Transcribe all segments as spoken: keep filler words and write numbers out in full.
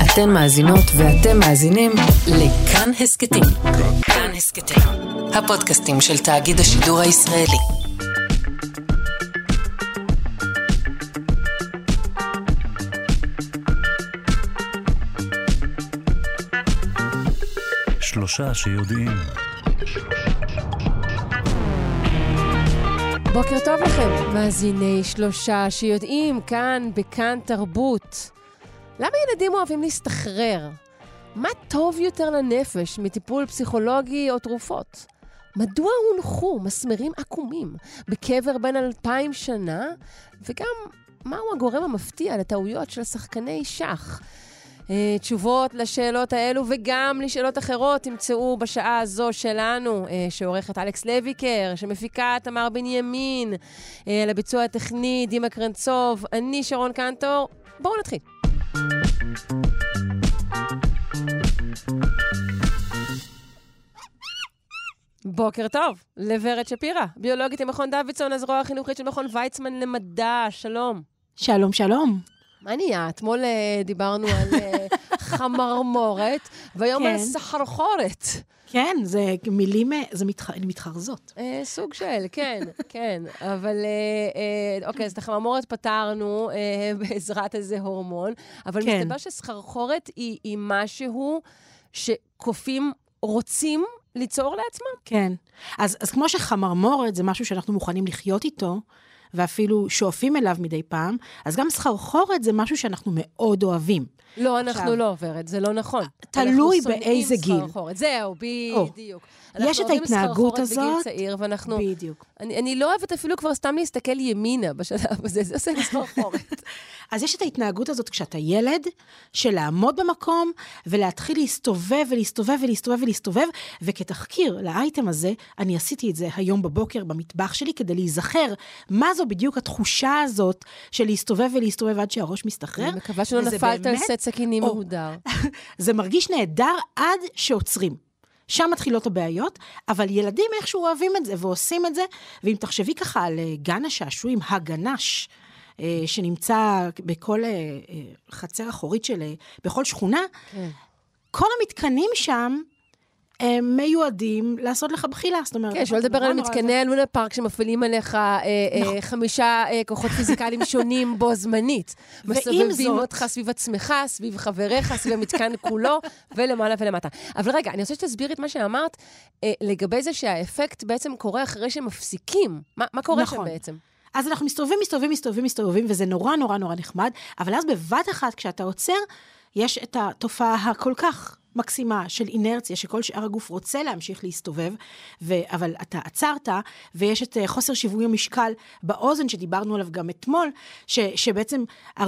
אתן מאזינות ואתם מאזינים לכאן הסקטים. כאן הסקטים, הפודקאסטים של תאגיד השידור הישראלי. שלושה שיודעים. בוקר טוב לכם, מאזיני שלושה שיודעים, כאן בכאן תרבות. למה ילדים אוהבים להסתחרר? מה טוב יותר לנפש מטיפול פסיכולוגי או תרופות? מדוע הונחו מסמרים עקומים בקבר בין אלפיים שנה? וגם מהו הגורם המפתיע לטעויות של שחקני שח? תשובות לשאלות האלו וגם לשאלות אחרות תמצאו בשעה הזו שלנו, שעורכת אלכס לויקר, שמפיקה תמר בנימין, לביצוע הטכני דימה קרנצוב, אני שרון קנטור. בואו נתחיל. בוקר טוב לוורד שפירא, ביולוגית ממכון דוידסון, הזרוע החינוכית של מכון ויצמן למדע. שלום. שלום, שלום. מה נהיה? אתמול דיברנו על חמרמורת, והיום על סחרחורת. כן, זה מילים, זה מתחרזות. סוג של, כן, כן. אבל, אוקיי, אז את החמרמורת פתרנו בעזרת איזה הורמון, אבל מסתבר שסחרחורת היא משהו שקופים רוצים ליצור לעצמם? כן. אז, אז כמו שחמרמורת זה משהו שאנחנו מוכנים לחיות איתו, ואפילו שואפים אליו מדי פעם, אז גם סחרחורת זה משהו שאנחנו מאוד אוהבים. לא, אנחנו עכשיו, לא עוברת, זה לא נכון. תלוי באיזה גיל. זהו, בדיוק. יש את ההתנהגות הזאת. בגיל צעיר, ואנחנו... בדיוק. אני, אני לא אוהבת אפילו כבר סתם להסתכל ימינה בשלב הזה, זה עושה סחרחורת. אז יש את ההתנהגות הזאת כשאתה ילד, של לעמוד במקום, ולהתחיל להסתובב ולהסתובב ולהסתובב ולהסתובב, וכתחקיר לאייטם הזה, אני עשיתי את זה היום בבוקר במטבח שלי, כדי להיזכר מה זו בדיוק התחושה הזאת, של להסתובב ולהסתובב עד שהראש מסתחרר. אני מקווה שלא נפלת על סט סכינים מהודר. זה מרגיש נהדר עד שעוצרים. שם מתחילות הבעיות, אבל ילדים איכשהו אוהבים את זה ועושים את זה, ואם תחשבי ככה על גן השעשועים, הגנש, שנמצא בכל חצר אחורית של, בכל שכונה, כן. כל המתקנים שם, הם מיועדים לעשות לך בחילה, זאת אומרת... כן, שלא לדבר על מתקני הלונה פארק שמפעילים עליך חמישה כוחות פיזיקליים שונים בו זמנית. מסובבים אותך סביב עצמך, סביב חבריך, סביב המתקן כולו, ולמעלה ולמטה. אבל רגע, אני רוצה שתסביר את מה שאמרת, לגבי זה שהאפקט בעצם קורה אחרי שמפסיקים. מה קורה שם בעצם? אז אנחנו מסתובבים, מסתובבים, מסתובבים, מסתובבים, וזה נורא נורא נורא נחמד, אבל אז בבת אחת, כשאתה עוצר, יש את התופעה הכל כך מקסימה של אינרציה, שכל שאר הגוף רוצה להמשיך להסתובב, ו- אבל אתה עצרת, ויש את uh, חוסר שיווי המשקל באוזן, שדיברנו עליו גם אתמול, ש- שבעצם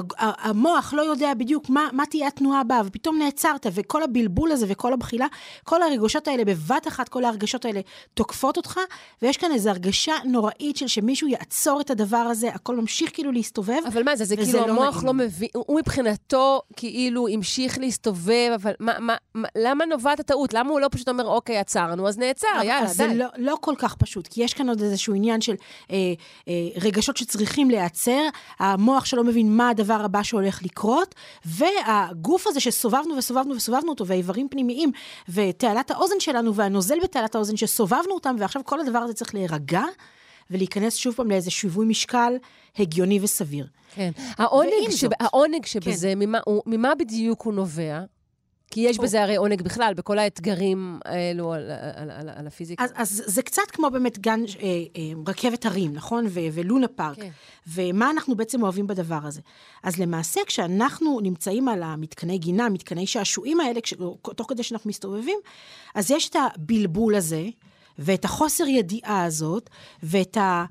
המוח לא יודע בדיוק מה, מה תהיה התנועה הבאה, ופתאום נעצרת, וכל הבלבול הזה וכל הבחילה, כל הרגשות האלה בבת אחת, כל ההרגשות האלה תוקפות אותך, ויש כאן איזו הרגשה נוראית של שמישהו יעצור את הדבר הזה, הכל ממשיך כאילו להסתובב. אבל מה זה? זה כאילו לא המוח לא מבין, הוא מבחינתו כאילו המשיך להסתובב, אבל מה, מה, למה נובעת הטעות? למה הוא לא פשוט אומר, אוקיי, עצרנו, אז נעצר, יאללה, די. זה לא, לא כל כך פשוט, כי יש כאן עוד איזשהו עניין של אה, אה, רגשות שצריכים להיעצר, המוח שלא מבין מה הדבר הבא שהולך לקרות, והגוף הזה שסובבנו וסובבנו וסובבנו אותו, והאיברים פנימיים, ותעלת האוזן שלנו, והנוזל בתעלת האוזן שסובבנו אותם, ועכשיו כל הדבר הזה צריך להירגע, ולהיכנס שוב פעם לאיזה שיווי משקל הגיוני וסביר. כן. העונג, שב, העונג שבזה, כן. ממה, הוא, ממה בדיוק הוא נובע? כי יש בזה הרי עונג בכלל, בכל האתגרים האלו על, על, על, על הפיזיקה. אז, אז זה קצת כמו באמת גן, אה, אה, רכבת הרים, נכון? ו, ולונה פארק. כן. ומה אנחנו בעצם אוהבים בדבר הזה? אז למעשה, כשאנחנו נמצאים על המתקני גינה, מתקני שעשועים האלה, כש, תוך כדי שאנחנו מסתובבים, אז יש את הבלבול הזה, ואת החוסר ידיעה הזאת, ואת ה...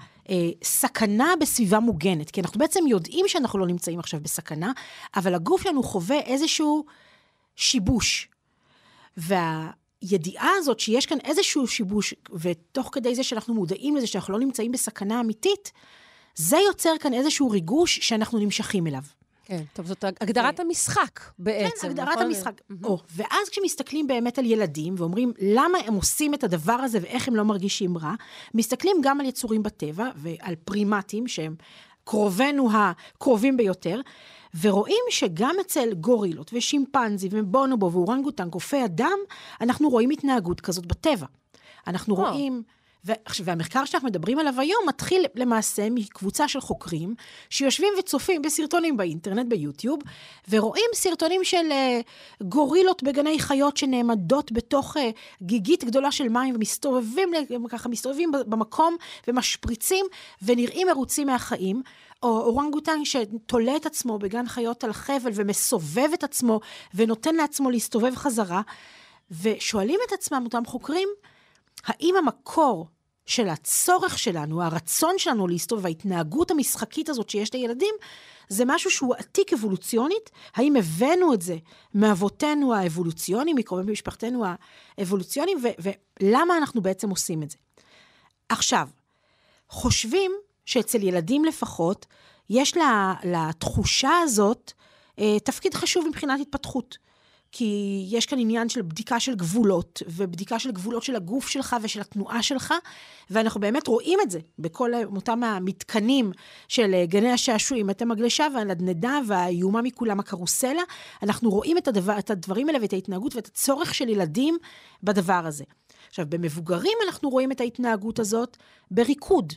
סכנה בסביבה מוגנת, כי אנחנו בעצם יודעים שאנחנו לא נמצאים עכשיו בסכנה, אבל הגוף שלנו חווה איזשהו שיבוש. והידיעה הזאת שיש כאן איזשהו שיבוש, ותוך כדי זה שאנחנו מודעים לזה שאנחנו לא נמצאים בסכנה אמיתית, זה יוצר כאן איזשהו ריגוש שאנחנו נמשכים אליו. כן, טוב, זאת הגדרת המשחק בעצם. כן, הגדרת המשחק. או, ואז כשמסתכלים באמת על ילדים, ואומרים למה הם עושים את הדבר הזה, ואיך הם לא מרגישים רע, מסתכלים גם על יצורים בטבע, ועל פרימטים, שהם קרובנו הקרובים ביותר, ורואים שגם אצל גורילות ושימפנזי ובונובו ואורנגוטן, קופי אדם, אנחנו רואים התנהגות כזאת בטבע. אנחנו oh. רואים... והמחקר שאנחנו מדברים עליו היום מתחיל למעשה מקבוצה של חוקרים שיושבים וצופים בסרטונים באינטרנט, ביוטיוב, ורואים סרטונים של גורילות בגני חיות שנעמדות בתוך גיגית גדולה של מים ומסתובבים ככה, מסתובבים במקום ומשפריצים ונראים מרוצים מהחיים, או אורנגוטן שתולה את עצמו בגן חיות על חבל ומסובב את עצמו ונותן לעצמו להסתובב חזרה, ושואלים את עצמם אותם חוקרים, האם המקור של הצורך שלנו, הרצון שלנו להסתובב, ההתנהגות המשחקית הזאת שיש לילדים, זה משהו שהוא עתיק אבולוציונית? האם הבאנו את זה מאבותינו האבולוציונים, מקרובי משפחתנו האבולוציונים, ו- ולמה אנחנו בעצם עושים את זה? עכשיו, חושבים שאצל ילדים לפחות, יש לה, לתחושה הזאת תפקיד חשוב מבחינת התפתחות. כי יש כאן עניין של בדיקה של גבולות, ובדיקה של גבולות של הגוף שלך ושל התנועה שלך, ואנחנו באמת רואים את זה בכל אותם המתקנים של גני השעשועים, את המגלשה והנדנדה והאיומה מכולם הקרוסלה, אנחנו רואים את, הדבר, את הדברים האלה ואת ההתנהגות ואת הצורך של ילדים בדבר הזה. עכשיו, במבוגרים אנחנו רואים את ההתנהגות הזאת בריקוד.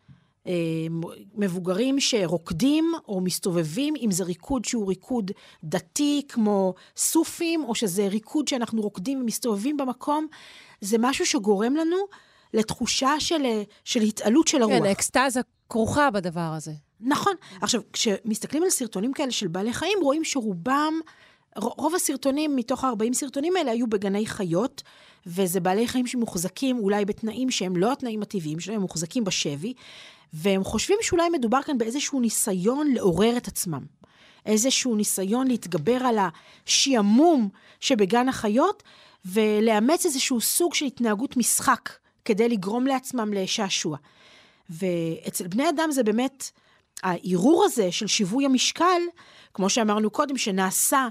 מבוגרים שרוקדים או מסתובבים, אם זה ריקוד שהוא ריקוד דתי כמו סופים, או שזה ריקוד שאנחנו רוקדים ומסתובבים במקום, זה משהו שגורם לנו לתחושה של, של התעלות של הרוח. כן, האקסטאזה כרוכה בדבר הזה. נכון. עכשיו, כשמסתכלים על סרטונים כאלה של בעלי חיים, רואים שרובם, רוב הסרטונים מתוך ה-ארבעים סרטונים האלה היו בגני חיות, וזה בעלי חיים שמוחזקים אולי בתנאים שהם לא התנאים הטבעיים שלהם, הם מוחזקים בשבי, והם חושבים שאולי מדובר כאן באיזשהו ניסיון לעורר את עצמם. איזשהו ניסיון להתגבר על השיעמום שבגן החיות, ולאמץ איזשהו סוג של התנהגות משחק, כדי לגרום לעצמם לשעשוע. ואצל בני אדם זה באמת, העירור הזה של שיווי המשקל, כמו שאמרנו קודם, שנעשה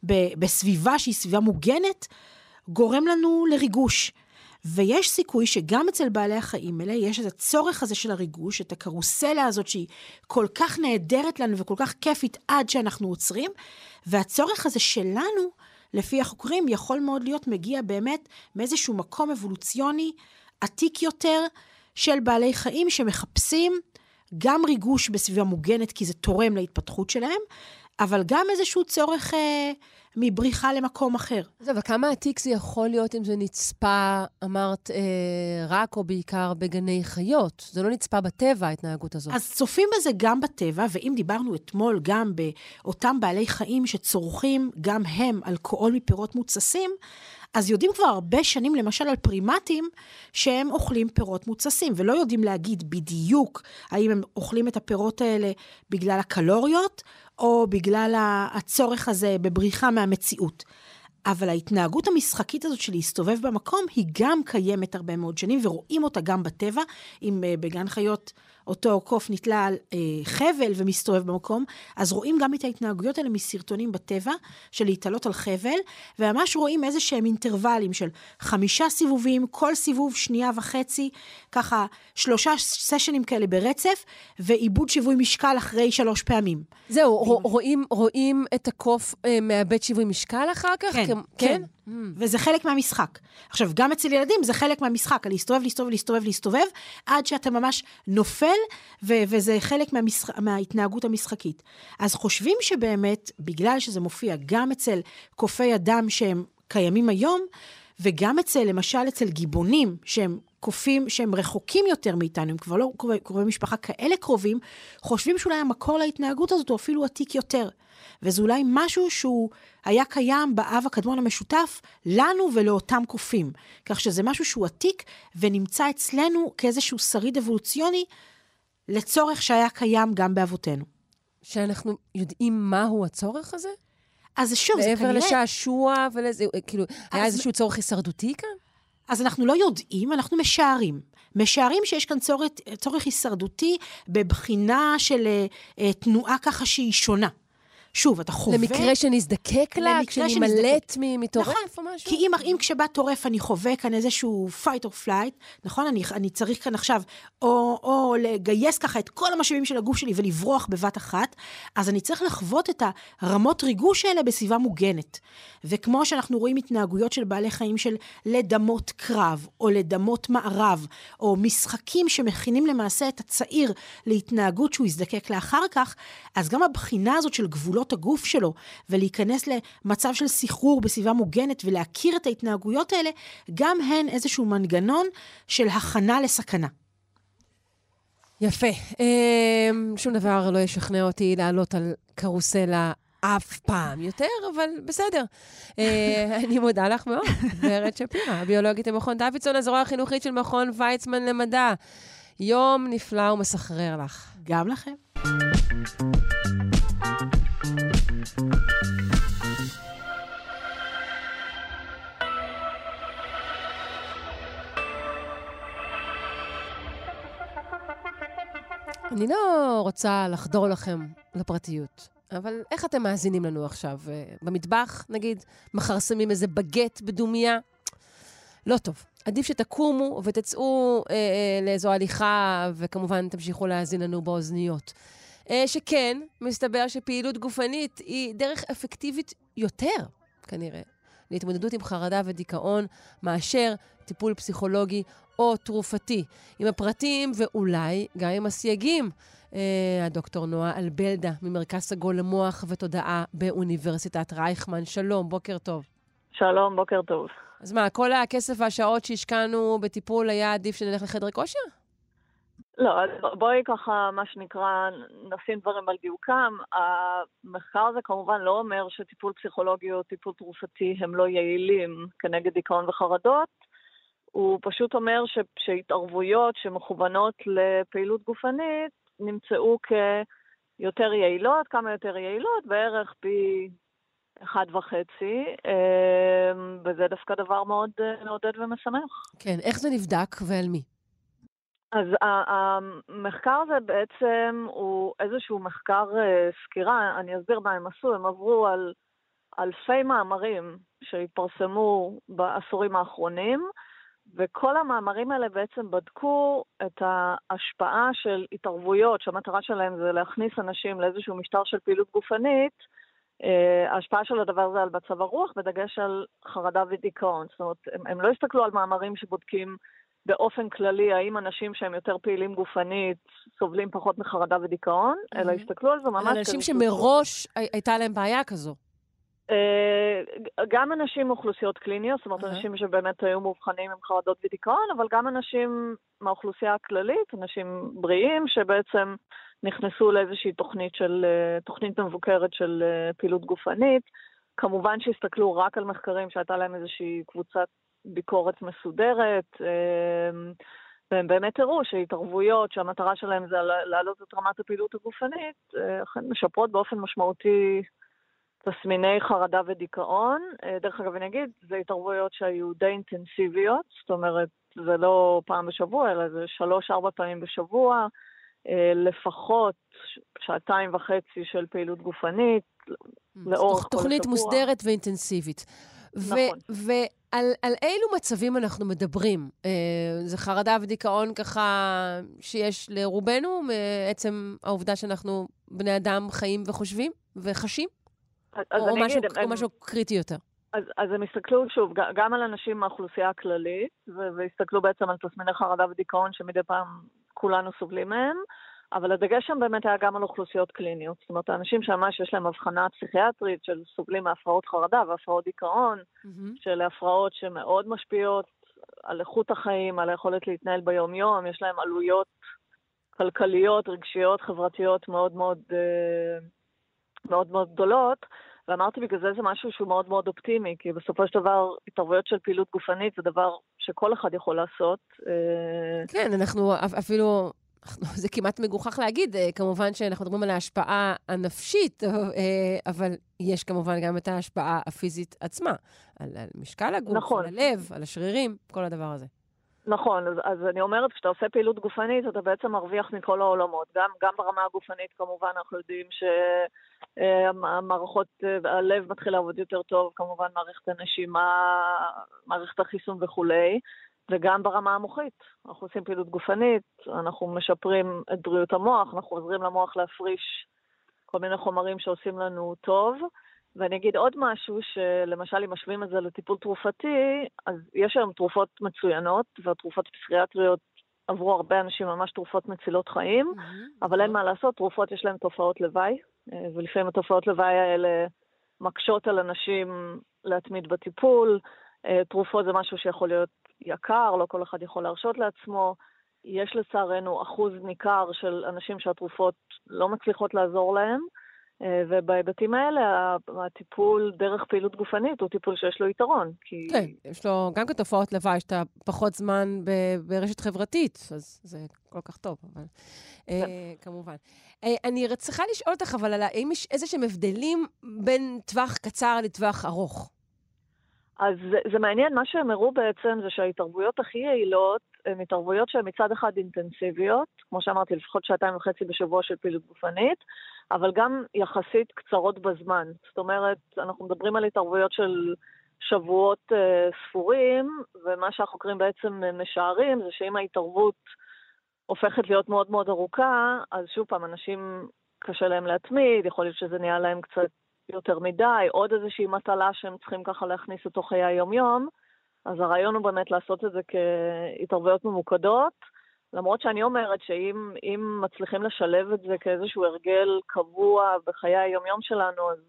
בסביבה שהיא סביבה מוגנת, גורם לנו לריגוש. ויש סיכוי שגם אצל בעלי החיים האלה, יש את הצורך הזה של הריגוש, את הקרוסלה הזאת שהיא כל כך נהדרת לנו וכל כך כיפית עד שאנחנו עוצרים, והצורך הזה שלנו, לפי החוקרים, יכול מאוד להיות מגיע באמת מאיזשהו מקום אבולוציוני עתיק יותר של בעלי חיים שמחפשים גם ריגוש בסביבה מוגנת, כי זה תורם להתפתחות שלהם, אבל גם איזשהו צורך אה, מבריחה למקום אחר. זה, וכמה עתיק זה יכול להיות אם זה נצפה, אמרת, אה, רק או בעיקר בגני חיות? זה לא נצפה בטבע, ההתנהגות הזאת. אז צופים בזה גם בטבע, ואם דיברנו אתמול גם באותם בעלי חיים שצורכים גם הם אלכוהול מפירות מוצסים, אז יודעים כבר הרבה שנים, למשל על פרימטים, שהם אוכלים פירות מוצסים, ולא יודעים להגיד בדיוק האם הם אוכלים את הפירות האלה בגלל הקלוריות, או בגלל הצורך הזה בבריחה מהמציאות. אבל ההתנהגות המשחקית הזאת של להסתובב במקום, היא גם קיימת הרבה מאוד שנים, ורואים אותה גם בטבע, אם בגן חיות אותו קוף נתלה על אה, חבל ומסתובב במקום, אז רואים גם את ההתנהגויות האלה מסרטונים בטבע, של להתעלות על חבל, וממש רואים איזה שהם אינטרוולים של חמישה סיבובים, כל סיבוב שנייה וחצי, ככה שלושה סשנים כאלה ברצף, ועיבוד שיווי משקל אחרי שלוש פעמים. זהו, ו... רואים, רואים את הקוף אה, מאבד שיווי משקל אחר כך? כן, כ... כן. כן. Mm. וזה חלק מהמשחק. עכשיו, גם אצל ילדים זה חלק מהמשחק, להסתובב, להסתובב, להסתובב, להסתובב, עד שאתה ממש נופל, ו- וזה חלק מהמשח... מההתנהגות המשחקית. אז חושבים שבאמת, בגלל שזה מופיע גם אצל קופי אדם שהם קיימים היום, וגם אצל, למשל אצל גיבונים, שהם קופים, שהם רחוקים יותר מאיתנו, הם כבר לא קרובי משפחה כאלה קרובים, חושבים שאולי המקור להתנהגות הזאת הוא אפילו עתיק יותר. וזה אולי משהו שהוא היה קיים באב הקדמון המשותף לנו ולאותם קופים. כך שזה משהו שהוא עתיק ונמצא אצלנו כאיזשהו שריד אבולוציוני לצורך שהיה קיים גם באבותינו. שאנחנו יודעים מהו הצורך הזה? אז שוב, זה כנראה... מעבר לשעשוע ולזה, כאילו, היה איזשהו צורך הישרדותי כאן? אז אנחנו לא יודעים, אנחנו משערים. משערים שיש כאן צורך, צורך הישרדותי בבחינה של uh, תנועה ככה שהיא שונה. שוב, אתה חווה... למקרה שנזדקק לה, כשנמלט מתורף או משהו? כי אם, אם כשבא טורף אני חווה כאן איזשהו fight or flight, נכון? אני, אני צריך כאן עכשיו או, או לגייס ככה את כל המשאבים של הגוף שלי ולברוח בבת אחת, אז אני צריך לחוות את הרמות ריגוש האלה בסביבה מוגנת. וכמו שאנחנו רואים התנהגויות של בעלי חיים של לדמות קרב, או לדמות מערב, או משחקים שמכינים למעשה את הצעיר להתנהגות שהוא יזדקק לאחר כך, אז גם הבחינה הזאת של גבולות הגוף שלו, ולהיכנס למצב של סחרור בסביבה מוגנת, ולהכיר את ההתנהגויות האלה, גם הן איזשהו מנגנון של הכנה לסכנה. יפה. שום דבר לא ישכנע אותי לעלות על קרוסלה אף פעם יותר, אבל בסדר. אני מודה לך מאוד, ורד שפירא, הביולוגית במכון דוידסון, הזרוע החינוכית של מכון ויצמן למדע. יום נפלא ומסחרר לך. גם לכם. אני לא רוצה לחדור לכם לפרטיות, אבל איך אתם מאזינים לנו עכשיו? במטבח, נגיד, מחרסמים איזה בגט בדומיה? לא טוב. עדיף שתקומו ותצאו אה, אה, לאיזו הליכה, וכמובן תמשיכו להאזין לנו באוזניות. אה, שכן, מסתבר שפעילות גופנית היא דרך אפקטיבית יותר, כנראה, להתמודדות עם חרדה ודיכאון, מאשר טיפול פסיכולוגי או תרופתי. עם הפרטים ואולי גם עם הסייגים. אה, הדוקטור נועה אלבלדה, ממרכז סגול למוח ותודעה באוניברסיטת רייכמן. שלום, בוקר טוב. שלום, בוקר טוב. אז מה, כל הכסף והשעות שהשקענו בטיפול היה עדיף שנלך לחדר כושר? לא, אז בואי ככה, מה שנקרא, נשים דברים על דיוקם. המחקר הזה כמובן לא אומר שטיפול פסיכולוגי או טיפול תרופתי הם לא יעילים כנגד דיכאון וחרדות. הוא פשוט אומר ש, שהתערבויות שמכוונות לפעילות גופנית נמצאו כיותר יעילות, כמה יותר יעילות, בערך פי אחד וחצי, וזה דווקא דבר מאוד מעודד ומשמח. כן, איך זה נבדק ועל מי? אז המחקר הזה בעצם הוא איזשהו מחקר סקירה, אני אסביר מה הם עשו, הם עברו על אלפי מאמרים שהתפרסמו בעשורים האחרונים, וכל המאמרים האלה בעצם בדקו את ההשפעה של התערבויות, שהמטרה שלהם זה להכניס אנשים לאיזשהו משטר של פעילות גופנית, ההשפעה של הדבר הזה על מצב הרוח, בדגש על חרדה ודיכאון. זאת אומרת, הם, הם לא הסתכלו על מאמרים שבודקים באופן כללי, האם אנשים שהם יותר פעילים גופנית סובלים פחות מחרדה ודיכאון, mm-hmm. אלא הסתכלו על זה ממש... על אנשים שמראש הייתה להם בעיה כזו. גם אנשים מאוכלוסיות קליניות, זאת אומרת, uh-huh. אנשים שבאמת היו מאובחנים עם חרדות ודיכאון, אבל גם אנשים מהאוכלוסייה הכללית, אנשים בריאים, שבעצם נכנסו לאיזושהי תוכנית של, תוכנית מבוקרת של פעילות גופנית. כמובן שהסתכלו רק על מחקרים שהייתה להם איזושהי קבוצת ביקורת מסודרת, והם באמת הראו שהתערבויות שהמטרה שלהם זה להעלות את רמת הפעילות הגופנית, משפרות באופן משמעותי תסמיני חרדה ודיכאון. דרך אגב, אני אגיד, זה התערבויות שהיו די אינטנסיביות, זאת אומרת, זה לא פעם בשבוע, אלא זה שלוש, ארבע פעמים בשבוע, לפחות שעתיים וחצי של פעילות גופנית, לאורך כל השבוע. תוכנית מוסדרת ואינטנסיבית. נכון. ועל על אילו מצבים אנחנו מדברים? זה חרדה ודיכאון ככה שיש לרובנו, מעצם העובדה שאנחנו בני אדם חיים וחושבים וחשים? או, או, משהו, אגיד, או הם, משהו קריטי יותר? אז, אז הם הסתכלו שוב, גם על אנשים מהאוכלוסייה הכללית, והסתכלו בעצם על תסמיני חרדה ודיכאון שמדי פעם כולנו סובלים מהם, אבל הדגש שם באמת היה גם על אוכלוסיות קליניות. זאת אומרת, האנשים שממש יש להם הבחנה פסיכיאטרית של סובלים מהפרעות חרדה והפרעות דיכאון, mm-hmm. של הפרעות שמאוד משפיעות על איכות החיים, על היכולת להתנהל ביום-יום, יש להם עלויות כלכליות, רגשיות, חברתיות מאוד מאוד... מאוד מאוד גדולות, ואמרתי בגלל זה זה משהו שהוא מאוד מאוד אופטימי, כי בסופו של דבר התערבויות של פעילות גופנית זה דבר שכל אחד יכול לעשות. כן, אנחנו אפילו, זה כמעט מגוחך להגיד, כמובן שאנחנו מדברים על ההשפעה הנפשית, אבל יש כמובן גם את ההשפעה הפיזית עצמה, על משקל הגוף, נכון. על הלב, על השרירים, כל הדבר הזה. נכון, אז, אז אני אומרת, כשאתה עושה פעילות גופנית, אתה בעצם מרוויח מכל העולמות. גם, גם ברמה הגופנית, כמובן, אנחנו יודעים שהמערכות, הלב מתחיל לעבוד יותר טוב, כמובן מערכת הנשימה, מערכת החיסון וכולי, וגם ברמה המוחית. אנחנו עושים פעילות גופנית, אנחנו משפרים את בריאות המוח, אנחנו עוזרים למוח להפריש כל מיני חומרים שעושים לנו טוב, ואני אגיד עוד משהו, שלמשל אם משווים את זה לטיפול תרופתי, אז יש היום תרופות מצוינות, והתרופות פסיכיאטריות עברו הרבה אנשים ממש תרופות מצילות חיים, mm-hmm. אבל אין מה לעשות, תרופות יש להן תופעות לוואי, ולפעמים התופעות לוואי האלה מקשות על אנשים להתמיד בטיפול, תרופות זה משהו שיכול להיות יקר, לא כל אחד יכול להרשות לעצמו, יש לצערנו אחוז ניכר של אנשים שהתרופות לא מצליחות לעזור להם, ובהיבטים האלה, הטיפול דרך פעילות גופנית הוא טיפול שיש לו יתרון. כי... כן, יש לו גם כתופעות לוואי, שאתה פחות זמן ברשת חברתית, אז זה כל כך טוב, אבל כמובן. אני צריכה לשאול אותך, אבל האם יש איזה שהם הבדלים בין טווח קצר לטווח ארוך? אז זה, זה מעניין, מה שהם הראו בעצם זה שההתערבויות הכי יעילות הן התערבויות שהן מצד אחד אינטנסיביות, כמו שאמרתי, לפחות שעתיים וחצי בשבוע של פעילות גופנית, אבל גם יחסית קצרות בזמן. זאת אומרת, אנחנו מדברים על התערבויות של שבועות אה, ספורים, ומה שהחוקרים בעצם משערים זה שאם ההתערבות הופכת להיות מאוד מאוד ארוכה, אז שוב פעם, אנשים קשה להם להתמיד, יכול להיות שזה נהיה להם קצת יותר מדי, עוד איזושהי מטלה שהם צריכים ככה להכניס לתוך חיי היום-יום, אז הרעיון הוא באמת לעשות את זה כהתערבויות ממוקדות, למרות שאני אומרת שאם אם מצליחים לשלב את זה כאיזשהו הרגל קבוע בחיי היום-יום שלנו, אז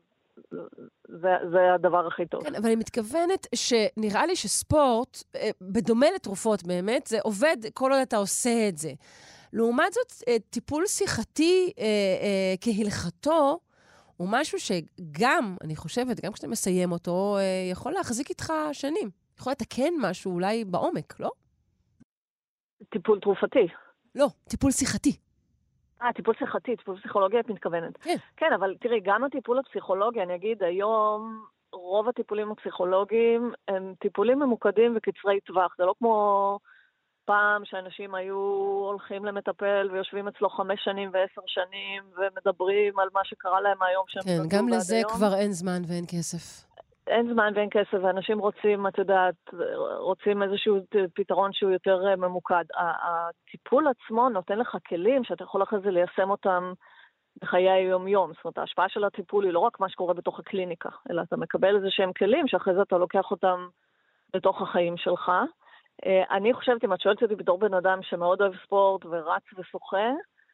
זה, זה הדבר הכי טוב. כן, אבל אני מתכוונת שנראה לי שספורט, בדומה לתרופות באמת, זה עובד כל עוד אתה עושה את זה. לעומת זאת, טיפול שיחתי אה, אה, כהלכתו, הוא משהו שגם, אני חושבת, גם כשאתה מסיים אותו, יכול להחזיק איתך שנים. יכול לתקן משהו אולי בעומק, לא? טיפול תרופתי. לא, טיפול שיחתי. אה, טיפול שיחתי, טיפול פסיכולוגיה את מתכוונת. כן. כן, אבל תראי, גם הטיפול הפסיכולוגי, אני אגיד, היום רוב הטיפולים הפסיכולוגיים הם טיפולים ממוקדים וקצרי טווח. זה לא כמו פעם שאנשים היו הולכים למטפל ויושבים אצלו חמש שנים ועשר שנים ומדברים על מה שקרה להם היום שהם כן, גם לזה היום. כבר אין זמן ואין כסף. אין זמן ואין כסף, ואנשים רוצים, את יודעת, רוצים איזשהו פתרון שהוא יותר ממוקד. הטיפול עצמו נותן לך כלים שאתה יכול אחרי זה ליישם אותם בחיי היום-יום. זאת אומרת, ההשפעה של הטיפול היא לא רק מה שקורה בתוך הקליניקה, אלא אתה מקבל איזה שהם כלים שאחרי זה אתה לוקח אותם בתוך החיים שלך. אני חושבת, אם את שואלת אותי בתור בן אדם שמאוד אוהב ספורט ורץ ושוחה,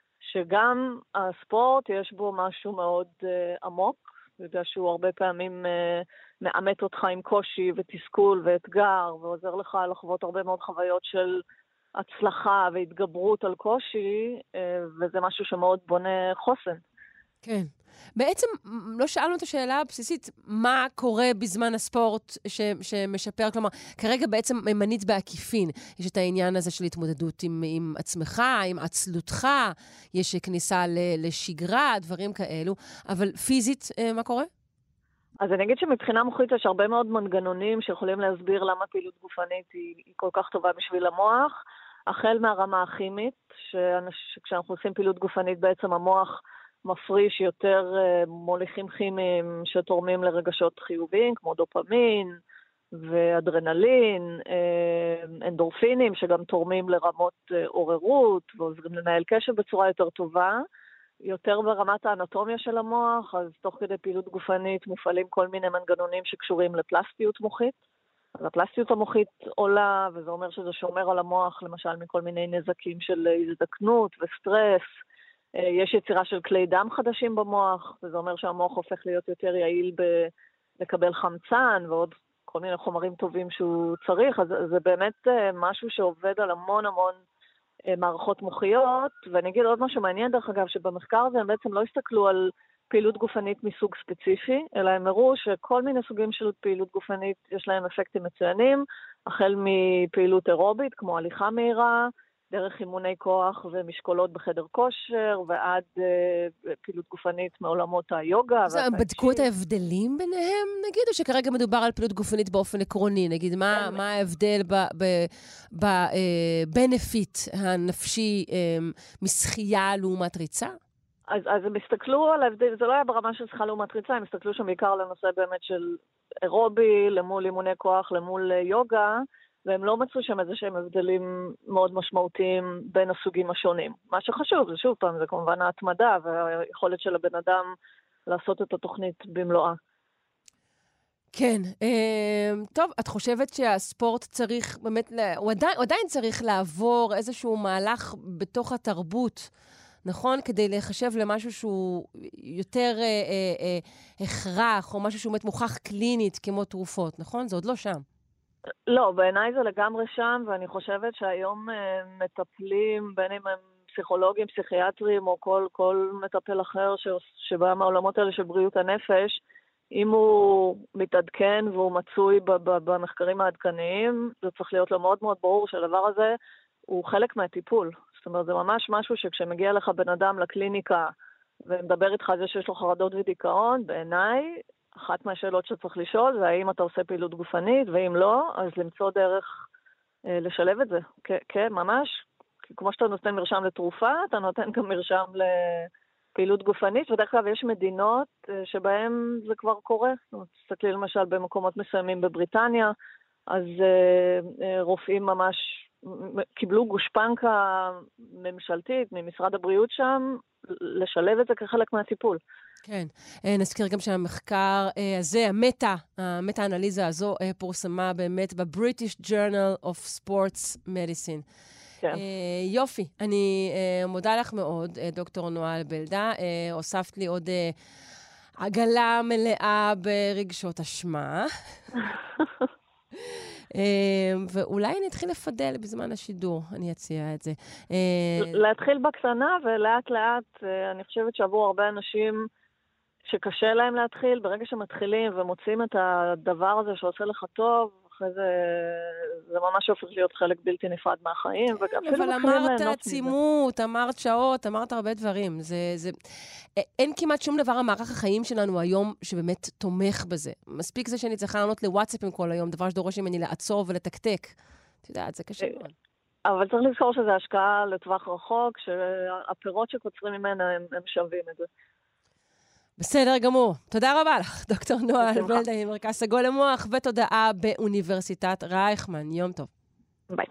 שגם הספורט יש בו משהו מאוד עמוק, יודע שהוא הרבה פעמים מאמת אותך עם קושי ותסכול ואתגר, ועוזר לך לחוות הרבה מאוד חוויות של הצלחה והתגברות על קושי, וזה משהו שמאוד בונה חוסן. כן. בעצם לא שאלנו את השאלה הבסיסית, מה קורה בזמן הספורט ש, שמשפר, כלומר, כרגע בעצם מנית בעקיפין. יש את העניין הזה של התמודדות עם, עם עצמך, עם עצלותך, יש כניסה ל, לשגרה, דברים כאלו, אבל פיזית, מה קורה? אז אני אגיד שמבחינה מוחית יש הרבה מאוד מנגנונים שיכולים להסביר למה פעילות גופנית היא, היא כל כך טובה בשביל המוח, החל מהרמה הכימית, שכשאנחנו עושים פעילות גופנית בעצם המוח מפריש יותר מוליכים כימיים שתורמים לרגשות חיוביים, כמו דופמין ואדרנלין, אנדורפינים שגם תורמים לרמות עוררות ועוזרים לנהל קשב בצורה יותר טובה. יותר ברמת האנטומיה של המוח, אז תוך כדי פעילות גופנית מופעלים כל מיני מנגנונים שקשורים לפלסטיות מוחית. אז הפלסטיות המוחית עולה, וזה אומר שזה שומר על המוח, למשל מכל מיני נזקים של הזדקנות וסטרס. יש יצירה של כלי דם חדשים במוח, וזה אומר שהמוח הופך להיות יותר יעיל לקבל חמצן, ועוד כל מיני חומרים טובים שהוא צריך, אז זה באמת משהו שעובד על המון המון מערכות מוחיות, ואני אגיד עוד משהו מעניין דרך אגב, שבמחקר הזה הם בעצם לא הסתכלו על פעילות גופנית מסוג ספציפי, אלא הם הראו שכל מיני סוגים של פעילות גופנית יש להם אפקטים מצוינים, החל מפעילות אירובית, כמו הליכה מהירה, דרך אימוני כוח ומשקולות בחדר כושר, ועד אה, פעילות גופנית מעולמות היוגה. אז הם בדקו את ההבדלים ביניהם, נגיד, או שכרגע מדובר על פעילות גופנית באופן עקרוני? נגיד, מה, מה ההבדל בבנפיט הנפשי אה, משחייה לעומת ריצה? אז, אז הם הסתכלו על ההבדל, זה לא היה ברמה של שחייה לעומת ריצה, הם הסתכלו שם בעיקר לנושא באמת של אירובי, למול אימוני כוח, למול יוגה, והם לא מצאו שם איזה שהם הבדלים מאוד משמעותיים בין הסוגים השונים. מה שחשוב, זה שוב פעם, זה כמובן ההתמדה והיכולת של הבן אדם לעשות את התוכנית במלואה. כן. טוב, את חושבת שהספורט צריך באמת, הוא עדיין, הוא עדיין צריך לעבור איזשהו מהלך בתוך התרבות, נכון? כדי לחשב למשהו שהוא יותר אה, אה, אה, הכרח, או משהו שהוא באמת מוכח קלינית כמו תרופות, נכון? זה עוד לא שם. לא, בעיניי זה לגמרי שם, ואני חושבת שהיום אה, מטפלים, בין אם הם פסיכולוגים, פסיכיאטרים, או כל, כל מטפל אחר ש, שבא מהעולמות האלה של בריאות הנפש, אם הוא מתעדכן והוא מצוי ב, ב, במחקרים העדכניים, זה צריך להיות לו מאוד מאוד ברור שהדבר הזה הוא חלק מהטיפול. זאת אומרת, זה ממש משהו שכשמגיע לך בן אדם לקליניקה ומדבר איתך על זה שיש לו חרדות ודיכאון, בעיניי, אחת מהשאלות שצריך לשאול זה האם אתה עושה פעילות גופנית, ואם לא, אז למצוא דרך אה, לשלב את זה. כן, ממש, כמו שאתה נותן מרשם לתרופה, אתה נותן גם מרשם לפעילות גופנית, ודרך כלל יש מדינות אה, שבהן זה כבר קורה. זאת אומרת, תסתכלי למשל במקומות מסוימים בבריטניה, אז אה, אה, רופאים ממש קיבלו גושפנקה ממשלתית ממשרד הבריאות שם, לשלב את זה כחלק מהטיפול. כן, נזכיר גם שהמחקר הזה, המטה, המטה-אנליזה הזו, פורסמה באמת ב-British Journal of Sports Medicine. כן. יופי, אני מודה לך מאוד, דוקטור נועה בלדה. הוספת לי עוד עגלה מלאה ברגשות אשמה. ואולי נתחיל לפדל בזמן השידור, אני אציע את זה. להתחיל בקטנה ולאט לאט, אני חושבת שעבור הרבה אנשים שקשה להם להתחיל, ברגע שמתחילים ומוצאים את הדבר הזה שעושה לך טוב, אחרי זה, זה ממש הופך להיות חלק בלתי נפרד מהחיים. אבל אמרת עצימות, אמרת שעות, אמרת הרבה דברים. זה, זה... אין כמעט שום דבר במערך החיים שלנו היום שבאמת תומך בזה. מספיק זה שאני צריכה לענות לוואטסאפים כל היום, דבר שדורש ממני לעצור ולתקתק. את יודעת, זה קשה מאוד. אבל צריך לזכור שזה השקעה לטווח רחוק, שהפירות שקוצרים ממנה הם, הם שווים את זה. בסדר גמור. תודה רבה לך, דוקטור נועה בלדה, ממרכז סגול למוח ותודעה באוניברסיטת רייכמן. יום טוב. ביי.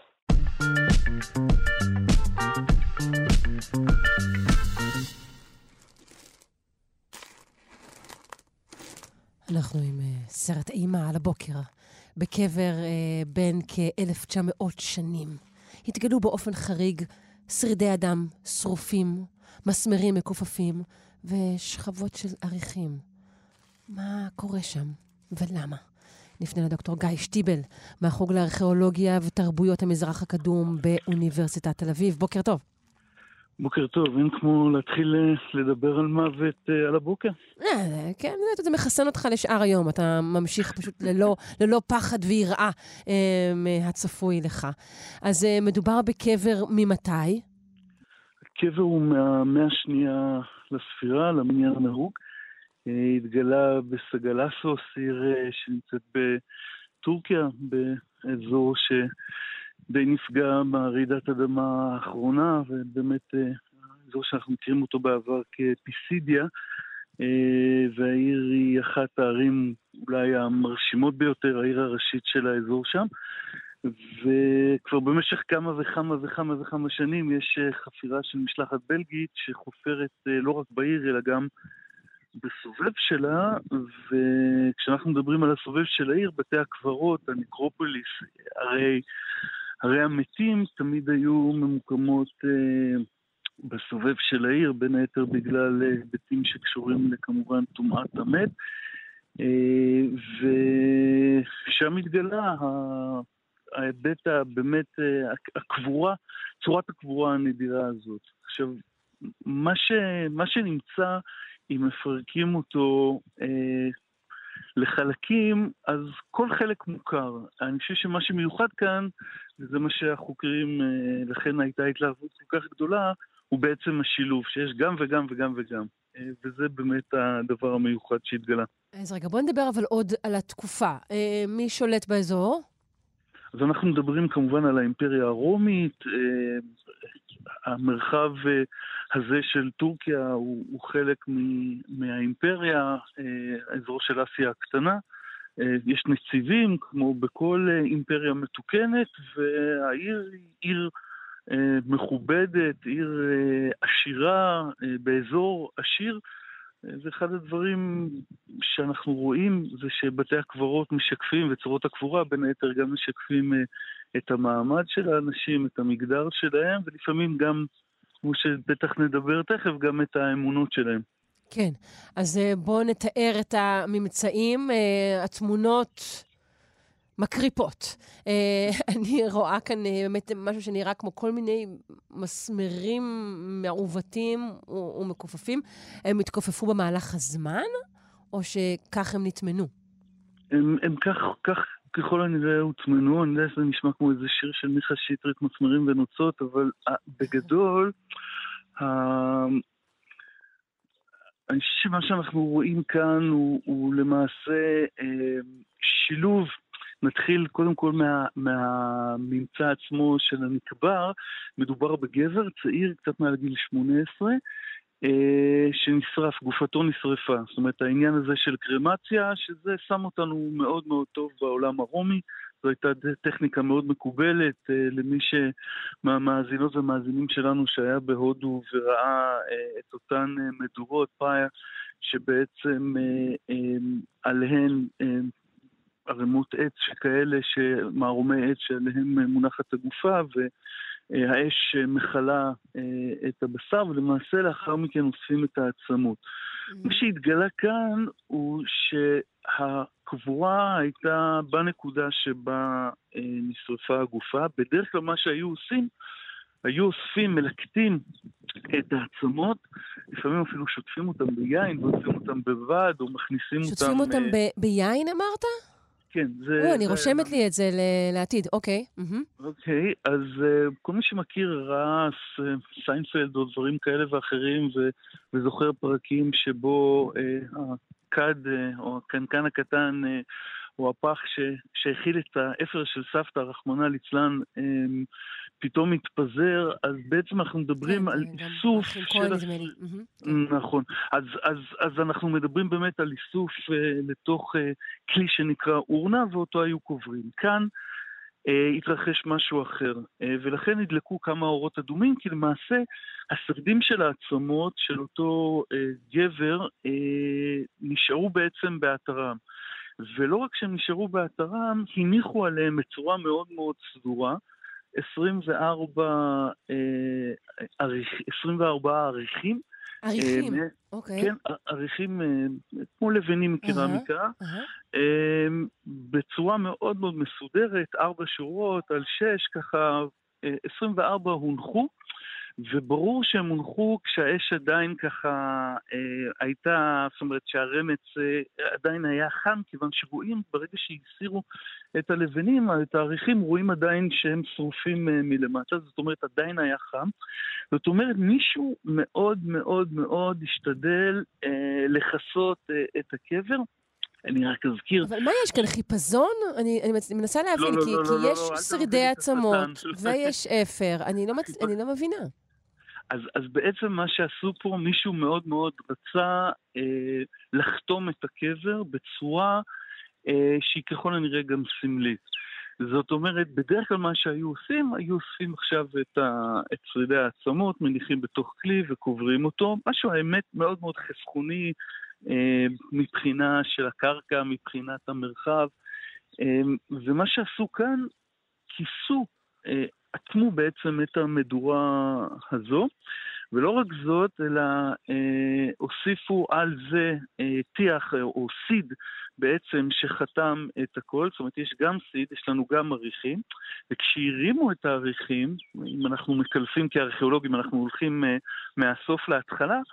אנחנו עם uh, סרט אימה על הבוקר, בקבר uh, בין כ-אלף תשע מאות שנים. התגלו באופן חריג שרידי אדם שרופים, מסמרים מקופפים, ושכבות של עריכים. מה קורה שם ולמה? נפנה לדוקטור גיא שטיבל, מהחוג לארכיאולוגיה ותרבויות המזרח הקדום באוניברסיטת תל אביב. בוקר טוב. בוקר טוב, אין כמו להתחיל לדבר על מוות על הבוקר. כן, זה מחסן אותך לשאר היום, אתה ממשיך פשוט ללא, ללא פחד ויראה מהצפוי לך. אז מדובר בקבר ממתי? הקבר הוא מהמאה השנייה לספירה, למניין הנהוג. התגלה בסגלסוס, עיר שנמצאת בטורקיה, באזור שדי נפגע מהרעידת אדמה האחרונה, ובאמת אזור שאנחנו מכירים אותו בעבר כפיסידיה, והעיר היא אחת הערים אולי המרשימות ביותר, העיר הראשית של האזור שם. וכבר במשך כמה וכמה וכמה וכמה שנים יש חפירה של משלחת בלגית שחופרת לא רק בעיר אלא גם בסובב שלה, וכשאנחנו מדברים על הסובב של העיר, בתי הקברות, הנקרופוליס, הרי, הרי המתים תמיד היו ממוקמות אה, בסובב של העיר, בין היתר בגלל היבטים שקשורים לכמובן טומאת המת, אה, ושם התגלה ההיבט באמת, הקבורה, צורת הקבורה הנדירה הזאת. עכשיו, מה, ש, מה שנמצא, אם מפרקים אותו, אה, לחלקים, אז כל חלק מוכר. אני חושב שמה שמיוחד כאן, וזה מה שהחוקרים, לכן הייתה התלהבות כל כך גדולה, הוא בעצם השילוב, שיש גם וגם וגם וגם. וזה באמת הדבר המיוחד שהתגלה. אז רגע, בוא נדבר אבל עוד על התקופה. מי שולט באזור? אז אנחנו מדברים כמובן על האימפריה הרומית. המרחב הזה של טורקיה הוא, הוא חלק מהאימפריה, האזור של אסיה הקטנה. יש נציבים כמו בכל אימפריה מתוקנת, והעיר היא עיר מכובדת, עיר עשירה, באזור עשיר. זה אחד הדברים שאנחנו רואים, זה שבתי הקברות משקפים, וצורות הקבורה בין היתר גם משקפים את המעמד של האנשים, את המגדר שלהם, ולפעמים גם, כמו שבטח נדבר תכף, גם את האמונות שלהם. כן, אז בואו נתאר את הממצאים, התמונות מקריפות. אני רואה כאן באמת משהו שנראה כמו כל מיני מסמרים מעוותים ומכופפים. הם התכופפו במהלך הזמן, או שכך הם נתמנו? הם, הם כך, כך ככל הנראה הותמנו. אני יודע שזה נשמע כמו איזה שיר של מיכה שטרית, מסמרים ונוצות, אבל בגדול, אני חושב שמה שאנחנו רואים כאן הוא, הוא למעשה שילוב. נתחיל קודם כל מה, מהממצא עצמו של הנקבר. מדובר בגבר צעיר, קצת מעל גיל שמונה עשרה, אה, שנשרף, גופתו נשרפה. זאת אומרת, העניין הזה של קרמציה, שזה שם אותנו מאוד מאוד טוב בעולם הרומי. זו הייתה טכניקה מאוד מקובלת אה, למי שמהמאזינות ומאזינים שלנו שהיה בהודו וראה אה, את אותן אה, מדורות פאיה, שבעצם אה, אה, עליהן אה, ערימות עץ שכאלה, מערומי עץ שעליהם מונחת הגופה, והאש מחלה את הבשר, ולמעשה לאחר מכן אוספים את העצמות. מה שהתגלה כאן הוא שהקבורה הייתה בנקודה שבה נשרפה הגופה. בדרך כלל מה שהיו עושים, היו אוספים, מלקטים את העצמות, לפעמים אפילו שוטפים אותם ביין, ואוספים אותם בבד, או מכניסים אותם... שוטפים אותם ביין, אמרת? כן, זה... או, אני רושמת לי את זה לעתיד, אוקיי. אוקיי, אז כל מי שמכיר ראה סיינפלד או דברים כאלה ואחרים, וזוכר פרקים שבו הכד או הקנקן הקטן או הפח שהכיל את האפר של סבתא, רחמנא ליצלן, פתאום מתפזר, אז בעצם אנחנו מדברים על איסוף של... נכון. אז אנחנו מדברים באמת על איסוף לתוך כלי שנקרא אורנה, ואותו היו קוברים. כאן התרחש משהו אחר, ולכן נדלקו כמה אורות אדומים, כי למעשה השרידים של העצמות של אותו גבר נשארו בעצם באתרם. ולא רק שהם נשארו באתרם, הניחו עליהם בצורה מאוד מאוד סדורה, עשרים וארבעה עריכים. עריכים, אוקיי. כן, עריכים כמו לבנים מקרמיקה, בצורה מאוד מאוד מסודרת, ארבע שורות על שש, ככה עשרים וארבע הונחו, וברור שהם הונחו כשהאש עדיין ככה אה, הייתה, זאת אומרת שהרמץ אה, עדיין היה חם, כיוון שרואים ברגע שהסירו את הלבנים, את העריכים, רואים עדיין שהם שרופים אה, מלמטה, זאת אומרת עדיין היה חם. זאת אומרת מישהו מאוד מאוד מאוד השתדל אה, לחסות אה, את הקבר. אני רק אזכיר. אבל מה יש כאן? חיפזון? אני, אני מנסה להבין, לא, כי, לא, כי לא, יש לא, שרידי עצמות ויש אפר. אני לא, מצ... אני לא מבינה. אז, אז בעצם מה שעשו פה, מישהו מאוד מאוד רצה אה, לחתום את הקבר בצורה אה, שהיא ככל הנראה גם סמלית. זאת אומרת, בדרך כלל מה שהיו עושים, היו עושים עכשיו את, ה, את שרידי העצמות, מניחים בתוך כלי וקוברים אותו. משהו האמת מאוד מאוד חסכוני, מבחינה של הקרקע, מבחינת המרחב, ומה שעשו כאן, כיסו, עטמו בעצם את המדורה הזו, ולא רק זאת, אלא הוסיפו על זה טיח או סיד בעצם שחתם את הכל, זאת אומרת יש גם סיד, יש לנו גם עריכים, וכשהרימו את העריכים, אם אנחנו מקלפים כארכיאולוגים, אנחנו הולכים מהסוף להתחלה,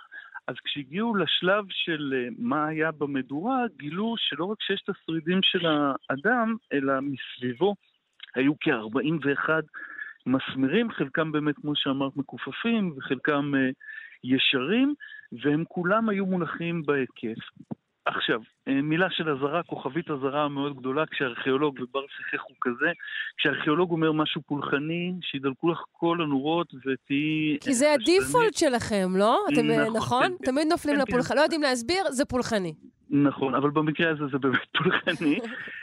אז כשהגיעו לשלב של מה היה במדורה, גילו שלא רק שיש את השרידים של האדם, אלא מסביבו היו כ-ארבעים ואחד מסמרים, חלקם באמת, כמו שאמרת, מקופפים, וחלקם ישרים, והם כולם היו מונחים בהיקף. עכשיו, מילה של הזרה, כוכבית הזרה מאוד גדולה, כשהארכיאולוג, ובר שיחך הוא כזה, כשהארכיאולוג אומר משהו פולחני, שידלקו לך כל הנורות ותהי... כי זה הדיפולט שלכם, לא? אתם, נכון? נכון? תמיד נופלים לפולחני. לא יודעים להסביר, זה פולחני. נכון, אבל במקרה הזה זה באמת פולחני.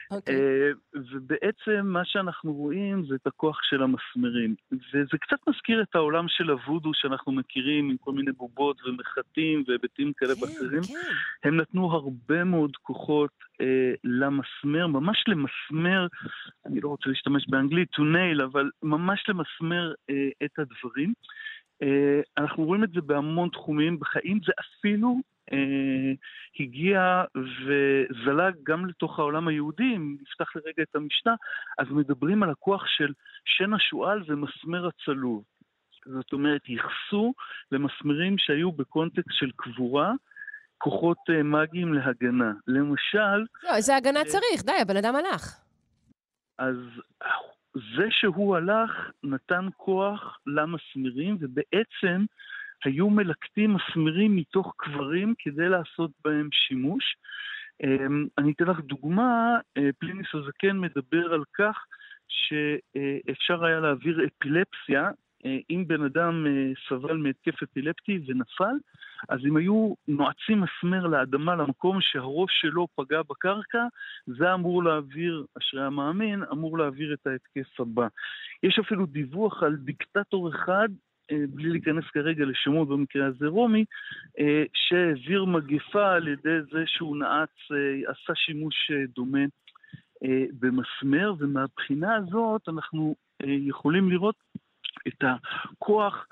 ובעצם מה שאנחנו רואים זה את הכוח של המסמרים. וזה קצת מזכיר את העולם של הוודו שאנחנו מכירים עם כל מיני בובות ומחטים והיבטים כאלה ואחרים. הם נתנו הרבה מאוד כוחות למסמר, ממש למסמר, אני לא רוצה להשתמש באנגלית, to nail, אבל ממש למסמר את הדברים. אנחנו רואים את זה בהמון תחומים בחיים, זה אפילו הגיע וזלג גם לתוך העולם היהודי. אם נפתח לרגע את המשנה, אז מדברים על הכוח של שן השועל ומסמר הצלוב. זאת אומרת, ייחסו למסמרים שהיו בקונטקסט של קבורה, כוחות מגיים להגנה. למשל... לא, זה הגנה צריך, די, הבן אדם הלך. אז זה שהוא הלך נתן כוח למסמרים, ובעצם היו מלקטים מסמרים מתוך קברים כדי לעשות בהם שימוש. אני אתן לך דוגמה, פליניס הזקן מדבר על כך שאפשר היה להעביר אפילפסיה, אם בן אדם סבל מהתקף אפילפטי ונפל, אז אם היו נועצים מסמר לאדמה למקום שהראש שלו פגע בקרקע, זה אמור להעביר, אשרי המאמין, אמור להעביר את ההתקף הבא. יש אפילו דיווח על דיקטטור אחד, בלי להיכנס כרגע לשמות, במקרה הזה רומי, שהעביר מגפה על ידי זה שהוא נעץ, עשה שימוש דומה במסמר, ומהבחינה הזאת אנחנו יכולים לראות את הכוח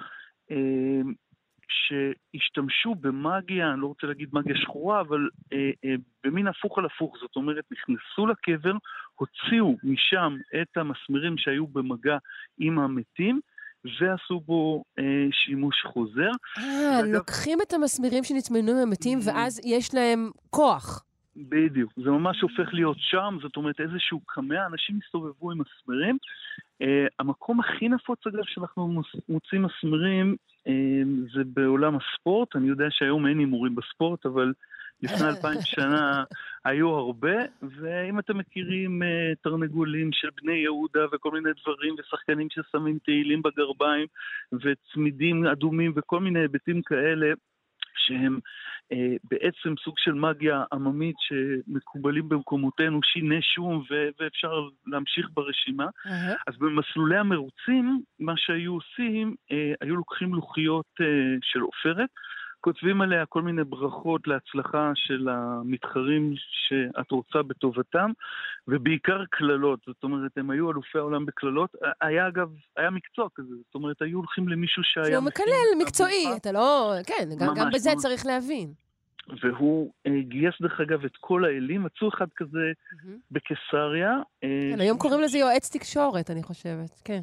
שהשתמשו במאגיה, אני לא רוצה להגיד מאגיה שחורה, אבל במין הפוך על הפוך, זאת אומרת, נכנסו לקבר, הוציאו משם את המסמרים שהיו במגע עם המתים, ועשו בו אה, שימוש חוזר. אה, ואגב, לוקחים את המסמרים שנצמנו מהמתים, ואז יש להם כוח. בדיוק, זה ממש הופך להיות שם, זאת אומרת איזשהו קמע, אנשים מסתובבו עם מסמרים. אה, המקום הכי נפוץ אגב שאנחנו מוצאים מסמרים, אה, זה בעולם הספורט. אני יודע שהיום אין הימורים בספורט, אבל לפני אלפיים שנה היו הרבה, ואם אתם מכירים uh, תרנגולים של בני יהודה וכל מיני דברים, ושחקנים ששמים תהילים בגרביים, וצמידים אדומים וכל מיני היבטים כאלה, שהם uh, בעצם סוג של מגיה עממית שמקובלים במקומותינו, שיני שום, ו- ואפשר להמשיך ברשימה. Uh-huh. אז במסלולי המרוצים, מה שהיו עושים, uh, היו לוקחים לוחיות uh, של עופרת, כותבים עליה כל מיני ברכות להצלחה של המתחרים שאת רוצה בטובתם, ובעיקר כללות. זאת אומרת, הם היו אלופי העולם בכללות. היה אגב, היה מקצוע כזה. זאת אומרת, היו הולכים למישהו שהיה... שהוא מקלל מקצועי, אתה לא... כן, גם, גם בזה ממש. צריך להבין. והוא גייס דרך אגב את כל האלים. מצאו אחד כזה mm-hmm. בקיסריה. כן, היום קוראים לזה יועץ תקשורת, אני חושבת. כן.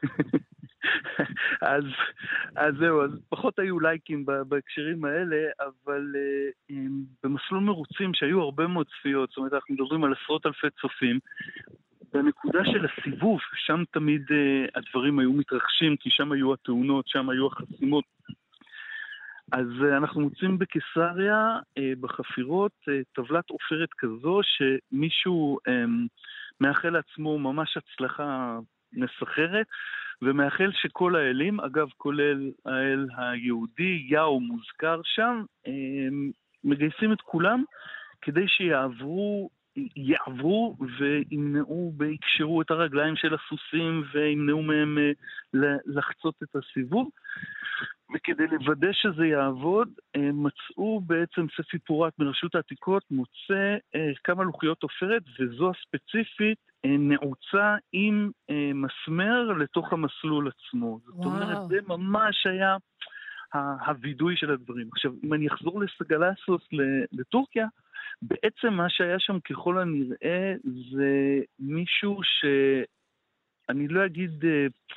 אז, אז זהו, אז פחות היו לייקים בהקשרים האלה, אבל uh, במסלול מרוצים שהיו הרבה מאוד צפיות, זאת אומרת, אנחנו מדברים על עשרות אלפי צופים, בנקודה של הסיבוב, שם תמיד uh, הדברים היו מתרחשים, כי שם היו התאונות, שם היו החסימות. אז uh, אנחנו מוצאים בקיסריה, uh, בחפירות, uh, טבלת עופרת כזו, שמישהו um, מאחל לעצמו ממש הצלחה נסחרת, ומאחל שכל האלים, אגב כולל האל היהודי, יאו מוזכר שם, מגייסים את כולם כדי שיעברו, יעברו וימנעו, ויקשרו את הרגליים של הסוסים וימנעו מהם לחצות את הסיבוב. וכדי לוודא שזה יעבוד, מצאו בעצם ספי פורת מרשות העתיקות, מוצא כמה לוחיות עופרת, וזו הספציפית נעוצה עם מסמר לתוך המסלול עצמו. זאת אומרת, זה ממש היה הווידוי של הדברים. עכשיו, אם אני אחזור לסגלסוס לטורקיה, בעצם מה שהיה שם ככל הנראה זה מישהו שאני לא אגיד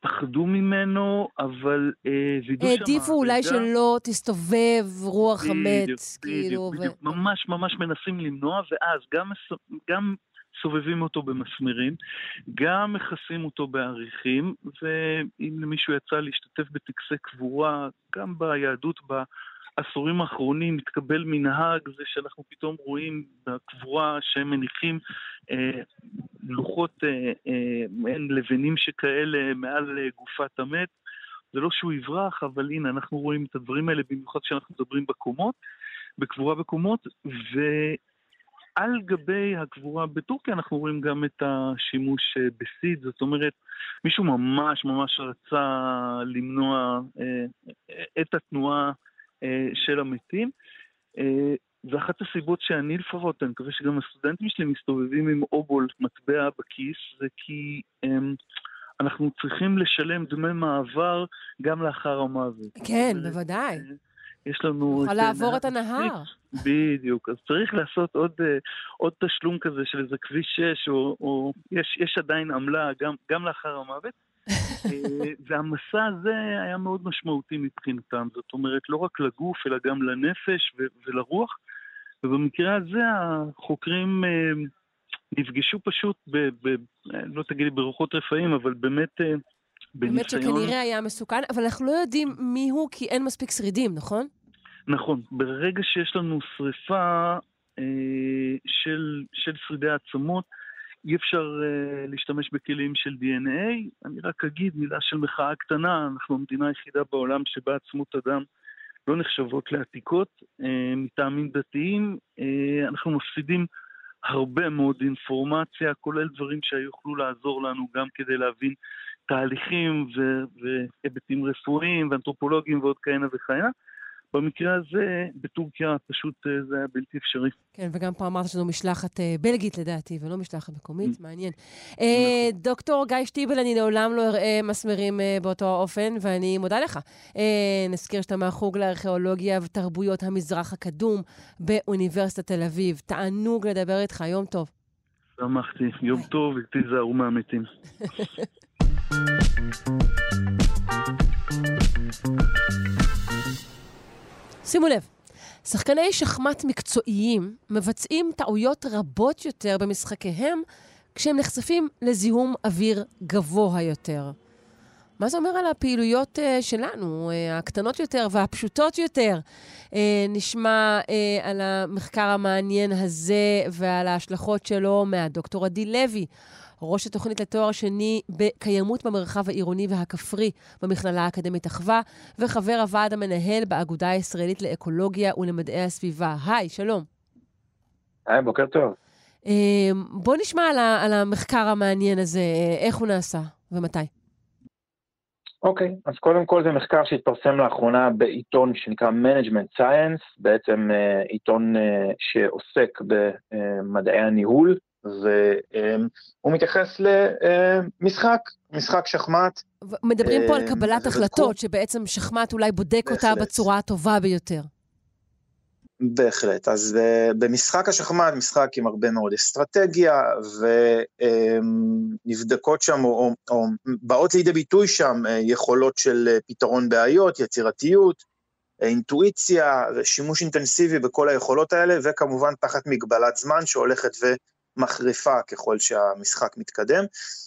פחדו ממנו, אבל וידאו שם... העדיפו אולי שלא תסתובב רוח המת, כאילו... בדיוק, ממש ממש מנסים למנוע, ואז גם סובבים אותו במסמרים, גם מכסים אותו בעריכים, ואם למישהו יצא להשתתף בטקסי קבורה, גם ביהדות, בעשורים האחרונים, מתקבל מנהג, זה שאנחנו פתאום רואים בקבורה שהם מניחים אה, לוחות, אה, אה, אין לבנים שכאלה מעל גופת המת, זה לא שהוא יברח, אבל הנה, אנחנו רואים את הדברים האלה, במיוחד שאנחנו מדברים בקומות, בקבורה בקומות, ו... על גבי הקבורה בטורקיה אנחנו רואים גם את השימוש בסיד, זאת אומרת, מישהו ממש ממש רצה למנוע אה, את התנועה אה, של המתים, אה, ואחת הסיבות שאני לפחות, אני מקווה שגם הסטודנטים שלי מסתובבים עם אובול מטבע בכיס, זה כי אה, אנחנו צריכים לשלם דמי מעבר גם לאחר המוות. כן, בוודאי. אה, יש לנו... נוכל לעבור את הנהר. בדיוק, אז צריך לעשות עוד, עוד תשלום כזה של איזה כביש שש, או, או יש, יש עדיין עמלה גם, גם לאחר המוות. והמסע הזה היה מאוד משמעותי מבחינתם, זאת אומרת, לא רק לגוף, אלא גם לנפש ו- ולרוח. ובמקרה הזה החוקרים נפגשו פשוט, ב, ב, לא תגידי ברוחות רפאים, אבל באמת... באמת שכנראה היה מסוכן, אבל אנחנו לא יודעים מי הוא, כי אין מספיק שרידים, נכון? נכון. ברגע שיש לנו שריפה אה, של, של שרידי העצמות, אי אפשר אה, להשתמש בכלים של די אן איי. אני רק אגיד מילה של מחאה קטנה, אנחנו המדינה היחידה בעולם שבה עצמות אדם לא נחשבות לעתיקות, אה, מטעמים דתיים. אה, אנחנו מפסידים הרבה מאוד אינפורמציה, כולל דברים שיוכלו לעזור לנו גם כדי להבין תהליכים והיבטים רפואיים ואנתרופולוגיים ועוד כהנה וכהנה. במקרה הזה, בטורקיה פשוט זה היה בלתי אפשרי. כן, וגם פה אמרת שזו משלחת בלגית לדעתי, ולא משלחת מקומית, מעניין. דוקטור גיא שטיבל, אני לעולם לא אראה מסמרים באותו האופן, ואני מודה לך. נזכיר שאתה מהחוג לארכיאולוגיה ותרבויות המזרח הקדום באוניברסיטת תל אביב. תענוג לדבר איתך, יום טוב. שמחתי, יום טוב, ותיזהרו מהמתים. שימו לב, שחקני שחמט מקצועיים מבצעים טעויות רבות יותר במשחקיהם כשהם נחשפים לזיהום אוויר גבוה יותר. מה זה אומר על הפעילויות uh, שלנו, uh, הקטנות יותר והפשוטות יותר? Uh, נשמע uh, על המחקר המעניין הזה ועל ההשלכות שלו מהדוקטור עדי לוי, ראש התוכנית לתואר שני בקיימות במרחב העירוני והכפרי במכללה האקדמית אחווה, וחבר הוועד המנהל באגודה הישראלית לאקולוגיה ולמדעי הסביבה. היי, שלום. היי, בוקר טוב. בוא נשמע על, ה- על המחקר המעניין הזה, איך הוא נעשה ומתי. אוקיי, אז קודם כל זה מחקר שהתפרסם לאחרונה בעיתון שנקרא Management Science, בעצם עיתון שעוסק במדעי הניהול, והוא מתייחס למשחק, משחק שחמט. מדברים פה על קבלת החלטות, שבעצם שחמט אולי בודק אותה בצורה הטובה ביותר. בהחלט, אז במשחק השחמט, משחק עם הרבה מאוד אסטרטגיה, ונבדקות שם, או, או באות לידי ביטוי שם, יכולות של פתרון בעיות, יצירתיות, אינטואיציה, ושימוש אינטנסיבי בכל היכולות האלה, וכמובן תחת מגבלת זמן שהולכת ומחריפה ככל שהמשחק מתקדם,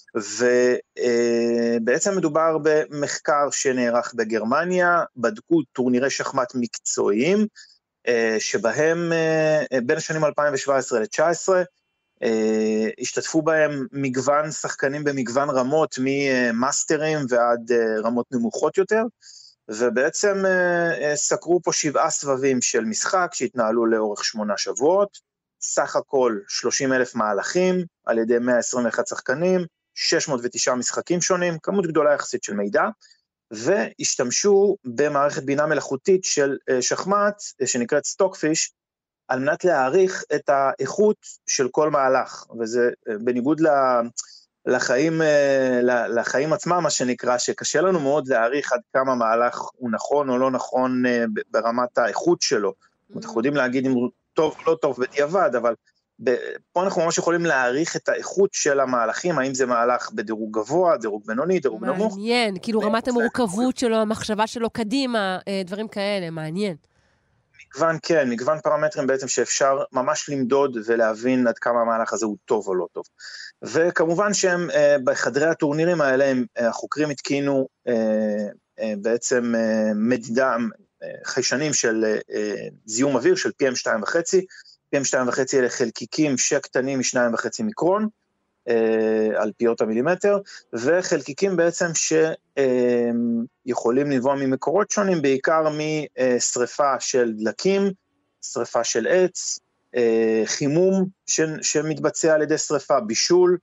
ובעצם מדובר במחקר שנערך בגרמניה, בדקו טורנירי שחמט מקצועיים, שבהם בין השנים אלפיים שבע עשרה ל-תשע עשרה, השתתפו בהם מגוון שחקנים במגוון רמות, ממאסטרים ועד רמות נמוכות יותר, ובעצם סקרו פה שבעה סבבים של משחק שהתנהלו לאורך שמונה שבועות, סך הכל שלושים אלף מהלכים על ידי מאה עשרים ואחד שחקנים, שש מאות ותשע משחקים שונים, כמות גדולה יחסית של מידע, והשתמשו במערכת בינה מלאכותית של שחמט, שנקראת סטוקפיש, על מנת להעריך את האיכות של כל מהלך, וזה בניגוד לחיים, לחיים עצמם, מה שנקרא, שקשה לנו מאוד להעריך עד כמה מהלך הוא נכון או לא נכון ברמת האיכות שלו. אנחנו יודעים להגיד אם הוא טוב או לא טוב בדיעבד, אבל פה אנחנו ממש יכולים להעריך את האיכות של המהלכים, האם זה מהלך בדירוג גבוה, דירוג בינוני, דירוג נמוך. מעניין, כאילו רמת המורכבות שלו, המחשבה שלו קדימה, דברים כאלה, מעניין. מגוון כן, מגוון פרמטרים בעצם שאפשר ממש למדוד ולהבין עד כמה המהלך הזה הוא טוב או לא טוב. וכמובן שהם בחדרי הטורנירים האלה, החוקרים התקינו בעצם מדידה, חיישנים של זיהום אוויר של פי אם שתיים וחצי, פי אם שתיים וחצי אלה חלקיקים שקטנים משניים וחצי מיקרון, על פיות המילימטר, וחלקיקים בעצם שיכולים לנבוע ממקורות שונים, בעיקר משריפה של דלקים, שריפה של עץ, חימום שמתבצע על ידי שריפה, בישול,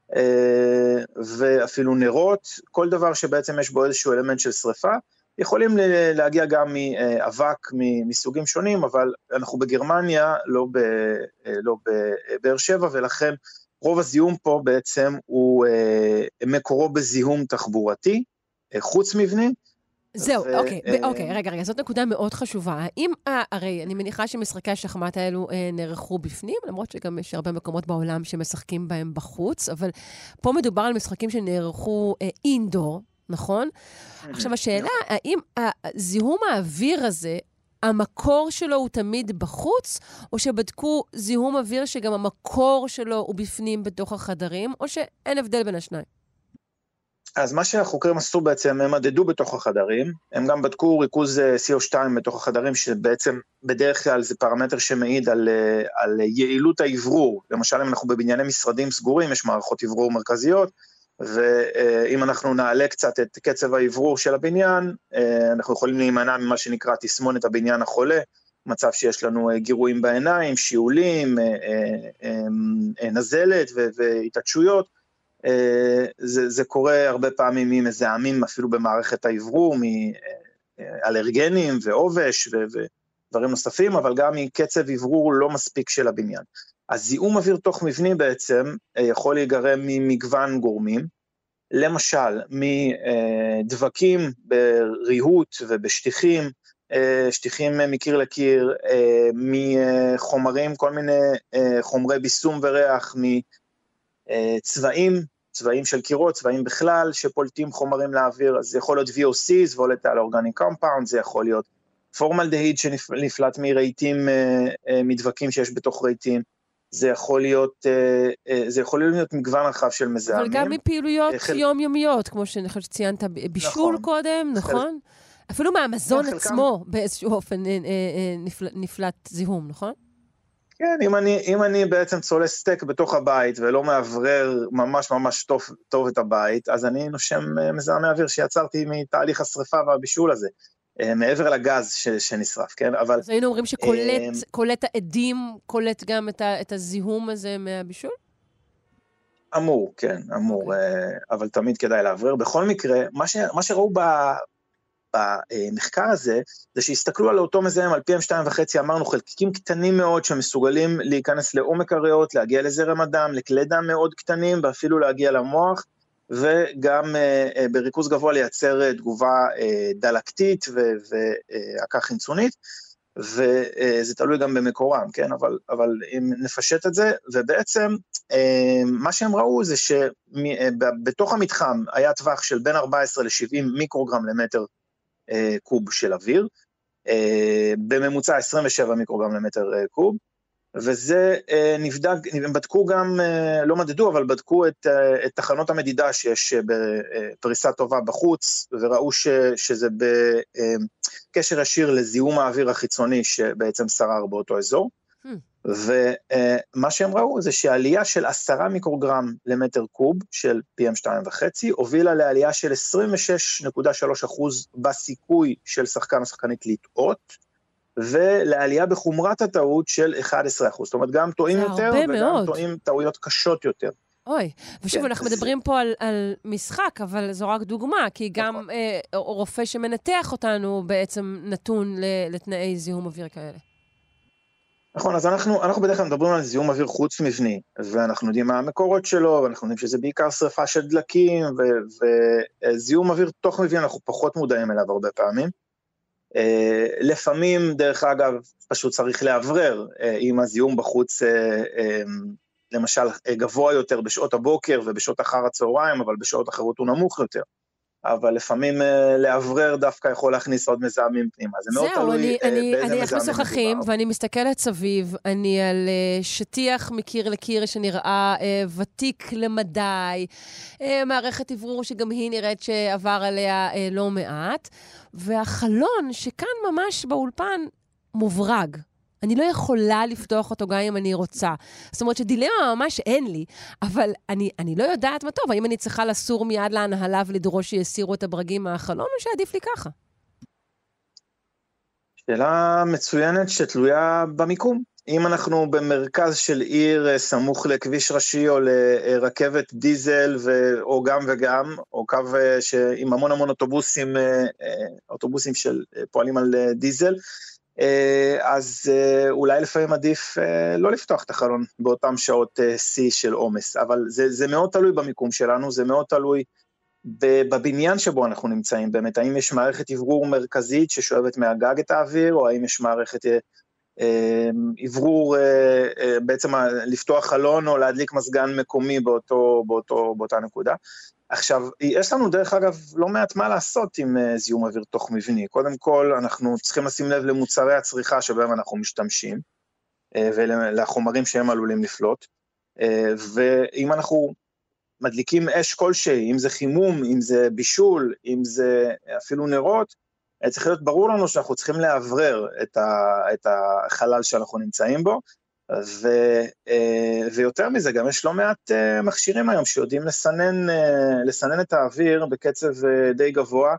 ואפילו נרות, כל דבר שבעצם יש בו איזשהו אלמנט של שריפה, יכולים להגיע גם מאבק מסוגים שונים, אבל אנחנו בגרמניה, לא בבאר שבע, ולכן רוב הזיהום פה בעצם הוא מקורו בזיהום תחבורתי, חוץ מבני. זהו, אוקיי, אוקיי, רגע, רגע, זאת נקודה מאוד חשובה. האם, הרי אני מניחה שמשחקי השחמט האלו נערכו בפנים, למרות שגם יש הרבה מקומות בעולם שמשחקים בהם בחוץ, אבל פה מדובר על משחקים שנערכו אינדור, נכון? עכשיו השאלה, האם זיהום האוויר הזה, המקור שלו הוא תמיד בחוץ, או שבדקו זיהום אוויר שגם המקור שלו הוא בפנים בתוך החדרים, או שאין הבדל בין השניים? אז מה שהחוקרים עשו בעצם, הם מדדו בתוך החדרים, הם גם בדקו ריכוז סי או שתיים בתוך החדרים, שבעצם בדרך כלל זה פרמטר שמעיד על, על יעילות האוורור, למשל אם אנחנו בבנייני משרדים סגורים, יש מערכות אוורור מרכזיות, ואם אנחנו נעלה קצת את קצב האוורור של הבניין, אנחנו יכולים להימנע ממה שנקרא תסמונת הבניין החולה, מצב שיש לנו גירויים בעיניים, שיעולים, נזלת והתעטשויות, זה, זה קורה הרבה פעמים ממזהמים אפילו במערכת האוורור, מאלרגנים ועובש ודברים נוספים, אבל גם מקצב אוורור לא מספיק של הבניין. הזיהום אוויר תוך מבני בעצם יכול להיגרם ממגוון גורמים, למשל מדבקים בריהוט ובשטיחים, שטיחים מקיר לקיר, מחומרים, כל מיני חומרי ביסום וריח, מצבעים, צבעים של קירות, צבעים בכלל, שפולטים חומרים לאוויר, אז זה יכול להיות וי או סי, volatile organic compound, זה יכול להיות פורמלדהיד שנפלט מרהיטים מדבקים שיש בתוך רהיטים, זה יכול להיות, זה יכול להיות מגוון רחב של מזהמים. אבל גם מפעילויות יומיומיות, כמו שאני חושבת שציינת בישול קודם, נכון? אפילו מהמזון עצמו באיזשהו אופן נפלט זיהום, נכון? כן, אם אני, אם אני בעצם צולה סטייק בתוך הבית, ולא מעברר ממש ממש טוב, טוב את הבית, אז אני נושם מזהמי אוויר שיצרתי מתהליך השריפה והבישול הזה, מעבר לגז ש, שנשרף, כן? אבל... אז היינו אומרים שקולט, קולט העדים, קולט גם את, ה, את הזיהום הזה מהבישול? אמור, כן, אמור, okay. אבל תמיד כדאי לעברר. בכל מקרה, מה, ש, מה שראו ב... במחקר הזה, זה שהסתכלו על אותו מזהם, על פי אם שתיים וחצי, אמרנו חלקיקים קטנים מאוד, שמסוגלים להיכנס לעומק הריאות, להגיע לזרם הדם, לכלי דם מאוד קטנים, ואפילו להגיע למוח, וגם uh, בריכוז גבוה לייצר תגובה uh, דלקתית והקה חמצונית, וזה תלוי גם במקורם, כן? אבל, אבל אם נפשט את זה, ובעצם uh, מה שהם ראו זה שבתוך המתחם היה טווח של בין ארבע עשרה ל-שבעים מיקרוגרם למטר קוב של אוויר, בממוצע עשרים ושבע מיקרוגרם למטר קוב, וזה נבדק, הם בדקו גם, לא מדדו, אבל בדקו את, את תחנות המדידה שיש בפריסה טובה בחוץ, וראו ש, שזה בקשר ישיר לזיהום האוויר החיצוני שבעצם שרר באותו אזור, hmm. ומה שהם ראו זה שעלייה של עשרה מיקרוגרם למטר קוב של פי אם שתיים וחצי, הובילה לעלייה של עשרים ושש נקודה שלוש אחוז בסיכוי של שחקן או שחקנית לטעות, ולעלייה בחומרת הטעות של אחד עשר אחוז. זאת אומרת, גם טועים יותר, וגם מאוד. טועים טעויות קשות יותר. אוי, ושוב, כן, אנחנו אז... מדברים פה על, על משחק, אבל זו רק דוגמה, כי גם נכון. אה, רופא שמנתח אותנו בעצם נתון לתנאי זיהום אוויר כאלה. נכון, אז אנחנו, אנחנו בדרך כלל מדברים על זיהום אוויר חוץ מבני, ואנחנו יודעים מה המקורות שלו, ואנחנו יודעים שזה בעיקר שריפה של דלקים, וזיהום אוויר תוך מבני, אנחנו פחות מודעים אליו הרבה פעמים. לפעמים, דרך אגב, פשוט צריך להברר, אם הזיהום בחוץ, למשל, גבוה יותר בשעות הבוקר ובשעות אחר הצהריים, אבל בשעות אחרות הוא נמוך יותר. אבל לפעמים להברר דווקא יכול להכניס עוד מזהמים פנימה. זה מאוד תלוי באיזה מזהמים אנחנו משוחחים, ואני מסתכלת סביב, אני על שטיח מקיר לקיר שנראה ותיק למדי, מערכת עברור שגם היא נראית שעבר עליה לא מעט, והחלון שכאן ממש באולפן מוברג. אני לא יכולה לפתוח אותו גם אם אני רוצה. זאת אומרת שדילמה ממש אין לי, אבל אני, אני לא יודעת מה טוב. האם אני צריכה לסור מיד להנהלה ולדרוש שיסירו את הברגים מהחלון, או שעדיף לי ככה? שאלה מצוינת שתלויה במיקום. אם אנחנו במרכז של עיר סמוך לכביש ראשי או לרכבת דיזל, ו, או גם וגם, או קו עם המון המון אוטובוסים, אוטובוסים של פועלים על דיזל, אז אולי לפעמים עדיף לא לפתוח את החלון באותם שעות C של עומס, אבל זה, זה מאוד תלוי במיקום שלנו, זה מאוד תלוי בבניין שבו אנחנו נמצאים באמת, האם יש מערכת עברור מרכזית ששואבת מהגג את האוויר, או האם יש מערכת עברור, בעצם לפתוח חלון או להדליק מזגן מקומי באותו, באותו, באותה נקודה. עכשיו, יש לנו דרך אגב לא מעט מה לעשות עם זיהום אוויר תוך מבני. קודם כל, אנחנו צריכים לשים לב למוצרי הצריכה שבהם אנחנו משתמשים, ולחומרים שהם עלולים לפלוט, ואם אנחנו מדליקים אש כלשהי, אם זה חימום, אם זה בישול, אם זה אפילו נרות, צריך להיות ברור לנו שאנחנו צריכים להברר את, ה, את החלל שאנחנו נמצאים בו, ו, ויותר מזה, גם יש לא מעט מכשירים היום שיודעים לסנן, לסנן את האוויר בקצב די גבוה,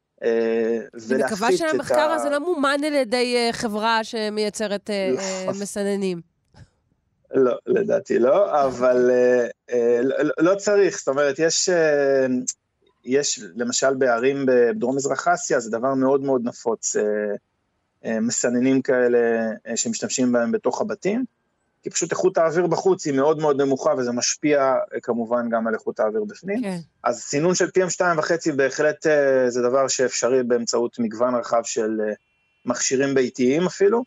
אני מקווה שהמחקר ה... הזה לא מומן על ידי חברה שמייצרת לא. מסננים. לא, לדעתי לא, אבל לא, לא צריך, זאת אומרת, יש... יש, למשל, בערים בדרום מזרח אסיה, זה דבר מאוד מאוד נפוץ, מסננים כאלה שמשתמשים בהם בתוך הבתים, כי פשוט איכות האוויר בחוץ היא מאוד מאוד נמוכה, וזה משפיע כמובן גם על איכות האוויר בפנים. כן. אז סינון של פי אם שתיים וחצי בהחלט זה דבר שאפשרי באמצעות מגוון רחב של מכשירים ביתיים אפילו,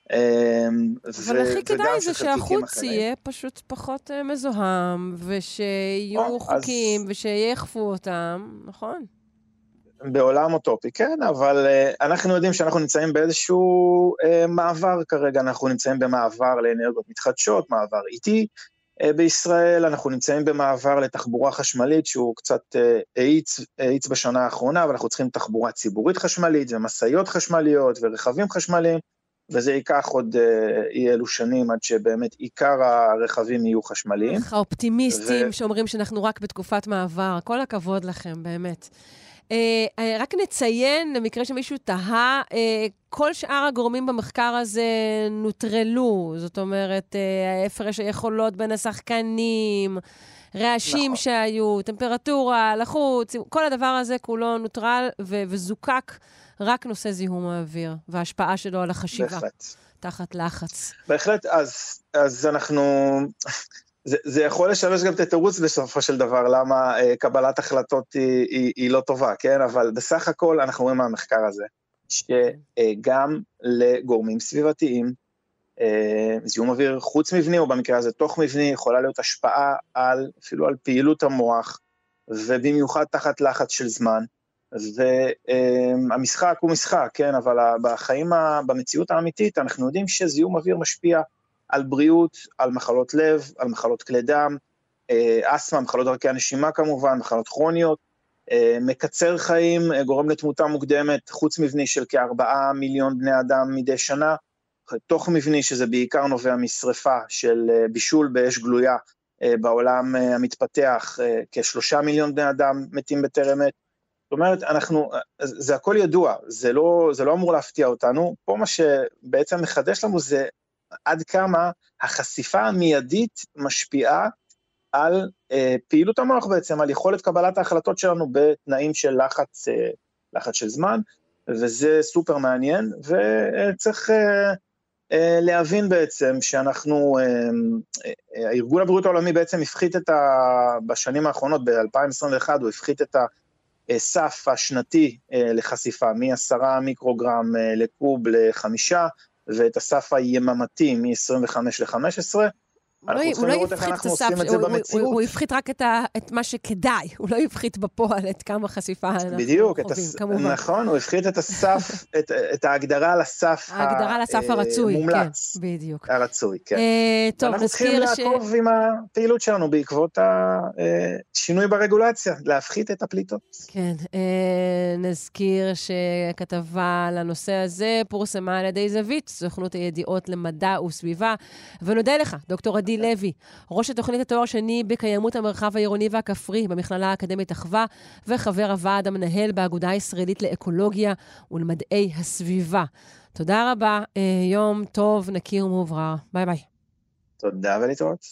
אבל הכי כדאי זה שהחוץ יהיה פשוט פחות מזוהם, ושיהיו חוקים, ושיחפו אותם, נכון? בעולם אוטופי, כן, אבל אנחנו יודעים שאנחנו נמצאים באיזשהו מעבר כרגע, אנחנו נמצאים במעבר לאנרגיות מתחדשות, מעבר איטי בישראל, אנחנו נמצאים במעבר לתחבורה חשמלית, שהוא קצת האיץ, האיץ בשנה האחרונה, אבל אנחנו צריכים תחבורה ציבורית חשמלית, ומשאיות חשמליות, ורכבים חשמליים, וזה ייקח עוד אי אלו שנים, עד שבאמת עיקר הרכבים יהיו חשמליים. האופטימיסטים ו... שאומרים שאנחנו רק בתקופת מעבר, כל הכבוד לכם, באמת. אה, רק נציין, למקרה שמישהו תהה, אה, כל שאר הגורמים במחקר הזה נוטרלו, זאת אומרת, אה, ההפרש היכולות בין השחקנים, רעשים נכון. שהיו, טמפרטורה, לחוץ, כל הדבר הזה כולו נוטרל ו- וזוקק, רק נושא זיהום האוויר, וההשפעה שלו על החשיבה. בהחלט. תחת לחץ. בהחלט, אז, אז אנחנו, זה, זה יכול לשמש גם את התירוץ בסופו של דבר, למה אה, קבלת החלטות היא, היא, היא לא טובה, כן? אבל בסך הכל אנחנו רואים מהמחקר הזה, שגם לגורמים סביבתיים, אה, זיהום אוויר חוץ מבני, או במקרה הזה תוך מבני, יכולה להיות השפעה על, אפילו על פעילות המוח, ובמיוחד תחת לחץ של זמן, והמשחק הוא משחק, כן, אבל בחיים, במציאות האמיתית, אנחנו יודעים שזיהום אוויר משפיע על בריאות, על מחלות לב, על מחלות כלי דם, אסמה, מחלות דרכי הנשימה כמובן, מחלות כרוניות, מקצר חיים, גורם לתמותה מוקדמת, חוץ מבני של כארבעה מיליון בני אדם מדי שנה, תוך מבני שזה בעיקר נובע משריפה של בישול באש גלויה בעולם המתפתח, כשלושה מיליון בני אדם מתים בטרם עת, זאת אומרת, אנחנו, זה הכל ידוע, זה לא, זה לא אמור להפתיע אותנו, פה מה שבעצם מחדש לנו זה עד כמה החשיפה המיידית משפיעה על אה, פעילות המוח בעצם, על יכולת קבלת ההחלטות שלנו בתנאים של לחץ, אה, לחץ של זמן, וזה סופר מעניין, וצריך אה, אה, להבין בעצם שאנחנו, אה, אה, הארגון הבריאות העולמי בעצם הפחית את ה, בשנים האחרונות, ב-אלפיים עשרים ואחת הוא הפחית את ה, סף השנתי לחשיפה מ-עשרה מיקרוגרם לקוב לחמישה, ואת הסף היממתי מ-עשרים וחמש ל-חמש עשרה. אנחנו צריכים לראות איך אנחנו עושים את זה במציאות. הוא יפחית רק את מה שכדאי, הוא לא יפחית בפועל את כמה חשיפה אנחנו חווים, בדיוק, נכון, הוא יפחית את הסף, את ההגדרה על הסף ההגדרה על הסף הרצוי, כן, בדיוק. הרצוי, כן. טוב, אנחנו צריכים לעקוב עם הפעילות שלנו בעקבות השינוי ברגולציה, להפחית את הפליטות. כן, נזכיר שכתבה לנושא הזה פורסמה על ידי זווית, סוכנות הידיעות למדע וסביבה, ונודה לך, דוקטור עדי לוי, ראש התוכנית התואר שני בקיימות המרחב העירוני והכפרי במכללה האקדמית אחווה, וחבר הוועד המנהל באגודה הישראלית לאקולוגיה ולמדעי הסביבה. תודה רבה, יום טוב, נקי ומוברר. ביי ביי. תודה ולהתראות.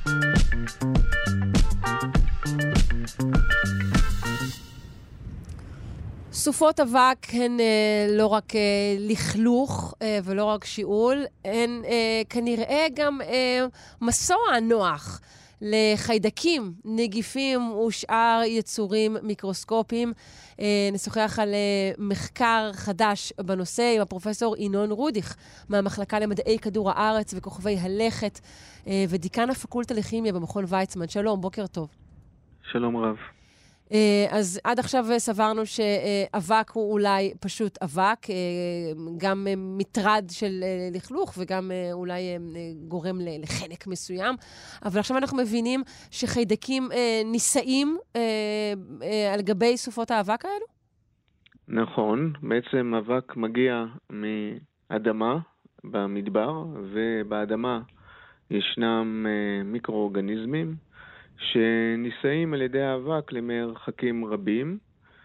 סופות אבק הן אה, לא רק אה, לכלוך אה, ולא רק שיעול, הן אה, כנראה גם אה, מסוע נוח לחיידקים, נגיפים ושאר יצורים מיקרוסקופיים. אה, נשוחח על אה, מחקר חדש בנושא עם הפרופסור ינון רודיך מהמחלקה למדעי כדור הארץ וכוכבי הלכת אה, ודיקן הפקולטה לכימיה במכון ויצמן. שלום, בוקר טוב. שלום רב. אז עד עכשיו סברנו שאבק הוא אולי פשוט אבק, גם מטרד של לכלוך וגם אולי גורם לחנק מסוים, אבל עכשיו אנחנו מבינים שחיידקים נישאים על גבי סופות האבק האלו? נכון, בעצם אבק מגיע מאדמה במדבר, ובאדמה ישנם מיקרואורגניזמים, שנישאים על ידי האבק למרחקים רבים,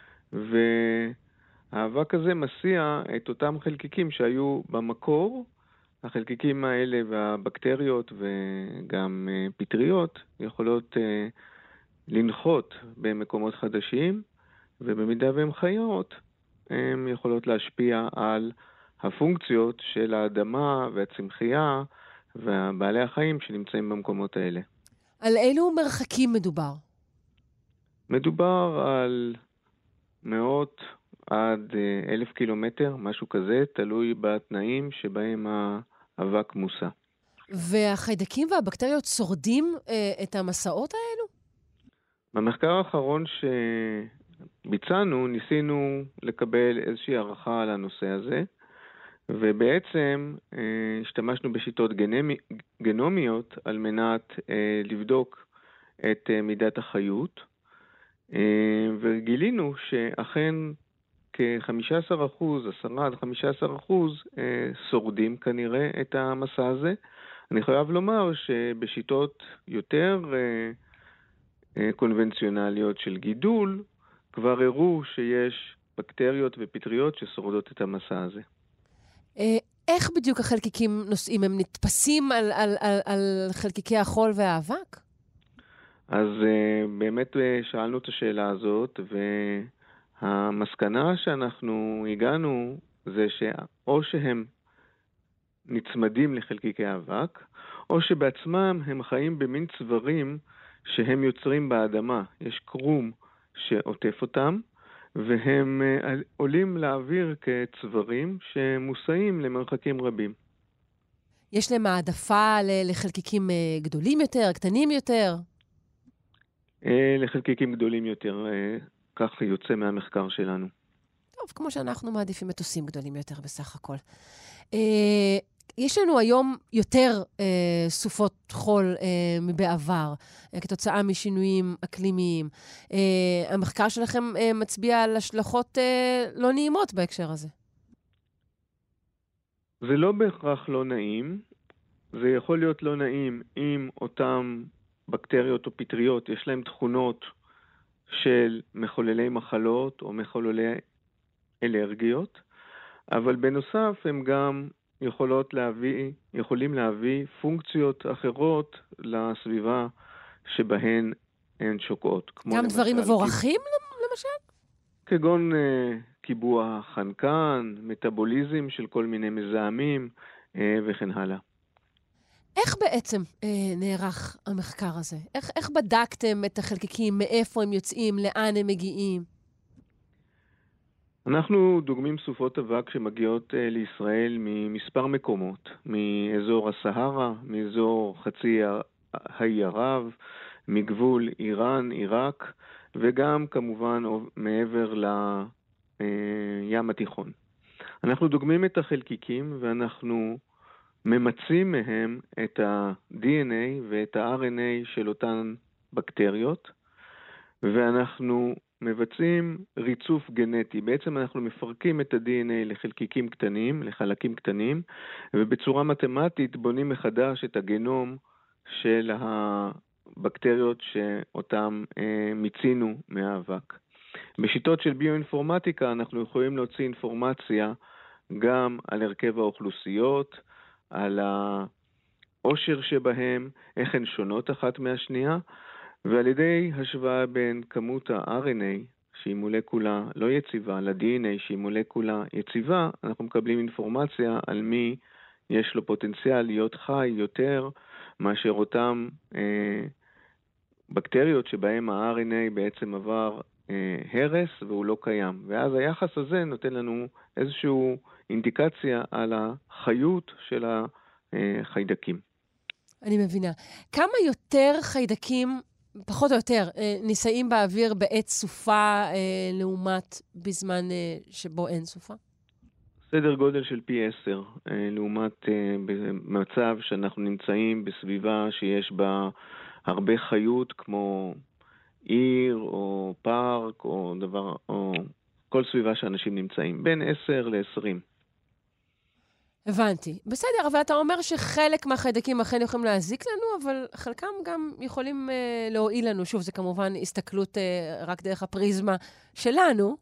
והאבק הזה מסיע את אותם חלקיקים שהיו במקור. החלקיקים האלה והבקטריות וגם פטריות יכולות לנחות במקומות חדשים, ובמידה והן חיות, הן יכולות להשפיע על הפונקציות של האדמה והצמחייה והבעלי החיים שנמצאים במקומות האלה. על אילו מרחקים מדובר? מדובר על מאות עד אלף קילומטר, משהו כזה, תלוי בתנאים שבהם האבק מוסע. והחיידקים והבקטריות שורדים אה, את המסעות האלו? במחקר האחרון שביצענו, ניסינו לקבל איזושהי הערכה על הנושא הזה, ובעצם אה, השתמשנו בשיטות גנמי, גנומיות על מנת אה, לבדוק את אה, מידת החיות, אה, וגילינו שאכן כ-חמישה עשר אחוז, עשרה עד חמישה עשר אחוז אה, שורדים כנראה את המסע הזה. אני חייב לומר שבשיטות יותר אה, אה, קונבנציונליות של גידול, כבר הראו שיש בקטריות ופטריות ששורדות את המסע הזה. איך בדיוק החלקיקים נוסעים? הם נתפסים על, על, על, על חלקיקי החול והאבק? אז באמת שאלנו את השאלה הזאת, והמסקנה שאנחנו הגענו זה שאו שהם נצמדים לחלקיקי האבק, או שבעצמם הם חיים במין צברים שהם יוצרים באדמה. יש קרום שעוטף אותם, והם עולים לאוויר כצברים שמוסעים למרחקים רבים. יש להם העדפה לחלקיקים גדולים יותר, קטנים יותר? לחלקיקים גדולים יותר, כך יוצא מהמחקר שלנו. טוב, כמו שאנחנו מעדיפים מטוסים גדולים יותר בסך הכל. יש לנו היום יותר אה, סופות חול אה, מבעבר, אה, כתוצאה משינויים אקלימיים. אה, המחקר שלכם אה, מצביע על השלכות אה, לא נעימות בהקשר הזה. זה לא בהכרח לא נעים. זה יכול להיות לא נעים אם אותם בקטריות או פטריות יש להם תכונות של מחוללי מחלות או מחוללי אלרגיות, אבל בנוסף הם גם יכולות להביא, יכולים להביא פונקציות אחרות לסביבה שבהן הן שוקעות. גם דברים מבורכים למשל? כגון uh, קיבוע חנקן, מטאבוליזם של כל מיני מזהמים uh, וכן הלאה. איך בעצם uh, נערך המחקר הזה? איך, איך בדקתם את החלקיקים, מאיפה הם יוצאים, לאן הם מגיעים? אנחנו דוגמים סופות אבק שמגיעות לישראל ממספר מקומות, מאזור הסהרה, מאזור חצי האי ערב, מגבול איראן, עיראק, וגם כמובן מעבר לים התיכון. אנחנו דוגמים את החלקיקים ואנחנו ממצים מהם את ה-די אן איי ואת ה-אר אן איי של אותן בקטריות, ואנחנו מבצעים ריצוף גנטי. בעצם אנחנו מפרקים את ה-די אן איי לחלקיקים קטנים, לחלקים קטנים, ובצורה מתמטית בונים מחדש את הגנום של הבקטריות שאותם אה, מיצינו מהאבק. בשיטות של ביואינפורמטיקה אנחנו יכולים להוציא אינפורמציה גם על הרכב האוכלוסיות, על העושר שבהם, איך הן שונות אחת מהשנייה, ועל ידי השוואה בין כמות ה-אר אן איי, שהיא מולקולה לא יציבה, ל-די אן איי שהיא מולקולה יציבה, אנחנו מקבלים אינפורמציה על מי יש לו פוטנציאל להיות חי יותר מאשר אותם אה, בקטריות שבהם ה-אר אן איי בעצם עבר אה, הרס והוא לא קיים. ואז היחס הזה נותן לנו איזושהי אינדיקציה על החיות של החיידקים. אני מבינה. כמה יותר חיידקים, פחות או יותר, נישאים באוויר בעת סופה לעומת בזמן שבו אין סופה? סדר גודל של פי עשר, לעומת במצב שאנחנו נמצאים בסביבה שיש בה הרבה חיות, כמו עיר או פארק או דבר, או כל סביבה שאנשים נמצאים, בין עשר לעשרים. הבנתי. בסדר, אבל אתה אומר שחלק מהחיידקים אכן יכולים להזיק לנו, אבל חלקם גם יכולים uh, להועיל לנו. שוב, זה כמובן הסתכלות uh, רק דרך הפריזמה שלנו.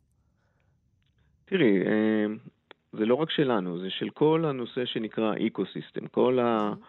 תראי, uh, זה לא רק שלנו, זה של כל הנושא שנקרא אקוסיסטם, כל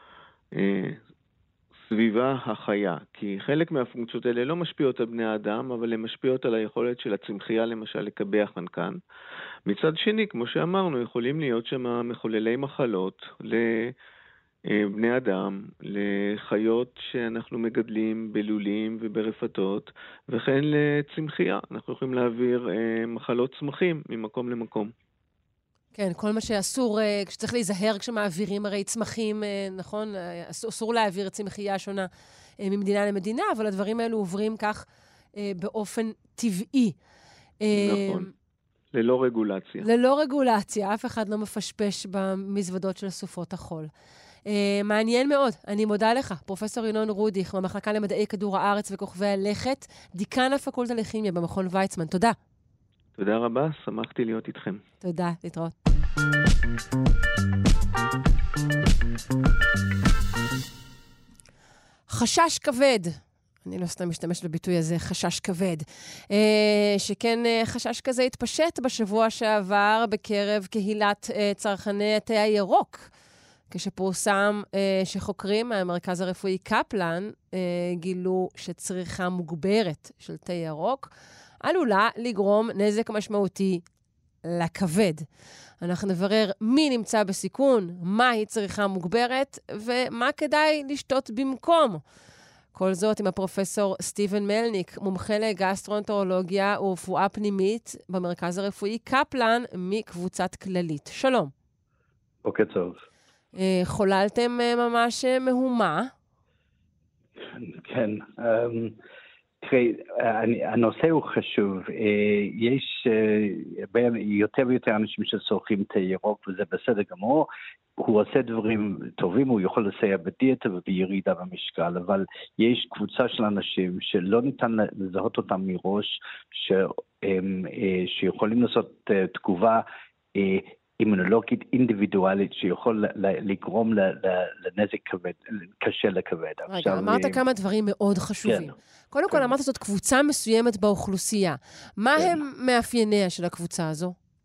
הסביבה החיה. כי חלק מהפונקציות האלה לא משפיעות על בני האדם, אבל הן משפיעות על היכולת של הצמחייה, למשל, לקבע חנקן. מצד שני, כמו שאמרנו, יכולים להיות שם מחוללי מחלות לבני אדם, לחיות שאנחנו מגדלים בלולים וברפתות, וכן לצמחייה. אנחנו יכולים להעביר מחלות צמחים ממקום למקום. כן, כל מה שאסור, כשצריך להיזהר כשמעבירים הרי צמחים, נכון? אסור להעביר צמחייה שונה ממדינה למדינה, אבל הדברים האלו עוברים כך באופן טבעי. נכון. ללא רגולציה. ללא רגולציה, אף אחד לא מפשפש במזוודות של סופות החול. Uh, מעניין מאוד, אני מודה לך, פרופסור ינון רודיך, במחלקה למדעי כדור הארץ וכוכבי הלכת, דיקן הפקולטה לכימיה במכון ויצמן. תודה. תודה רבה, שמחתי להיות איתכם. תודה, להתראות. חשש כבד. אני לא סתם משתמש בביטוי הזה, חשש כבד. אה, שכן אה, חשש כזה התפשט בשבוע שעבר בקרב קהילת אה, צרכני התה הירוק. כשפורסם אה, שחוקרים מהמרכז הרפואי קפלן אה, גילו שצריכה מוגברת של תה ירוק עלולה לגרום נזק משמעותי לכבד. אנחנו נברר מי נמצא בסיכון, מהי צריכה מוגברת ומה כדאי לשתות במקום. כל זאת עם הפרופסור סטיבן מלניק, מומחה לגסטרואנטרולוגיה ורפואה פנימית במרכז הרפואי קפלן מקבוצת כללית. שלום. בוקר טוב. חוללתם ממש מהומה? כן. תראי, הנושא הוא חשוב. יש יותר ויותר אנשים שצורכים תה ירוק וזה בסדר גמור. הוא עושה דברים טובים, הוא יכול לסייע בדיאטה ובירידה במשקל, אבל יש קבוצה של אנשים שלא ניתן לזהות אותם מראש, שיכולים לעשות תגובה אימונולוגית אינדיבידואלית, שיכול לגרום לנזק כבד, קשה לכבד. רגע, אמרת כמה דברים מאוד חשובים. קודם כל, אמרת זאת קבוצה מסוימת באוכלוסייה. מה הם מאפייניה של הקבוצה הזו?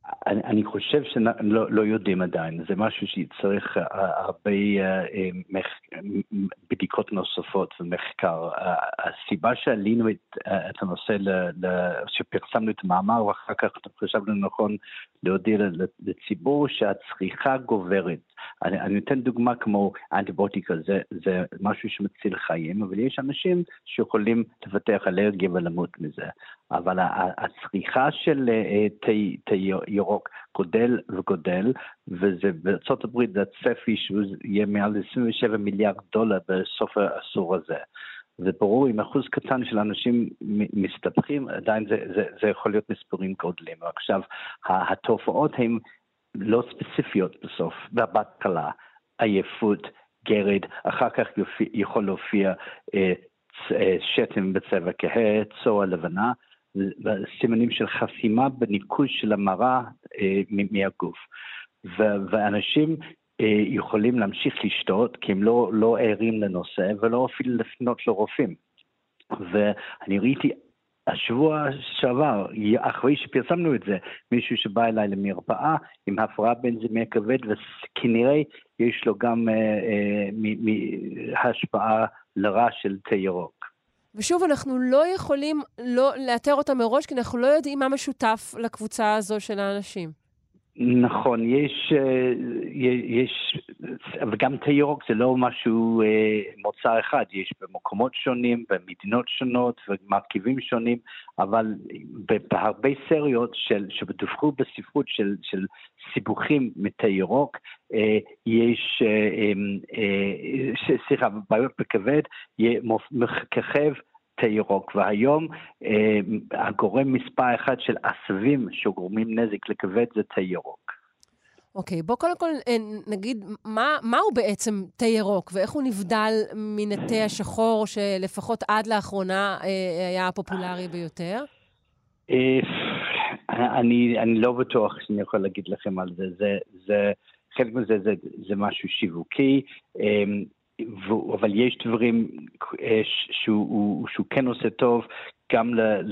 אני, אני חושב שלא לא יודעים עדיין, זה משהו שצריך הרבה מח, בדיקות נוספות ומחקר. הסיבה שעלינו את, את הנושא, ל, ל, שפרסמנו את המאמר ואחר כך חשבנו נכון להודיע לציבור שהצריכה גוברת. אני, אני נותן דוגמה כמו אנטיביוטיקה, זה, זה משהו שמציל חיים, אבל יש אנשים שיכולים לפתח אלרגיה ולמות מזה. אבל הצריכה של תה ירוק גודל וגודל, וזה בארצות הברית זה הצפי שהוא יהיה מעל עשרים ושבעה מיליארד דולר בסוף העשור הזה. זה ברור, עם אחוז קטן של אנשים מסתבכים, עדיין זה, זה, זה יכול להיות מספרים גודלים. עכשיו, התופעות הן לא ספציפיות בסוף, בהתחלה, עייפות, גרד, אחר כך יופיע, יכול להופיע אה, שתם בצבע כהה, צוע לבנה, סימנים של חסימה בניקוז של המראה אה, מהגוף. ו- ואנשים אה, יכולים להמשיך לשתות, כי הם לא, לא ערים לנושא, ולא אפילו לפנות לרופאים. ואני ראיתי השבוע שעבר, אחרי שפרסמנו את זה, מישהו שבא אליי למרפאה עם הפרעה באנזימי הכבד, וכנראה יש לו גם אה, אה, מ- מ- השפעה לרע של תה ירוק. ושוב, אנחנו לא יכולים לא לאתר אותה מראש, כי אנחנו לא יודעים מה משותף לקבוצה הזו של האנשים. נכון, יש, יש, וגם תה ירוק זה לא משהו מוצא אחד, יש במקומות שונים, במדינות שונות ומרכיבים שונים, אבל בהרבה סריות של, שבדווחו בספרות של, של סיבוכים מתה ירוק, יש, סליחה, בעיות בכבד, מככב תה ירוק, והיום אה, הגורם מספר אחד של עשבים שגורמים נזק לכבד זה תה ירוק. אוקיי, בוא קודם כל נגיד, מה, מה הוא בעצם תה ירוק, ואיך הוא נבדל מן התה השחור, שלפחות עד לאחרונה אה, היה הפופולרי ביותר? אה, אני, אני לא בטוח שאני יכול להגיד לכם על זה, זה, זה חלק מזה זה, זה משהו שיווקי, אה, אבל יש דברים שהוא, שהוא כן עושה טוב, גם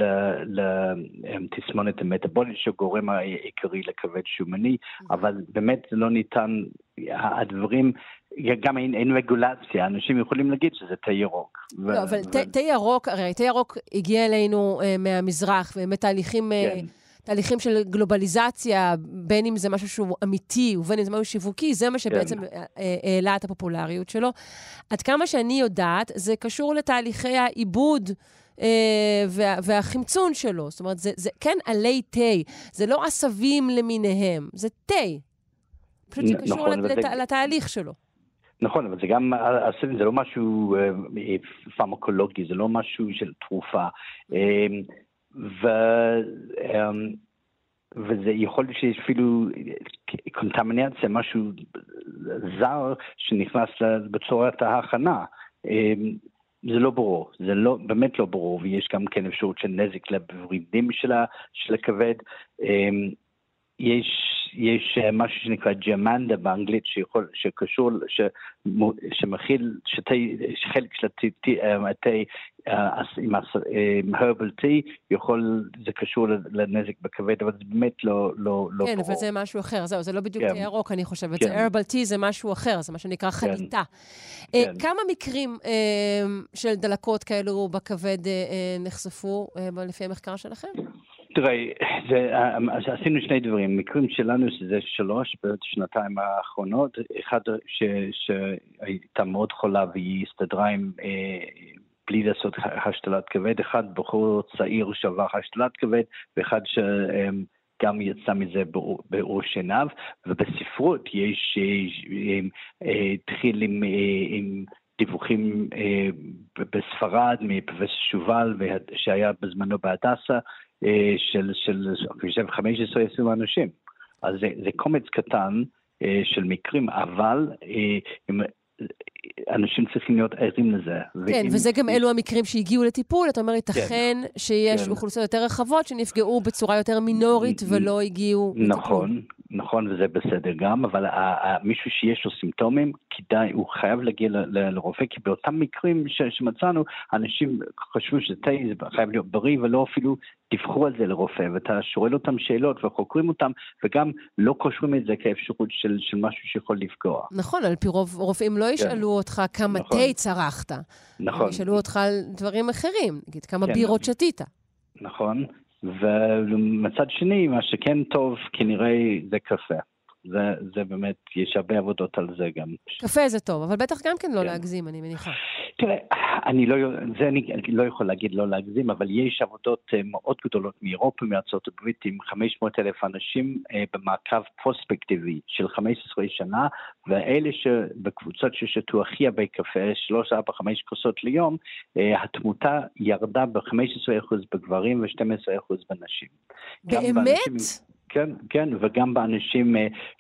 לתסמונת המטאבולית שגורם העיקרי לכבד שומני, אבל באמת לא ניתן, הדברים, גם אין, אין רגולציה, אנשים יכולים להגיד שזה תה ירוק. לא, ו- אבל ו- תה ירוק, הרי תה ירוק הגיע אלינו uh, מהמזרח, באמת תהליכים... כן. Uh, תהליכים של גלובליזציה, בין אם זה משהו שהוא אמיתי, ובין אם זה משהו שיווקי, זה מה שבעצם העלה את הפופולריות שלו. עד כמה שאני יודעת, זה קשור לתהליכי העיבוד וה, והחמצון שלו. זאת אומרת, זה, זה כן עלי תה, זה לא עשבים למיניהם, זה תה. פשוט זה קשור נכון, לת, זה... לתהליך שלו. נכון, אבל זה גם, זה לא משהו פרמקולוגי, זה לא משהו של תרופה. ו, וזה יכול להיות שיש אפילו קונטמינציה, משהו זר שנכנס בצורת ההכנה. זה לא ברור, זה לא, באמת לא ברור, ויש גם כן אפשרות של נזק לברידים של הכבד. יש, יש משהו שנקרא ג'מנדה באנגלית שיכול, שקשור, שמכיל, שחלק של התה, עם הרבל טי, יכול, זה קשור לנזק בכבד, אבל זה באמת לא, לא, לא כן, ברור. אבל זה משהו אחר, זהו, זה לא בדיוק תה ירוק, אני חושבת, זה הרבל טי זה משהו אחר, זה מה שנקרא חליטה. כמה מקרים של דלקות כאלו בכבד נחשפו לפי המחקר שלכם? תראה, זה, עשינו שני דברים. מקרים שלנו שזה שלוש בשנתיים האחרונות. אחד ש, שהייתה מאוד חולה והיא הסתדרה עם, אה, בלי לעשות השתלת כבד. אחד בחור צעיר שעבר השתלת כבד, ואחד שגם יצא מזה בעור שיניו. ובספרות יש, התחיל עם, עם דיווחים אה, בספרד מפרופסור שובל, שהיה בזמנו בהדסה, של, של, של חמש עשרה עשרים אנשים. אז זה, זה קומץ קטן של מקרים, אבל אנשים צריכים להיות ערים לזה. כן, וזה גם אלו המקרים שהגיעו לטיפול, אתה אומר, ייתכן שיש אוכלוסיות יותר רחבות שנפגעו בצורה יותר מינורית ולא הגיעו לטיפול. נכון, נכון, וזה בסדר גם, אבל מישהו שיש לו סימפטומים, כדאי, הוא חייב להגיע לרופא, כי באותם מקרים שמצאנו, אנשים חשבו שזה חייב להיות בריא, ולא אפילו דיווחו על זה לרופא, ואתה שואל אותם שאלות וחוקרים אותם, וגם לא קושרים את זה כאפשרות של, של משהו שיכול לפגוע. נכון, על פי רוב רופאים לא ישאלו אותך כמה נכון. תה צרכת. נכון. ישאלו אותך על דברים אחרים, נגיד כמה כן. בירות שתית. נכון, ומצד שני, מה שכן טוב, כנראה זה קפה. זה, זה באמת, יש הרבה עבודות על זה גם. קפה זה טוב, אבל בטח גם כן לא כן. להגזים, אני מניחה. תראה, אני לא, זה אני לא יכול להגיד לא להגזים, אבל יש עבודות מאוד גדולות מאירופה, מארצות הברית, עם חמש מאות אלף אנשים במעקב פרוספקטיבי של חמש עשרה שנה, ואלה שבקבוצות ששתו הכי הרבה קפה, שלוש, ארבע, חמש כוסות ליום, התמותה ירדה ב-חמישה עשר אחוז בגברים ו-שנים עשר אחוז בנשים. באמת? כן, כן, וגם באנשים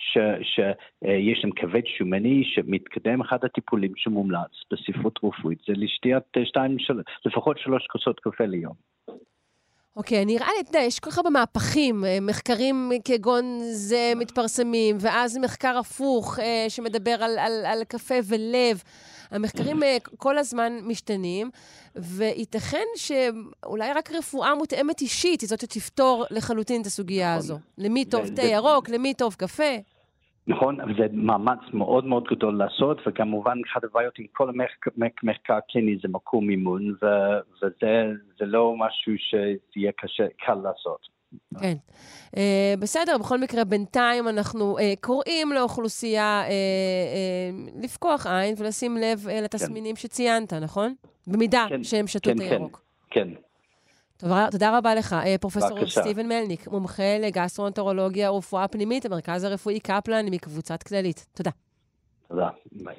שיש להם כבד שומני שמתקדם, אחד הטיפולים שמומלץ בספרות רפואית, זה לשתיית שתיים, לפחות שלוש כוסות קפה ליום. אוקיי, נראה לי, אתה יודע, יש כל כך הרבה מהפכים, מחקרים כגון זה מתפרסמים, ואז מחקר הפוך שמדבר על, על, על קפה ולב. המחקרים כל הזמן משתנים, וייתכן שאולי רק רפואה מותאמת אישית היא זאת שתפתור לחלוטין את הסוגיה הזו. למי טוב תה ירוק, למי טוב קפה. נכון, אבל זה מאמץ מאוד מאוד גדול לעשות, וכמובן אחד הבעיות עם כל המחקר קליני זה מקום מימון, וזה לא משהו שיהיה קשה, קל לעשות. כן. Uh, בסדר, בכל מקרה, בינתיים אנחנו uh, קוראים לאוכלוסייה uh, uh, לפקוח עין ולשים לב uh, לתסמינים כן. שציינת, נכון? במידה כן, שהם שתו כן, את הירוק. כן, כן. תודה, תודה רבה לך, uh, פרופסור בבקשה. סטיבן מלניק, מומחה לגסטרואנטרולוגיה ורפואה פנימית, המרכז הרפואי קפלן מקבוצת כללית. תודה. תודה, ביי.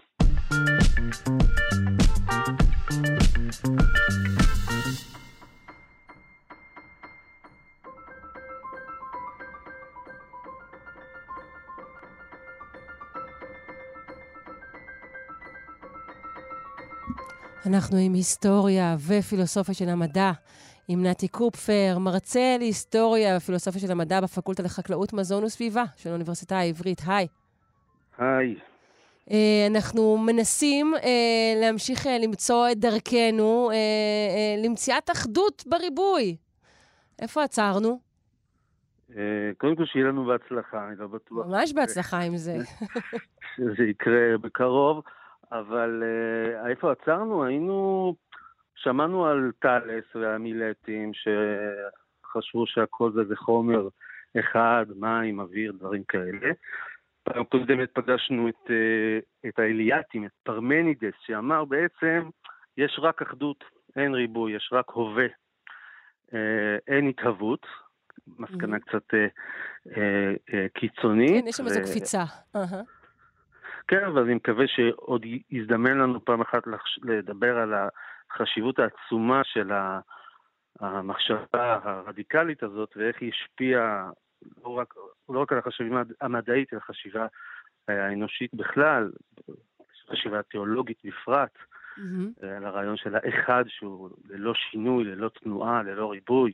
אנחנו עם היסטוריה ופילוסופיה של המדע, עם נתי קופפר, מרצה להיסטוריה ופילוסופיה של המדע בפקולטה לחקלאות, מזון וסביבה של האוניברסיטה העברית. היי. היי. אנחנו מנסים להמשיך למצוא את דרכנו למציאת אחדות בריבוי. איפה עצרנו? קודם כל שיהיה לנו בהצלחה, אני לא בטוח. ממש בהצלחה עם זה. שזה יקרה בקרוב. אבל uh, איפה עצרנו? היינו, שמענו על טלס והמילטים שחשבו שהכל זה זה חומר אחד, מים, אוויר, דברים כאלה. פעם קודמת פגשנו את, uh, את האליאטים, את פרמנידס, שאמר בעצם יש רק אחדות, אין ריבוי, יש רק הווה, uh, אין התהוות, מסקנה קצת uh, uh, uh, קיצונית. כן, יש שם איזו קפיצה. אהה. כן, אבל אני מקווה שעוד יזדמן לנו פעם אחת לדבר על החשיבות העצומה של המחשבה הרדיקלית הזאת, ואיך היא השפיעה לא רק, לא רק על החשיבה המדעית, אלא החשיבה האנושית בכלל, חשיבה התיאולוגית בפרט, mm-hmm. על הרעיון של האחד שהוא ללא שינוי, ללא תנועה, ללא ריבוי.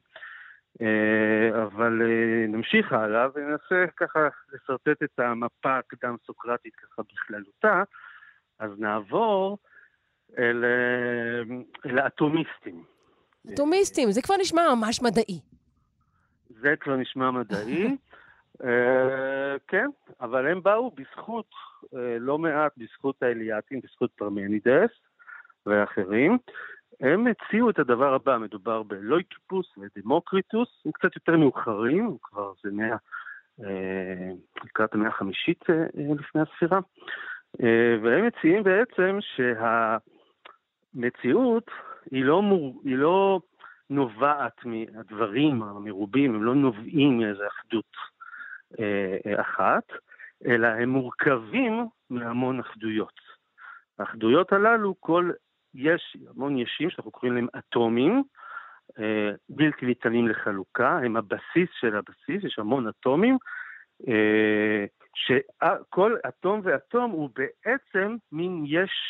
אבל נמשיך הלאה וננסה ככה לסרטט את המפה הקדם סוקרטית ככה בכללותה. אז נעבור אל, אל האטומיסטים. אטומיסטים, זה כבר נשמע ממש מדעי. זה כבר נשמע מדעי, כן, אבל הם באו בזכות, לא מעט בזכות האליאטים, בזכות פרמנידס ואחרים. הם הציעו את הדבר הבא, מדובר בלויקיפוס ודמוקריטוס, הם קצת יותר מאוחרים, כבר זה מאה, אה, לקראת המאה החמישית אה, לפני הספירה, אה, והם מציעים בעצם שהמציאות היא לא, מור, היא לא נובעת מהדברים המרובים, הם לא נובעים מאיזו אחדות אה, אה, אחת, אלא הם מורכבים מהמון אחדויות. האחדויות הללו, כל יש המון ישים שאנחנו קוראים להם אטומים, אה, בלתי ניתנים לחלוקה, הם הבסיס של הבסיס, יש המון אטומים, אה, שכל אטום ואטום הוא בעצם מין יש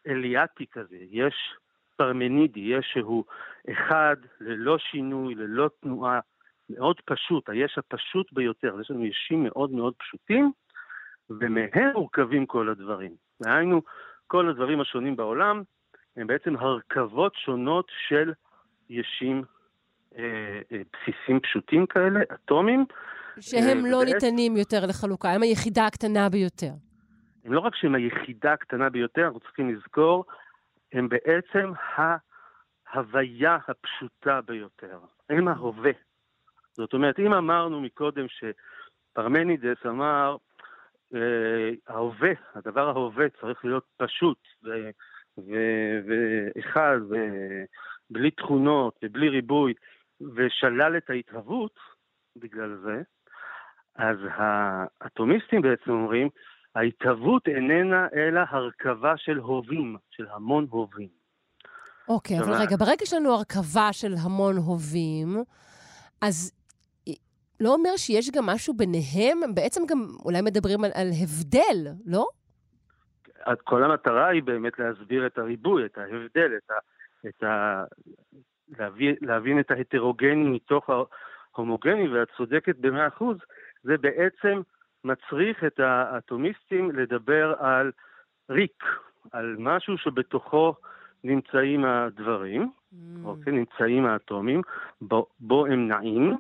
אליאטי כזה, יש פרמנידי, יש שהוא אחד, ללא שינוי, ללא תנועה, מאוד פשוט, היש הפשוט ביותר, יש לנו ישים מאוד מאוד פשוטים, ומהם מורכבים כל הדברים. דהיינו, כל הדברים השונים בעולם, הם בעצם הרכבות שונות של ישים אה, אה, בסיסים פשוטים כאלה, אטומים. שהם אה, לא ובעצם, ניתנים יותר לחלוקה, הם היחידה הקטנה ביותר. הם לא רק שהם היחידה הקטנה ביותר, אנחנו צריכים לזכור, הם בעצם ההוויה הפשוטה ביותר. הם ההווה. זאת אומרת, אם אמרנו מקודם שפרמנידס אמר, אה, ההווה, הדבר ההווה צריך להיות פשוט, ו- ו- ואחד, ובלי תכונות, ובלי ריבוי, ושלל את ההתהוות בגלל זה, אז האטומיסטים בעצם אומרים, ההתהוות איננה אלא הרכבה של הובים, של המון הובים. אוקיי, אבל רגע, ברגע שיש לנו הרכבה של המון הובים, אז לא אומר שיש גם משהו ביניהם? הם בעצם גם אולי מדברים על, על הבדל, לא? כל המטרה היא באמת להסביר את הריבוי, את ההבדל, את ה, את ה, להבין, להבין את ההטרוגני מתוך ההומוגני, ואת צודקת במאה אחוז, זה בעצם מצריך את האטומיסטים לדבר על ריק, על משהו שבתוכו נמצאים הדברים, mm. אוקיי, נמצאים האטומים, בו, בו הם נעים,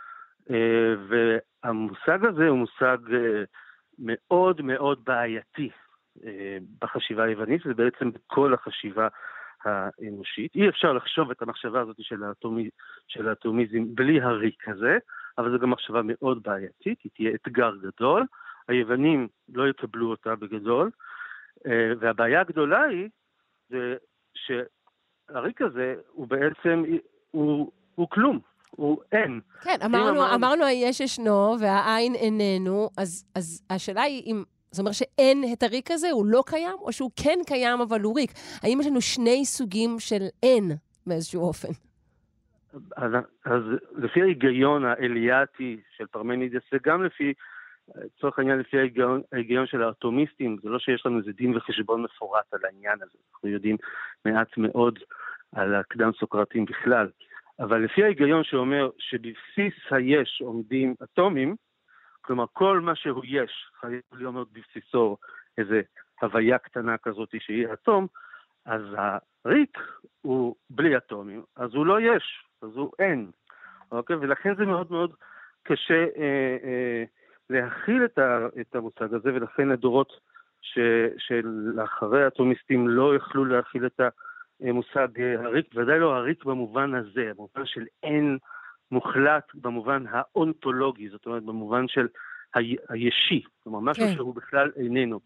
והמושג הזה הוא מושג מאוד מאוד בעייתי בחשיבה היוונית, זה בעצם בכל החשיבה האנושית. אי אפשר לחשוב את המחשבה הזאת של, האטומי, של האטומיזם בלי הריק הזה, אבל זו גם מחשבה מאוד בעייתית, היא תהיה אתגר גדול, היוונים לא יקבלו אותה בגדול, והבעיה הגדולה היא זה שהריק הזה הוא בעצם, הוא, הוא כלום. הוא אין. כן, אמרנו, אמרנו היש ישנו והעין איננו, אז, אז השאלה היא אם, זאת אומרת שאין את הריק הזה, הוא לא קיים, או שהוא כן קיים אבל הוא ריק. האם יש לנו שני סוגים של אין באיזשהו אופן? אז, אז לפי ההיגיון האליאטי של פרמנידס, וגם לפי, צורך העניין, לפי ההיגיון, ההיגיון של האטומיסטים, זה לא שיש לנו איזה דין וחשבון מפורט על העניין הזה, אנחנו יודעים מעט מאוד על הקדם סוקרטים בכלל. אבל לפי ההיגיון שאומר שבבסיס היש עומדים אטומים, כלומר כל מה שהוא יש חייב להיות בבסיסו איזו הוויה קטנה כזאת שהיא אטום, אז הריק הוא בלי אטומים, אז הוא לא יש, אז הוא אין. אוקיי? ולכן זה מאוד מאוד קשה אה, אה, להכיל את, ה, את המושג הזה, ולכן הדורות ש, שלאחרי האטומיסטים לא יכלו להכיל את ה... מושג הריק, ודאי לא הריק במובן הזה, במובן של אין מוחלט, במובן האונתולוגי, זאת אומרת, במובן של ה- הישי, כלומר, משהו כן. שהוא בכלל איננו.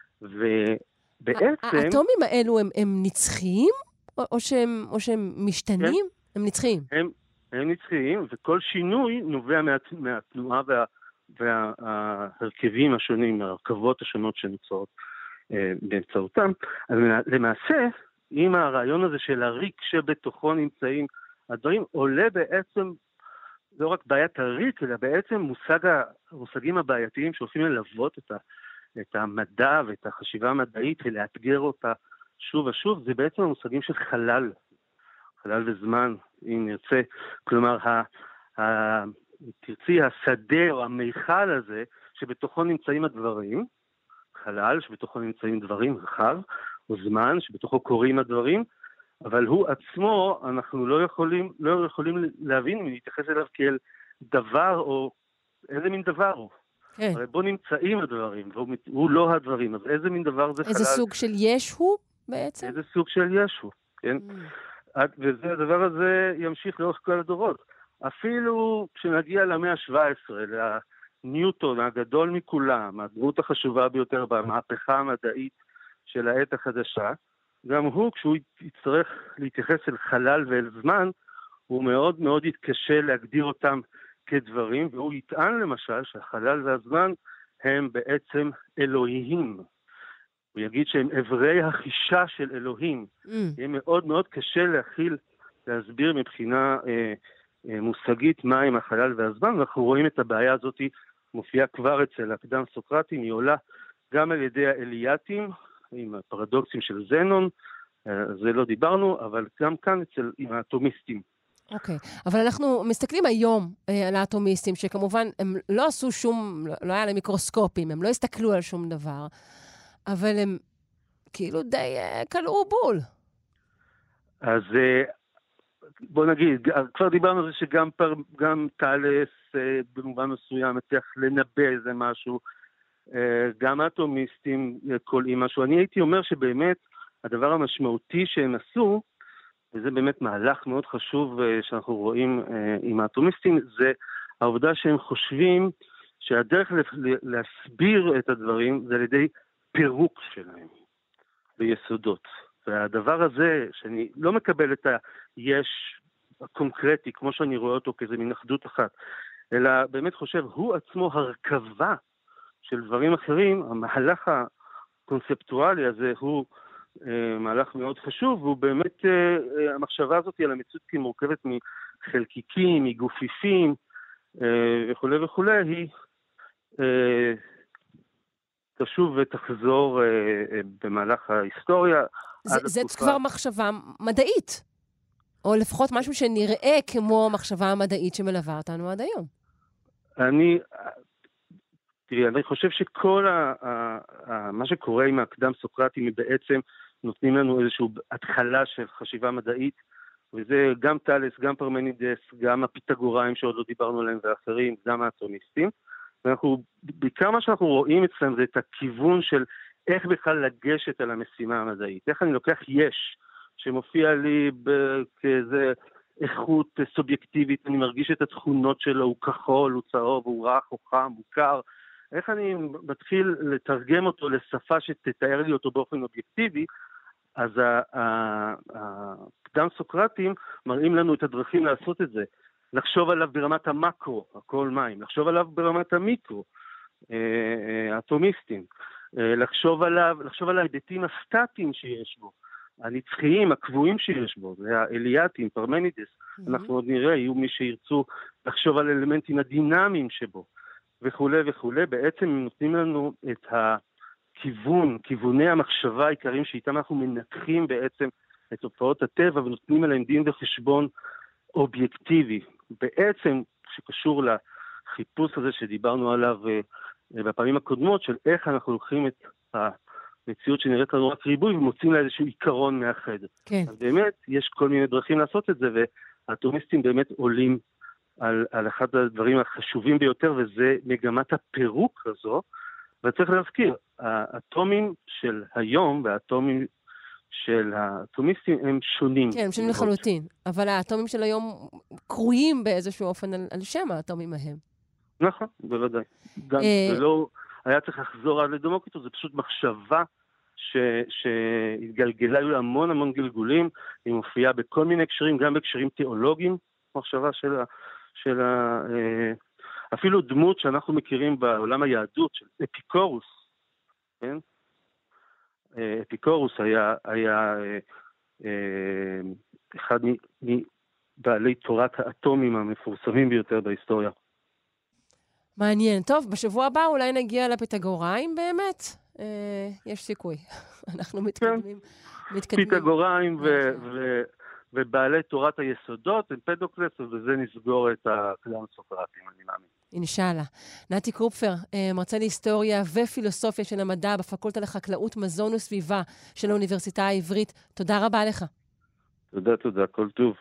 ובעצם... האטומים האלו הם, הם נצחיים, או, או, שהם, או שהם משתנים? כן. הם נצחיים. הם, הם נצחיים, וכל שינוי נובע מה, מהתנועה וה, וההרכבים השונים, ההרכבות השונות שנוצרות אה, באמצעותם. אז למעשה, אם הרעיון הזה של הריק שבתוכו נמצאים הדברים, עולה בעצם, לא רק בעיית הריק, אלא בעצם מושג, המושגים הבעייתיים שהולכים ללוות את, ה, את המדע ואת החשיבה המדעית ולאתגר אותה שוב ושוב, זה בעצם המושגים של חלל, חלל וזמן, אם נרצה. כלומר, ה, ה, תרצי, השדה או המיכל הזה, שבתוכו נמצאים הדברים, חלל שבתוכו נמצאים דברים, רחב, או זמן שבתוכו קוראים הדברים, אבל הוא עצמו, אנחנו לא יכולים, לא יכולים להבין אם להתייחס אליו כאל דבר, או איזה מין דבר הוא. כן. הרי בו נמצאים הדברים, והוא לא הדברים, אז איזה מין דבר זה חלל? איזה סוג של יש הוא בעצם? איזה סוג של יש הוא, כן? Mm. וזה, הדבר הזה ימשיך לאורך כל הדורות. אפילו כשנגיע למאה ה-שבע עשרה, לניוטון הגדול מכולם, הדמות החשובה ביותר במהפכה המדעית, של העת החדשה, גם הוא, כשהוא יצטרך להתייחס אל חלל ואל זמן, הוא מאוד מאוד יתקשה להגדיר אותם כדברים, והוא יטען למשל שהחלל והזמן הם בעצם אלוהים. הוא יגיד שהם עברי החישה של אלוהים. Mm. יהיה מאוד מאוד קשה להכיל, להסביר מבחינה אה, אה, מושגית מה עם החלל והזמן, ואנחנו רואים את הבעיה הזאת מופיעה כבר אצל הקדם סוקרטים, היא עולה גם על ידי האליאטים, עם הפרדוקסים של זנון, זה לא דיברנו, אבל גם כאן אצל עם האטומיסטים. אוקיי, okay. אבל אנחנו מסתכלים היום אה, על האטומיסטים, שכמובן הם לא עשו שום, לא היה להם מיקרוסקופים, הם לא הסתכלו על שום דבר, אבל הם כאילו די אה, קלעו בול. אז אה, בוא נגיד, כבר דיברנו על זה שגם פר, גם תאלס אה, במובן מסוים מצליח לנבא איזה משהו, אה, גם האטומיסטים אה, קולעים משהו. אני הייתי אומר שבאמת הדבר המשמעותי שהם עשו, וזה באמת מהלך מאוד חשוב שאנחנו רואים עם האטומיסטים, זה העובדה שהם חושבים שהדרך להסביר את הדברים זה על ידי פירוק שלהם ביסודות. והדבר הזה, שאני לא מקבל את היש הקונקרטי, כמו שאני רואה אותו כאיזה מין אחדות אחת, אלא באמת חושב, הוא עצמו הרכבה של דברים אחרים, המהלך הקונספטואלי הזה הוא מהלך מאוד חשוב, והוא באמת, המחשבה הזאת על המציאות כמורכבת מחלקיקים, מגופיפים וכו' וכו', היא תשוב ותחזור במהלך ההיסטוריה. זה, זה התקופה... כבר מחשבה מדעית, או לפחות משהו שנראה כמו המחשבה המדעית שמלווה אותנו עד היום. אני... תראי, אני חושב שכל ה, ה, ה, מה שקורה עם הקדם סוקרטים בעצם נותנים לנו איזושהי התחלה של חשיבה מדעית, וזה גם תאלס, גם פרמנידס, גם הפיתגוראים שעוד לא דיברנו עליהם ואחרים, גם האטומיסטים. ואנחנו, בעיקר מה שאנחנו רואים אצלם זה את הכיוון של איך בכלל לגשת על המשימה המדעית. איך אני לוקח יש, שמופיע לי כאיזה איכות סובייקטיבית, אני מרגיש את התכונות שלו, הוא כחול, הוא צהוב, הוא רך, הוא חם, הוא קר. איך אני מתחיל לתרגם אותו לשפה שתתאר לי אותו באופן אובייקטיבי, אז הקדם סוקרטים מראים לנו את הדרכים לעשות את זה. לחשוב עליו ברמת המקרו, הכל מים, לחשוב עליו ברמת המיקרו, האטומיסטים, לחשוב עליו, לחשוב על ההיבטים הסטטיים שיש בו, הנצחיים, הקבועים שיש בו, האליאטים, פרמנידס, mm-hmm. אנחנו עוד נראה, יהיו מי שירצו לחשוב על אלמנטים הדינמיים שבו, וכו' וכו'. בעצם הם נותנים לנו את הכיוון, כיווני המחשבה העיקריים שאיתם אנחנו מנתחים בעצם את תופעות הטבע, ונותנים עליהם דין וחשבון אובייקטיבי. בעצם, שקשור לחיפוש הזה שדיברנו עליו בפעמים הקודמות, של איך אנחנו לוקחים את המציאות שנראית לנו רק ריבוי, ומוצאים לה איזשהו עיקרון מאחד. כן. אז באמת, יש כל מיני דרכים לעשות את זה, והאטומיסטים באמת עולים על, על אחד הדברים החשובים ביותר, וזה מגמת הפירוק הזו, וצריך להזכיר, האטומים של היום, והאטומים של האטומיסטים הם שונים. כן, הם שונים לחלוטין, אבל האטומים של היום קרויים באיזשהו אופן על, על שם האטומים ההם. נכון, בוודאי. גם זה לא היה צריך לחזור עד לדמוקריטוס, זה פשוט מחשבה ש, שהתגלגלה, היו המון המון גלגולים, היא מופיעה בכל מיני הקשרים, גם בהקשרים תיאולוגיים, מחשבה של ה... של ה אפילו דמות שאנחנו מכירים בעולם היהדות, של אפיקורוס, כן? אפיקורוס היה, היה אחד מבעלי תורת האטומים המפורסמים ביותר בהיסטוריה. מעניין. טוב, בשבוע הבא אולי נגיע לפיתגוראים באמת? יש סיכוי. אנחנו מתקדמים. פיתגוראים ו... ובעלי תורת היסודות, אמפדוקלס, ובזה נסגור את הקדם סוקרטים, אני מאמין. אינשאללה. נתי קרופפר, מרצה להיסטוריה ופילוסופיה של המדע בפקולטה לחקלאות, מזון וסביבה של האוניברסיטה העברית. תודה רבה לך. תודה, תודה, כל טוב.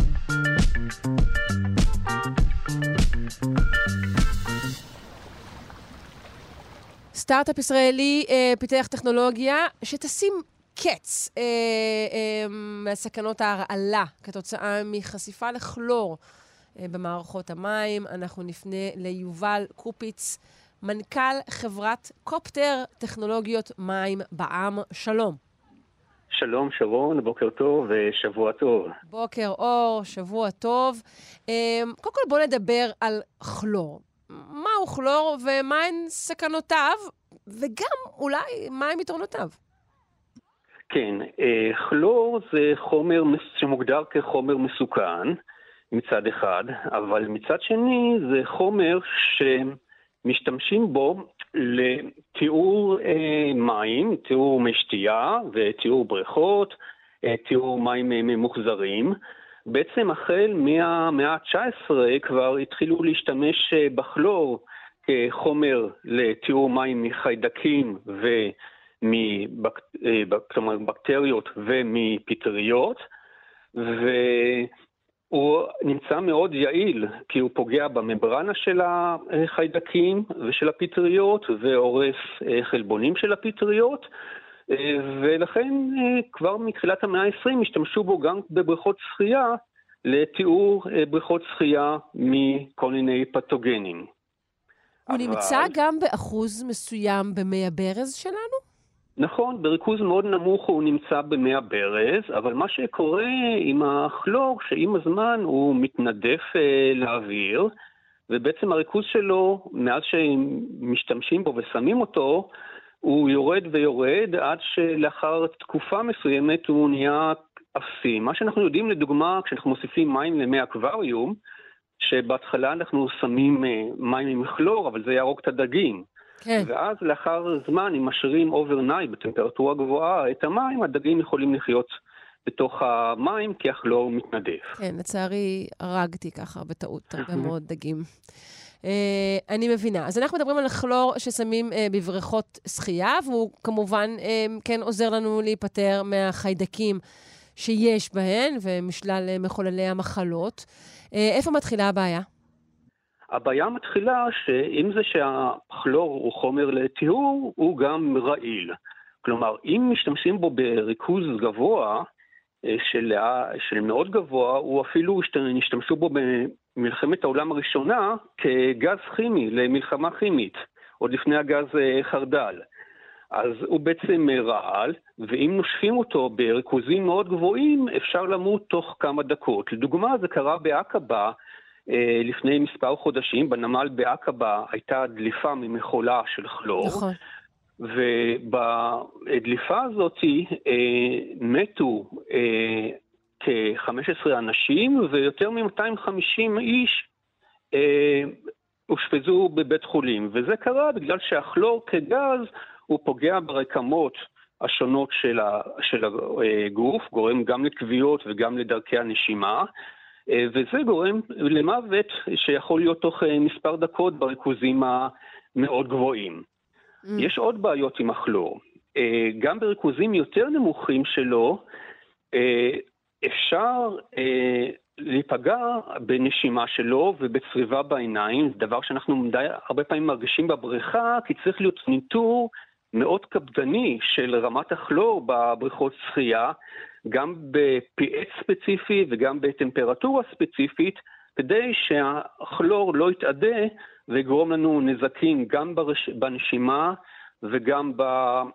סטארט-אפ ישראלי פיתח טכנולוגיה שתשים קץ אה, אה, מהסכנות ההרעלה כתוצאה מחשיפה לכלור אה, במערכות המים. אנחנו נפנה ליובל קופיץ, מנכ"ל חברת קופטר טכנולוגיות מים בע"מ. שלום. שלום שרון, בוקר טוב ושבוע טוב. בוקר אור, שבוע טוב. אה, קודם כל בוא נדבר על כלור. מהו כלור ומהן סכנותיו, וגם אולי מהן יתרונותיו? כן, כלור זה חומר שמוגדר כחומר מסוכן מצד אחד, אבל מצד שני זה חומר משתמשים בו לתיאור אה, מים, תיאור מי שתייה ותיאור בריכות, אה, תיאור מים אה, ממוחזרים. בעצם החל מהמאה ה-תשע עשרה כבר התחילו להשתמש אה, בכלור כחומר לתיאור מים מחיידקים ומבקטריות ומפטריות, והוא נמצא מאוד יעיל כי הוא פוגע בממברנה של החיידקים ושל הפטריות ועורף חלבונים של הפטריות, ולכן כבר מתחילת המאה ה-עשרים השתמשו בו גם בבריכות שחייה לתיאור בריכות שחייה מכל מיני פתוגנים. הוא אבל... נמצא גם באחוז מסוים במי הברז שלנו? נכון, בריכוז מאוד נמוך הוא נמצא במי הברז, אבל מה שקורה עם הכלור, שעם הזמן הוא מתנדף אה, לאוויר, ובעצם הריכוז שלו, מאז שמשתמשים בו ושמים אותו, הוא יורד ויורד עד שלאחר תקופה מסוימת הוא נהיה אפסי. מה שאנחנו יודעים לדוגמה, כשאנחנו מוסיפים מים למי אקווריום, שבהתחלה אנחנו שמים מים עם כלור, אבל זה יהרוג את הדגים. כן. ואז לאחר זמן, אם משאירים אוברנייט בטמפרטורה גבוהה את המים, הדגים יכולים לחיות בתוך המים, כי הכלור מתנדף. כן, לצערי הרגתי ככה בטעות הרבה מאוד דגים. Uh, אני מבינה. אז אנחנו מדברים על כלור ששמים uh, בבריכות שחייה, והוא כמובן uh, כן עוזר לנו להיפטר מהחיידקים שיש בהן, ומשלל uh, מחוללי המחלות. Uh, איפה מתחילה הבעיה? הבעיה מתחילה שאם זה שהכלור הוא חומר לטיהור, הוא גם רעיל. כלומר, אם משתמשים בו בריכוז גבוה, של, של מאוד גבוה, הוא אפילו נשתמשו בו במלחמת העולם הראשונה כגז כימי, למלחמה כימית, עוד לפני הגז חרדל. אז הוא בעצם רעל, ואם נושפים אותו בריכוזים מאוד גבוהים, אפשר למות תוך כמה דקות. לדוגמה, זה קרה בעקבה, לפני מספר חודשים, בנמל בעקבה הייתה דליפה ממכולה של כלור, נכון. ובדליפה הזאת אה, מתו אה, כ-חמישה עשר אנשים, ויותר מ-מאתיים וחמישים איש אה, הושפזו בבית חולים. וזה קרה בגלל שהכלור כגז הוא פוגע ברקמות השונות של, ה, של הגוף, גורם גם לכוויות וגם לדרכי הנשימה, וזה גורם למוות שיכול להיות תוך מספר דקות בריכוזים המאוד גבוהים. Mm. יש עוד בעיות עם הכלור. גם בריכוזים יותר נמוכים שלו, אפשר להיפגע בנשימה שלו ובצריבה בעיניים, דבר שאנחנו די, הרבה פעמים מרגישים בבריכה, כי צריך להיות ניטור מאוד קפדני של רמת הכלור בבריכות שחייה, גם ב-פי אץ' ספציפי וגם בטמפרטורה ספציפית, כדי שהכלור לא יתעדה ויגרום לנו נזקים גם ברש... בנשימה וגם ב...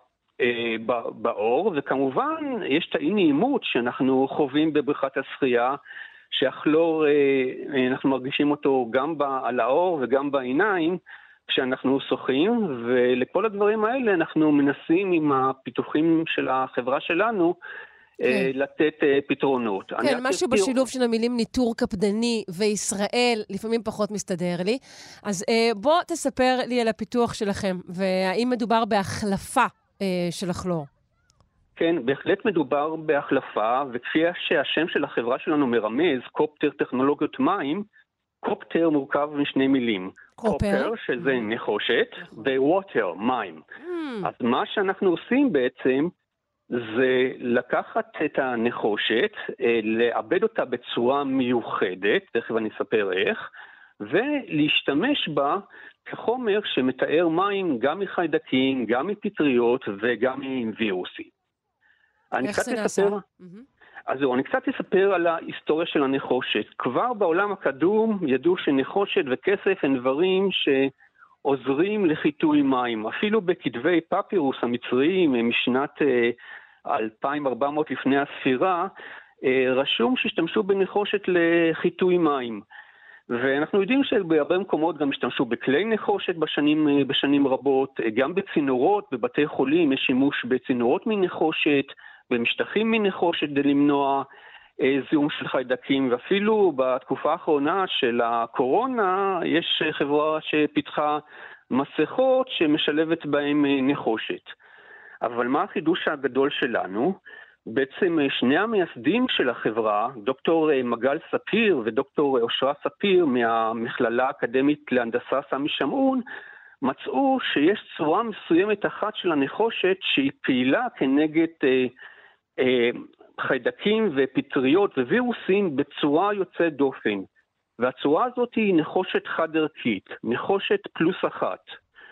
באור, וכמובן יש את האי נעימות שאנחנו חווים בבריכת השחייה, שהכלור, אנחנו מרגישים אותו גם על האור וגם בעיניים כשאנחנו שוחים, ולכל הדברים האלה אנחנו מנסים עם הפיתוחים של החברה שלנו כן. לתת פתרונות. כן, משהו תזכיר... בשילוב של המילים ניטור קפדני וישראל לפעמים פחות מסתדר לי. אז בוא תספר לי על הפיתוח שלכם, והאם מדובר בהחלפה של הכלור. כן, בהחלט מדובר בהחלפה, וכפי שהשם של החברה שלנו מרמז, קופטר טכנולוגיות מים, קופטר מורכב משני מילים. קופר, שזה נחושת, וווטר, מים. אז מה שאנחנו עושים בעצם, זה לקחת את הנחושת, לעבד אותה בצורה מיוחדת, תכף אני אספר איך, ולהשתמש בה כחומר שמתאר מים גם מחיידקים, גם מפטריות וגם מווירוסים. איך זה נעשה? אז זהו, אני קצת אספר על ההיסטוריה של הנחושת. כבר בעולם הקדום ידעו שנחושת וכסף הם דברים שעוזרים לחיטוי מים. אפילו בכתבי פפירוס המצריים משנת אלפיים וארבע מאות לפני הספירה, רשום שהשתמשו בנחושת לחיטוי מים. ואנחנו יודעים שבהרבה מקומות גם השתמשו בכלי נחושת בשנים, בשנים רבות, גם בצינורות, בבתי חולים יש שימוש בצינורות מנחושת, במשטחים מנחושת כדי למנוע זיהום של חיידקים, ואפילו בתקופה האחרונה של הקורונה יש חברה שפיתחה מסכות שמשלבת בהן נחושת. אבל מה החידוש הגדול שלנו? בעצם שני המייסדים של החברה, דוקטור מגל ספיר ודוקטור אושרה ספיר מהמכללה האקדמית להנדסה סמי שמעון, מצאו שיש צורה מסוימת אחת של הנחושת שהיא פעילה כנגד אה, אה, חיידקים ופטריות ווירוסים בצורה יוצאת דופן. והצורה הזאת היא נחושת חד ערכית, נחושת פלוס אחת.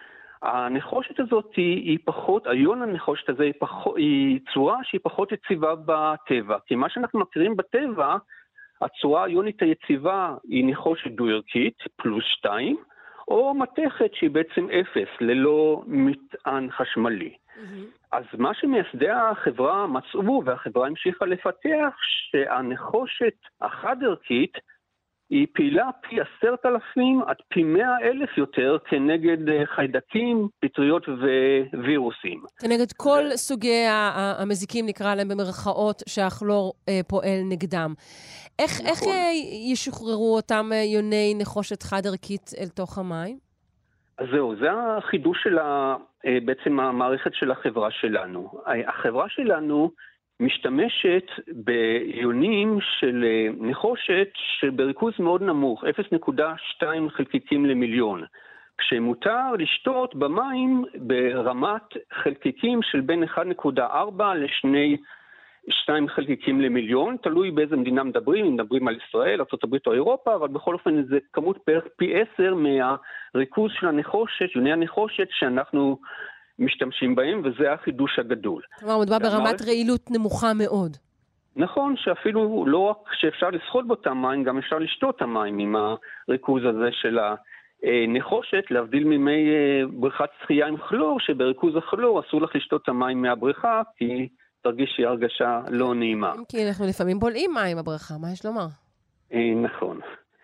הנחושת הזאת היא פחות, איון הנחושת הזה היא, פחות, היא צורה שהיא פחות יציבה בטבע. כי מה שאנחנו מכירים בטבע, הצורה האיונית היציבה היא נחושת דו-ערכית, פלוס שתיים, או מתכת שהיא בעצם אפס, ללא מטען חשמלי. Mm-hmm. אז מה שמייסדי החברה מצאו, והחברה המשיכה לפתח, שהנחושת החד-ערכית, היא פעילה פי עשרת אלפים עד פי מאה אלף יותר כנגד חיידקים, פטריות ווירוסים. כנגד כל ו... סוגי המזיקים, נקרא להם במרכאות, שהכלור אה, פועל נגדם. איך, נכון. איך אה, ישוחררו אותם יוני נחושת חד-ערכית אל תוך המים? אז זהו, זה החידוש של ה, אה, בעצם המערכת של החברה שלנו. החברה שלנו משתמשת ביונים של נחושת שבריכוז מאוד נמוך, אפס נקודה שתיים חלקיקים למיליון, כשמותר לשתות במים ברמת חלקיקים של בין אחד נקודה ארבע ל-שתיים חלקיקים למיליון, תלוי באיזה מדינה מדברים, אם מדברים על ישראל, ארצות הברית או אירופה, אבל בכל אופן זה כמות בערך פי עשר מהריכוז של הנחושת, יוני הנחושת שאנחנו משתמשים בהם, וזה החידוש הגדול. כלומר, מדובר ברמת רעילות נמוכה מאוד. נכון, שאפילו לא רק שאפשר לשחות באותם מים, גם אפשר לשתות את המים עם הריכוז הזה של הנחושת, להבדיל ממי בריכת שחייה עם כלור, שבריכוז הכלור אסור לך לשתות את המים מהבריכה, כי תרגיש שהיא הרגשה לא נעימה. כי אנחנו לפעמים בולעים מים בבריכה, מה יש לומר? נכון.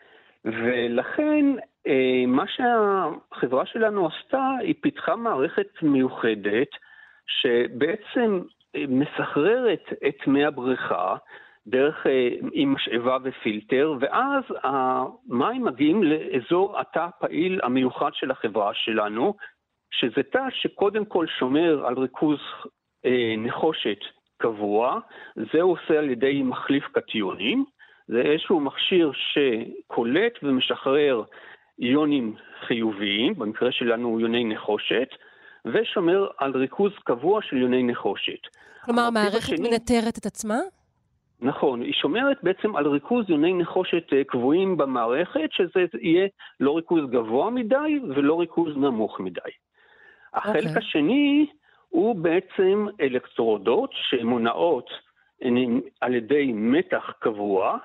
ולכן, מה שהחברה שלנו עשתה, היא פיתחה מערכת מיוחדת, שבעצם מסחררת את מי הבריכה, דרך עם משאבה ופילטר, ואז המים מגיעים לאזור התא הפעיל המיוחד של החברה שלנו, שזה תא שקודם כל שומר על ריכוז נחושת קבוע, זה עושה על ידי מחליף קטיונים, זה איזשהו מכשיר שקולט ומשחרר איונים חיוביים, במקרה שלנו יוני נחושת, ושומר על ריכוז קבוע של יוני נחושת. כלומר, המערכת השני, מנטרת את עצמה? נכון, היא שומרת בעצם על ריכוז יוני נחושת קבועים במערכת, שזה יהיה לא ריכוז גבוה מדי ולא ריכוז נמוך מדי. החלק okay. השני הוא בעצם אלקטרודות שמונעות על ידי מתח קבוע,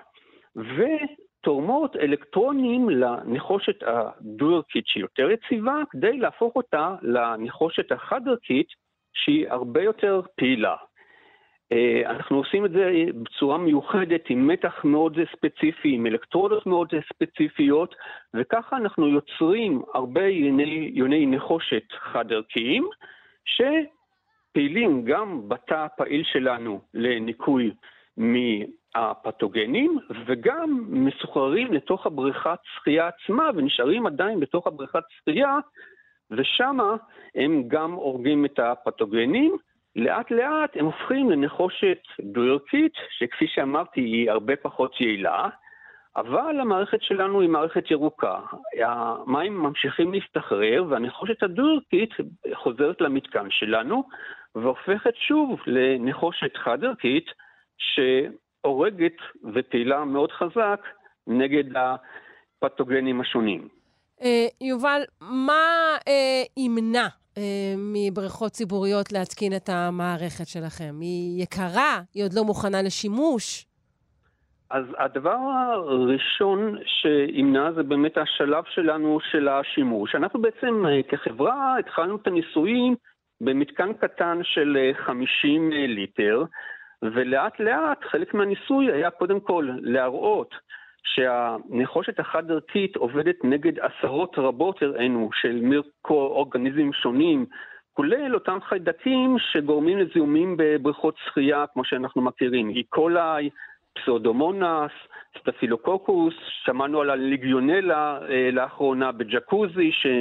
ותורמות אלקטרונים לנחושת הדו-ערכית שהיא יותר יציבה, כדי להפוך אותה לנחושת החד-ערכית שהיא הרבה יותר פעילה. אנחנו עושים את זה בצורה מיוחדת עם מתח מאוד ספציפי, עם אלקטרודות מאוד ספציפיות, וככה אנחנו יוצרים הרבה יוני, יוני נחושת חד-ערכיים, שפעילים גם בתא הפעיל שלנו לניקוי מהפתוגנים, וגם מסוחררים לתוך הבריכת שחייה עצמה, ונשארים עדיין בתוך הבריכת שחייה, ושמה הם גם הורגים את הפתוגנים, לאט לאט הם הופכים לנחושת דו-ערכית, שכפי שאמרתי היא הרבה פחות יעילה, אבל המערכת שלנו היא מערכת ירוקה. המים ממשיכים להסתחרר, והנחושת הדו-ערכית חוזרת למתקן שלנו, והופכת שוב לנחושת חד-ערכית, שהורגת ופעילה מאוד חזק נגד הפתוגנים השונים. יובל, מה ימנע מבריכות ציבוריות להתקין את המערכת שלכם? היא יקרה? היא עוד לא מוכנה לשימוש? אז הדבר הראשון שימנע זה באמת השלב שלנו של השימוש. אנחנו בעצם כחברה התחלנו את הניסויים במתקן קטן של חמישים ליטר, ולאט לאט חלק מהניסוי היה קודם כל להראות שהנחושת החד-ערכית עובדת נגד עשרות רבות הראינו של מיקרואורגניזמים שונים, כולל אותם חיידקים שגורמים לזיהומים בבריכות שחייה כמו שאנחנו מכירים, איקולאי, פסאודומונס, סטאפילוקוקוס, שמענו על הליגיונלה לאחרונה בג'קוזי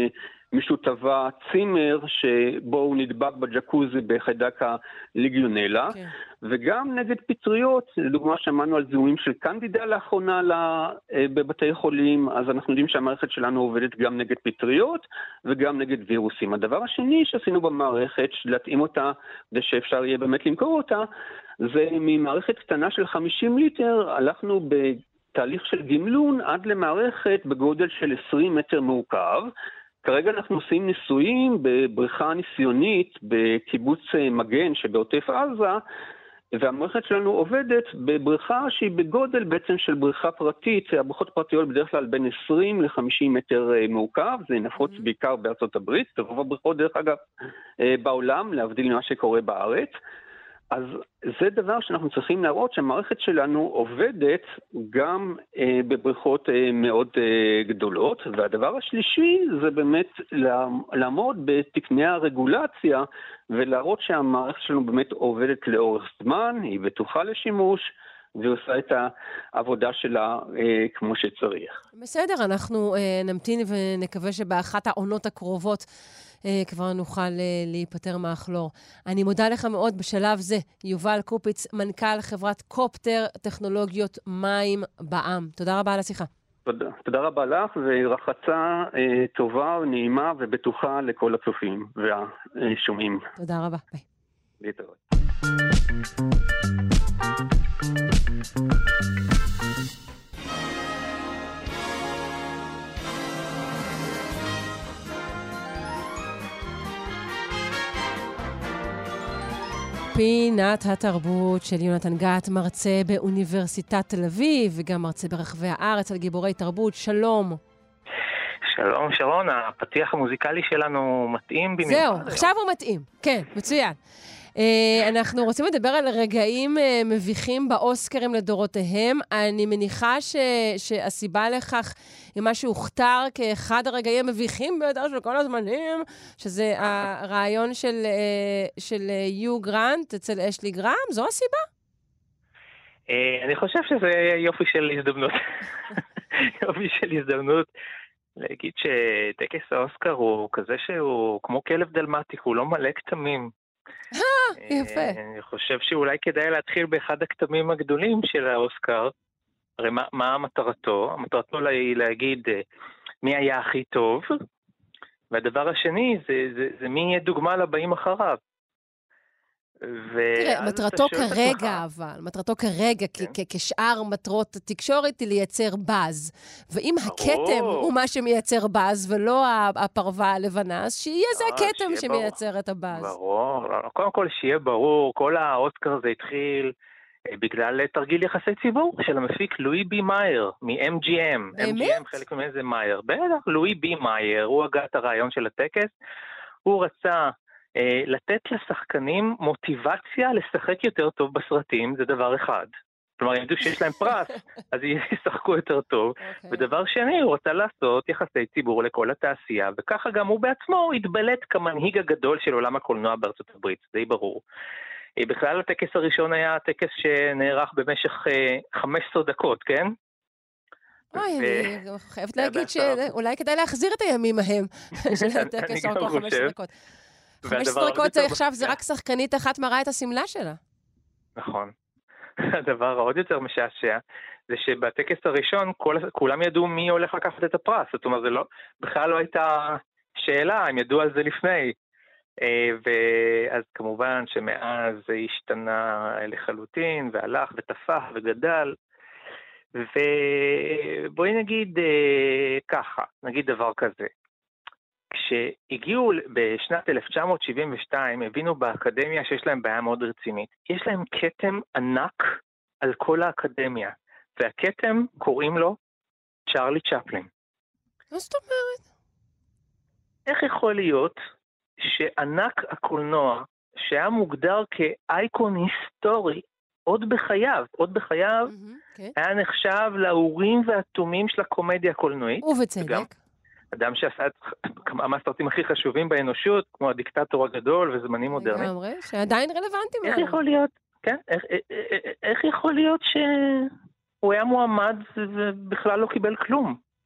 מישהו טבע צימר שבו הוא נדבק בג'קוזי בחיידק הליגיונלה, okay. וגם נגד פטריות, לדוגמה שמענו על זיהומים של קנדידה לאחרונה בבתי חולים, אז אנחנו יודעים שהמערכת שלנו עובדת גם נגד פטריות וגם נגד וירוסים. הדבר השני שעשינו במערכת, להתאים אותה ושאפשר יהיה באמת למכור אותה, זה ממערכת קטנה של חמישים ליטר, הלכנו בתהליך של גמלון עד למערכת בגודל של עשרים מטר מעוקב. כרגע אנחנו עושים ניסויים בבריכה ניסיונית בקיבוץ מגן שבעוטף עזה, והמערכת שלנו עובדת בבריכה שהיא בגודל בעצם של בריכה פרטית, הבריכות פרטיות בדרך כלל בין עשרים לחמישים מטר מעוקב, זה נפוץ mm-hmm. בעיקר בארצות הברית, ורוב הבריכות דרך אגב בעולם, להבדיל ממה שקורה בארץ. אז זה דבר שאנחנו צריכים להראות שהמערכת שלנו עובדת גם אה, בבריכות אה, מאוד אה, גדולות, והדבר השלישי זה באמת לעמוד בתקני הרגולציה ולהראות שהמערכת שלנו באמת עובדת לאורך זמן, היא בטוחה לשימוש, ועושה את העבודה שלה אה, כמו שצריך. בסדר, אנחנו אה, נמתין ונקווה שבאחת העונות הקרובות אה, כבר נוכל אה, להיפטר מהכלור. אני מודה לך מאוד בשלב זה, יובל קופיץ, מנכ"ל חברת קופטר טכנולוגיות מים בע"מ. תודה רבה על השיחה. תודה, תודה רבה לך, ורחצה אה, טובה, נעימה ובטוחה לכל הצופים והשומעים. תודה רבה, ביי. להתראות. פינת התרבות של יונתן גת, מרצה באוניברסיטת תל אביב וגם מרצה ברחבי הארץ על גיבורי תרבות. שלום. שלום שרון, הפתיח המוזיקלי שלנו מתאים במיוחד. זהו, עכשיו הוא מתאים. כן, מצוין. אנחנו רוצים לדבר על רגעים מביכים באוסקרים לדורותיהם. אני מניחה ש, שהסיבה לכך היא מה שהוכתר כאחד הרגעים המביכים ביותר של כל הזמנים, שזה הרעיון של, של יו גרנט אצל אשלי גרם. זו הסיבה? אני חושב שזה יופי של הזדמנות. יופי של הזדמנות להגיד שטקס האוסקר הוא כזה שהוא כמו כלב דלמטיק, הוא לא מלא כתמים. יפה. אני חושב שאולי כדאי להתחיל באחד הכתמים הגדולים של האוסקר. הרי מה, מה מטרתו? המטרתו היא להגיד מי היה הכי טוב, והדבר השני זה, זה, זה מי יהיה דוגמה לבאים אחריו. תראה, מטרתו כרגע אבל, מטרתו כרגע, כשאר מטרות התקשורת היא לייצר באז. ואם הכתם הוא מה שמייצר באז ולא הפרווה הלבנה, אז שיהיה זה הכתם שמייצר את הבאז. ברור, קודם כל שיהיה ברור, כל האוסקר הזה התחיל בגלל תרגיל יחסי ציבור של המפיק לואי בי מאייר, מ-אם ג'י אם. באמת? אם ג'י אם חלק ממנו זה מאייר. בטח, לואי בי מאייר, הוא הגה את הרעיון של הטקס, הוא רצה לתת לשחקנים מוטיבציה לשחק יותר טוב בסרטים, זה דבר אחד. כלומר, ידעו שיש להם פרס, אז ישחקו יותר טוב. Okay. ודבר שני, הוא רצה לעשות יחסי ציבור לכל התעשייה, וככה גם הוא בעצמו התבלט כמנהיג הגדול של עולם הקולנוע בארצות הברית, זה די ברור. בכלל הטקס הראשון היה טקס שנערך במשך חמש עשרה דקות, כן? אוי, אני חייבת להגיד שאולי כדאי להחזיר את הימים ההם של הטקס או כל חמש עשרה דקות. חמש עשרה דקות עכשיו זה רק שחקנית אחת מראה את הסמלה שלה. נכון. הדבר העוד יותר משעשע, זה שבטקס הראשון כולם ידעו מי הולך לקחת את הפרס. זאת אומרת, זה לא, בכלל לא הייתה שאלה, הם ידעו על זה לפני. ואז כמובן שמאז זה השתנה לחלוטין, והלך ותפח וגדל. ובואי נגיד ככה, נגיד דבר כזה. כשהגיעו בשנת אלף תשע מאות שבעים ושתיים, הבינו באקדמיה שיש להם בעיה מאוד רצינית. יש להם כתם ענק על כל האקדמיה, והכתם קוראים לו צ'רלי צ'פלין. מה זאת אומרת? איך יכול להיות שענק הקולנוע, שהיה מוגדר כאייקון היסטורי, עוד בחייו, עוד בחייו, mm-hmm, okay. היה נחשב לאורים והתומים של הקומדיה הקולנועית. ובצדק. וגם, אדם שעשה את כמה הסרטים הכי חשובים באנושות, כמו הדיקטטור הגדול וזמנים מודרניים. לגמרי, שעדיין רלוונטיים. איך יכול להיות, כן? איך, איך יכול להיות שהוא היה מועמד ובכלל לא קיבל כלום?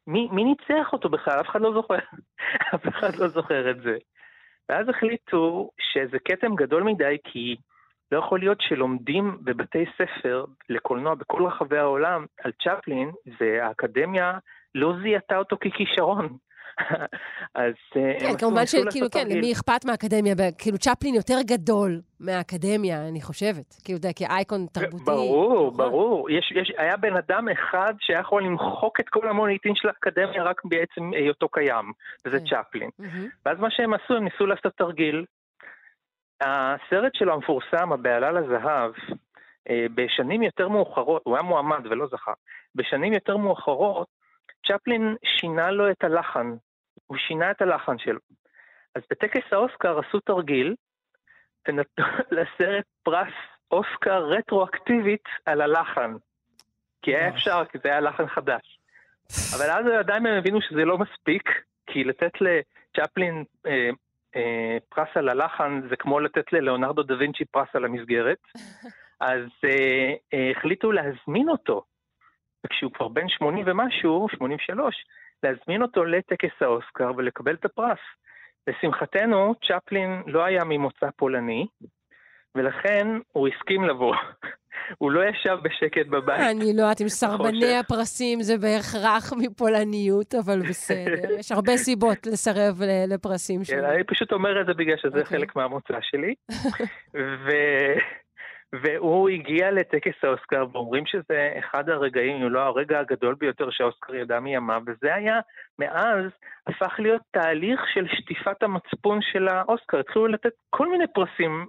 מי, מי ניצח אותו בכלל? אף אחד לא זוכר. אף אחד לא זוכר את זה. ואז החליטו שזה קטם גדול מדי, כי לא יכול להיות שלומדים בבתי ספר לקולנוע בכל רחבי העולם על צ'פלין, והאקדמיה לא זיהתה אותו ככישרון. אז כן, כמובן שכאילו, כן, למי אכפת מהאקדמיה? כאילו, צ'פלין יותר גדול מהאקדמיה, אני חושבת. כאילו, כאייקון תרבותי. ברור, ברור. היה בן אדם אחד שהיה יכול למחוק את כל המוניטין של האקדמיה רק בעצם היותו קיים, וזה צ'פלין. ואז מה שהם עשו, הם ניסו לעשות תרגיל. הסרט שלו המפורסם, הבעלה לזהב, בשנים יותר מאוחרות, הוא היה מועמד ולא זכה, בשנים יותר מאוחרות, צ'פלין שינה לו את הלחן, הוא שינה את הלחן שלו. אז בטקס האוסקר עשו תרגיל, ונתנו לסרט פרס אוסקר רטרואקטיבית על הלחן. כי היה אפשר, כי זה היה לחן חדש. אבל אז עדיין הם הבינו שזה לא מספיק, כי לתת לצ'פלין אה, אה, פרס על הלחן, זה כמו לתת ללאונרדו דה וינצ'י פרס על המסגרת. אז אה, אה, החליטו להזמין אותו, וכשהוא כבר בן שמונים ומשהו, שמונים ושלוש, להזמין אותו לטקס האוסקר ולקבל את הפרס. לשמחתנו, צ'פלין לא היה ממוצא פולני, ולכן הוא הסכים לבוא. הוא לא ישב בשקט בבית. אני לא יודעת אם סרבני הפרסים זה בהכרח מפולניות, אבל בסדר. יש הרבה סיבות לסרב לפרסים שלי. אני פשוט אומר את זה בגלל שזה חלק מהמוצא שלי. ו... והוא הגיע לטקס האוסקר, ואומרים שזה אחד הרגעים, לא הרגע הגדול ביותר שהאוסקר ידע מימיו, וזה היה, מאז, הפך להיות תהליך של שטיפת המצפון של האוסקר. התחילו לתת כל מיני פרסים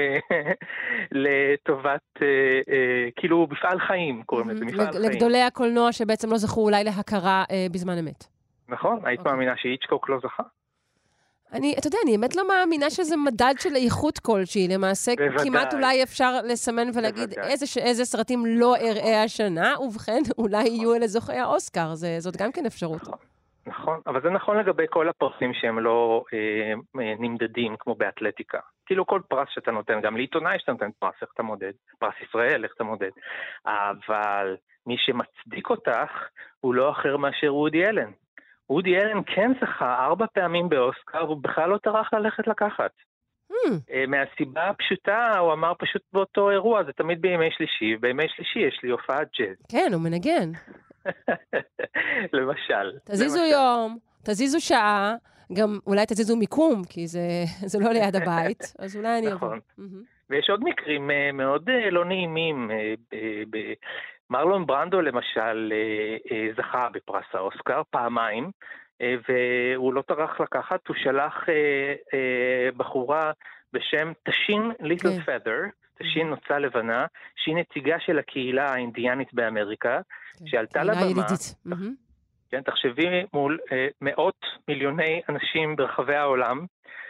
לטובת, כאילו, מפעל חיים, קוראים לזה, מפעל חיים. לגדולי הקולנוע שבעצם לא זכו אולי להכרה בזמן אמת. נכון, היית מאמינה שאיצ'קוק לא זכה? אני, אתה יודע, אני באמת לא מאמינה שזה מדד של איכות כלשהי, למעשה בוודאי. כמעט אולי אפשר לסמן ולהגיד איזה, איזה סרטים לא אראה השנה, ובכן אולי יהיו אלה זוכי האוסקר, זה, זאת גם כן אפשרות. נכון, נכון, אבל זה נכון לגבי כל הפרסים שהם לא אה, נמדדים, כמו באתלטיקה. כאילו כל פרס שאתה נותן, גם לעיתונאי שאתה נותן פרס, איך אתה מודד? פרס ישראל, איך אתה מודד? אבל מי שמצדיק אותך הוא לא אחר מאשר וודי אלן. וודי אלן כן זכה ארבע פעמים באוסקר, והוא בכלל לא טרח ללכת לקחת. Mm. מהסיבה הפשוטה, הוא אמר פשוט באותו אירוע, זה תמיד בימי שלישי, ובימי שלישי יש לי הופעת ג'אז. כן, הוא מנגן. למשל. תזיזו למשל. יום, תזיזו שעה, גם אולי תזיזו מיקום, כי זה, זה לא ליד הבית, אז אולי אני אבוא. נכון. Mm-hmm. ויש עוד מקרים מאוד לא נעימים, מרלון ברנדו למשל זכה בפרס האוסקר פעמיים, והוא לא טרח לקחת, הוא שלח בחורה בשם תשין ליטל פדר, תשין נוצה לבנה, שהיא נציגה של הקהילה האינדיאנית באמריקה, שעלתה לבמה, כן, תחשבי מול מאות מיליוני אנשים ברחבי העולם,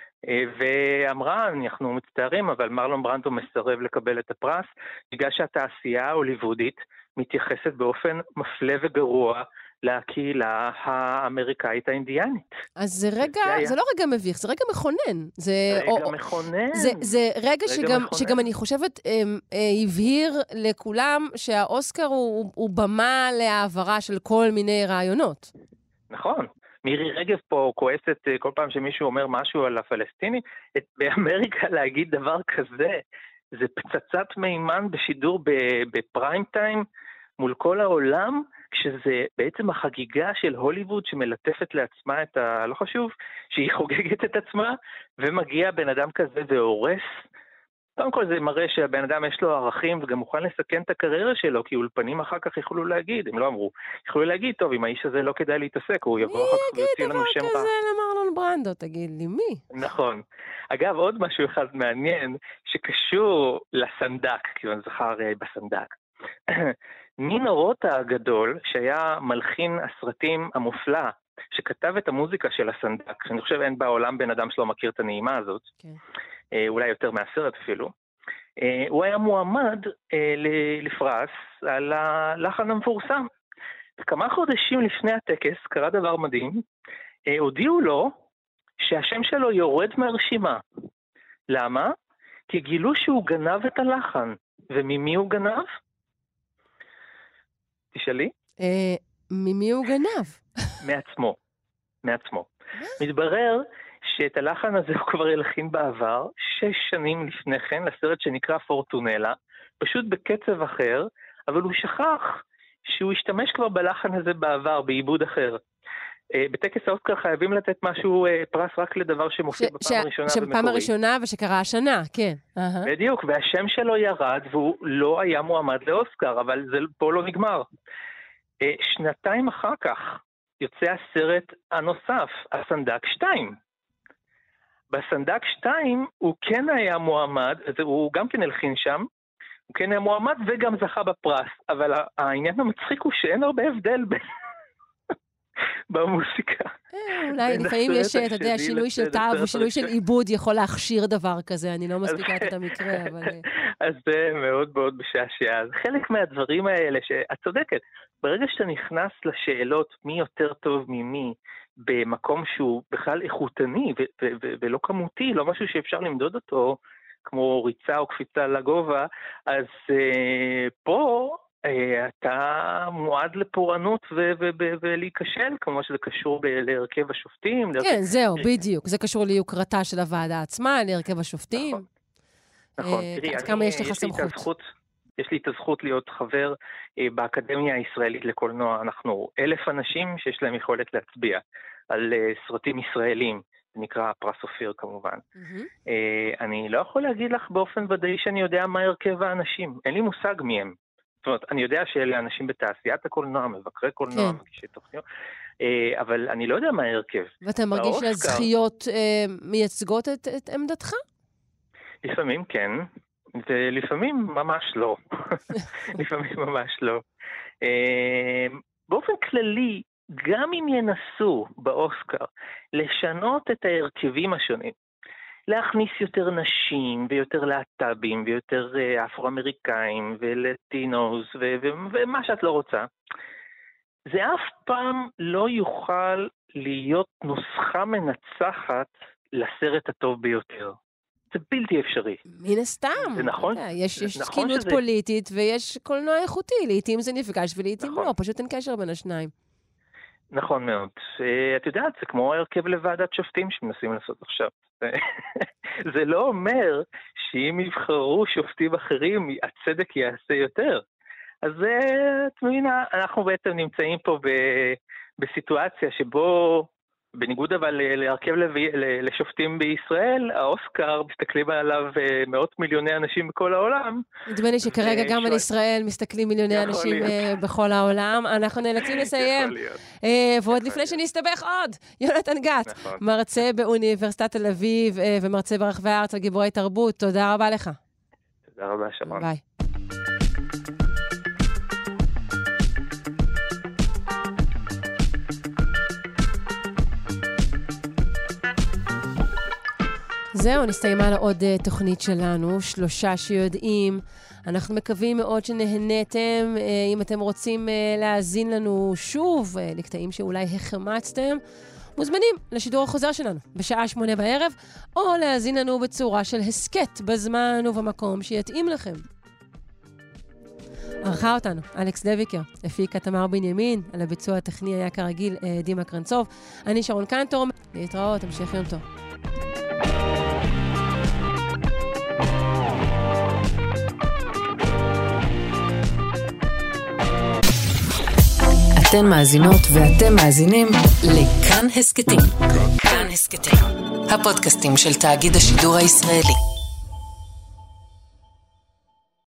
ואמרה, אנחנו מצטערים, אבל מרלון ברנדו מסרב לקבל את הפרס, בגלל שהתעשייה ההוליוודית מתייחסת באופן מפלה וגרוע לקהילה האמריקאית האינדיאנית. אז זה רגע, זה, זה לא רגע מביך, זה רגע מכונן. זה רגע או, מכונן. זה, זה רגע, רגע שגם, מכונן. שגם אני חושבת הם, אה, הבהיר לכולם שהאוסקר הוא, הוא במה להעברה של כל מיני רעיונות. נכון. מירי רגב פה כועסת כל פעם שמישהו אומר משהו על הפלסטיני, באמריקה להגיד דבר כזה, זה פצצת מימן בשידור בפריים טיים מול כל העולם, כשזה בעצם החגיגה של הוליווד שמלטפת לעצמה את ה... לא חשוב, שהיא חוגגת את עצמה, ומגיע בן אדם כזה והורס. קודם כל זה מראה שהבן אדם יש לו ערכים וגם מוכן לסכן את הקריירה שלו, כי אולפנים אחר כך יכולו להגיד, הם לא אמרו, יכולו להגיד, טוב, אם האיש הזה לא כדאי להתעסק, הוא יבוא אחר כך ויוציא לנו שם רע. מי יגיד דבר כזה למרלון ברנדו, תגיד לי, מי? נכון. אגב, עוד משהו אחד מעניין, שקשור לסנדק, כי הוא זכר בסנדק. נינו רוטה הגדול, שהיה מלחין הסרטים המופלא, שכתב את המוזיקה של הסנדק, שאני חושב אין בעולם בן אדם שלא מכיר את הנעימה הזאת, okay. אולי יותר מהסרט אפילו, הוא היה מועמד לפרס על הלחן המפורסם. כמה חודשים לפני הטקס קרה דבר מדהים, הודיעו לו שהשם שלו יורד מהרשימה. למה? כי גילו שהוא גנב את הלחן. וממי הוא גנב? תשאלי. ממי הוא גנב? מעצמו. מעצמו. מתברר שאת הלחן הזה הוא כבר הלחין בעבר, שש שנים לפני כן, לסרט שנקרא פורטונלה, פשוט בקצב אחר, אבל הוא שכח שהוא השתמש כבר בלחן הזה בעבר, בעיבוד אחר. בטקס האוסקר חייבים לתת משהו, פרס רק לדבר שמופיע ש- בפעם ש- הראשונה ומקורי. שבפעם הראשונה ושקרה השנה, כן. בדיוק, והשם שלו ירד, והוא לא היה מועמד לאוסקר, אבל זה פה לא נגמר. שנתיים אחר כך יוצא הסרט הנוסף, הסנדק שתיים. בסנדק שתיים הוא כן היה מועמד, הוא גם כן הלחין שם, הוא כן היה מועמד וגם זכה בפרס, אבל העניין המצחיק הוא שאין הרבה הבדל בין... במוסיקה. אולי לפעמים יש, אתה יודע, שינוי של תו ושינוי של עיבוד יכול להכשיר דבר כזה, אני לא מספיקה את המקרה, אבל... אז זה מאוד מאוד בשעשע. אז חלק מהדברים האלה, שאת צודקת, ברגע שאתה נכנס לשאלות מי יותר טוב ממי, במקום שהוא בכלל איכותני ולא כמותי, לא משהו שאפשר למדוד אותו, כמו ריצה או קפיצה לגובה, אז פה... אתה מועד לפורענות ולהיכשל, כמו שזה קשור להרכב השופטים. כן, זהו, בדיוק. זה קשור ליוקרתה של הוועדה עצמה, להרכב השופטים. נכון, תראי, כמה יש לך סמכות? יש לי את הזכות להיות חבר באקדמיה הישראלית לקולנוע. אנחנו אלף אנשים שיש להם יכולת להצביע על סרטים ישראלים. זה נקרא פרס אופיר כמובן. אני לא יכול להגיד לך באופן ודאי שאני יודע מה הרכב האנשים. אין לי מושג מי הם. זאת אומרת, אני יודע שאלה אנשים בתעשיית הקולנוע, מבקרי קולנוע, מגישי תוכניות, אבל אני לא יודע מה ההרכב. ואתה מרגיש שהזכיות מייצגות את עמדתך? לפעמים כן, ולפעמים ממש לא. לפעמים ממש לא. באופן כללי, גם אם ינסו באוסקר לשנות את ההרכבים השונים, להכניס יותר נשים ויותר להט"בים ויותר אפרו-אמריקאים ולטינוס ו- ו- ומה שאת לא רוצה, זה אף פעם לא יוכל להיות נוסחה מנצחת לסרט הטוב ביותר. זה בלתי אפשרי. מן הסתם. זה נכון. יש, יש נכון תקינות שזה... פוליטית ויש קולנוע איכותי. לעתים זה נפגש ולעתים נכון. לא. פשוט אין קשר בין השניים. נכון מאוד. את יודעת, זה כמו הרכב לוועדת שופטים שמנסים לעשות עכשיו. זה לא אומר שאם יבחרו שופטים אחרים, הצדק יעשה יותר. אז את מבינה, אנחנו בעצם נמצאים פה בסיטואציה שבו, בניגוד אבל להרכב לשופטים בישראל, האוסקר מסתכלים עליו מאות מיליוני אנשים בכל העולם. נדמה לי שכרגע גם על ישראל מסתכלים מיליוני אנשים בכל העולם. אנחנו נאלצים לסיים. ועוד לפני שנסתבך עוד, יונתן גת, מרצה באוניברסיטת תל אביב ומרצה ברחבי הארץ על גיבורי תרבות. תודה רבה לך. תודה רבה, שרון. ביי. זהו, נסתיימה לעוד uh, תוכנית שלנו, שלושה שיודעים. אנחנו מקווים מאוד שנהנתם. Uh, אם אתם רוצים uh, להאזין לנו שוב, uh, לקטעים שאולי החמצתם, מוזמנים לשידור החוזר שלנו בשעה שמונה בערב, או להאזין לנו בצורה של הסקט בזמן ובמקום שיתאים לכם. ערכה אותנו אלכס דביקר, הפיקה תמר בנימין, על הביצוע הטכני היה כרגיל uh, דימה קרנצוב. אני שרון קנטור, להתראות, המשך יום טוב. אתן מאזינות ואתם מאזינים לכאן הסקטים. כאן הסקטים, הפודקאסטים של תאגיד השידור הישראלי.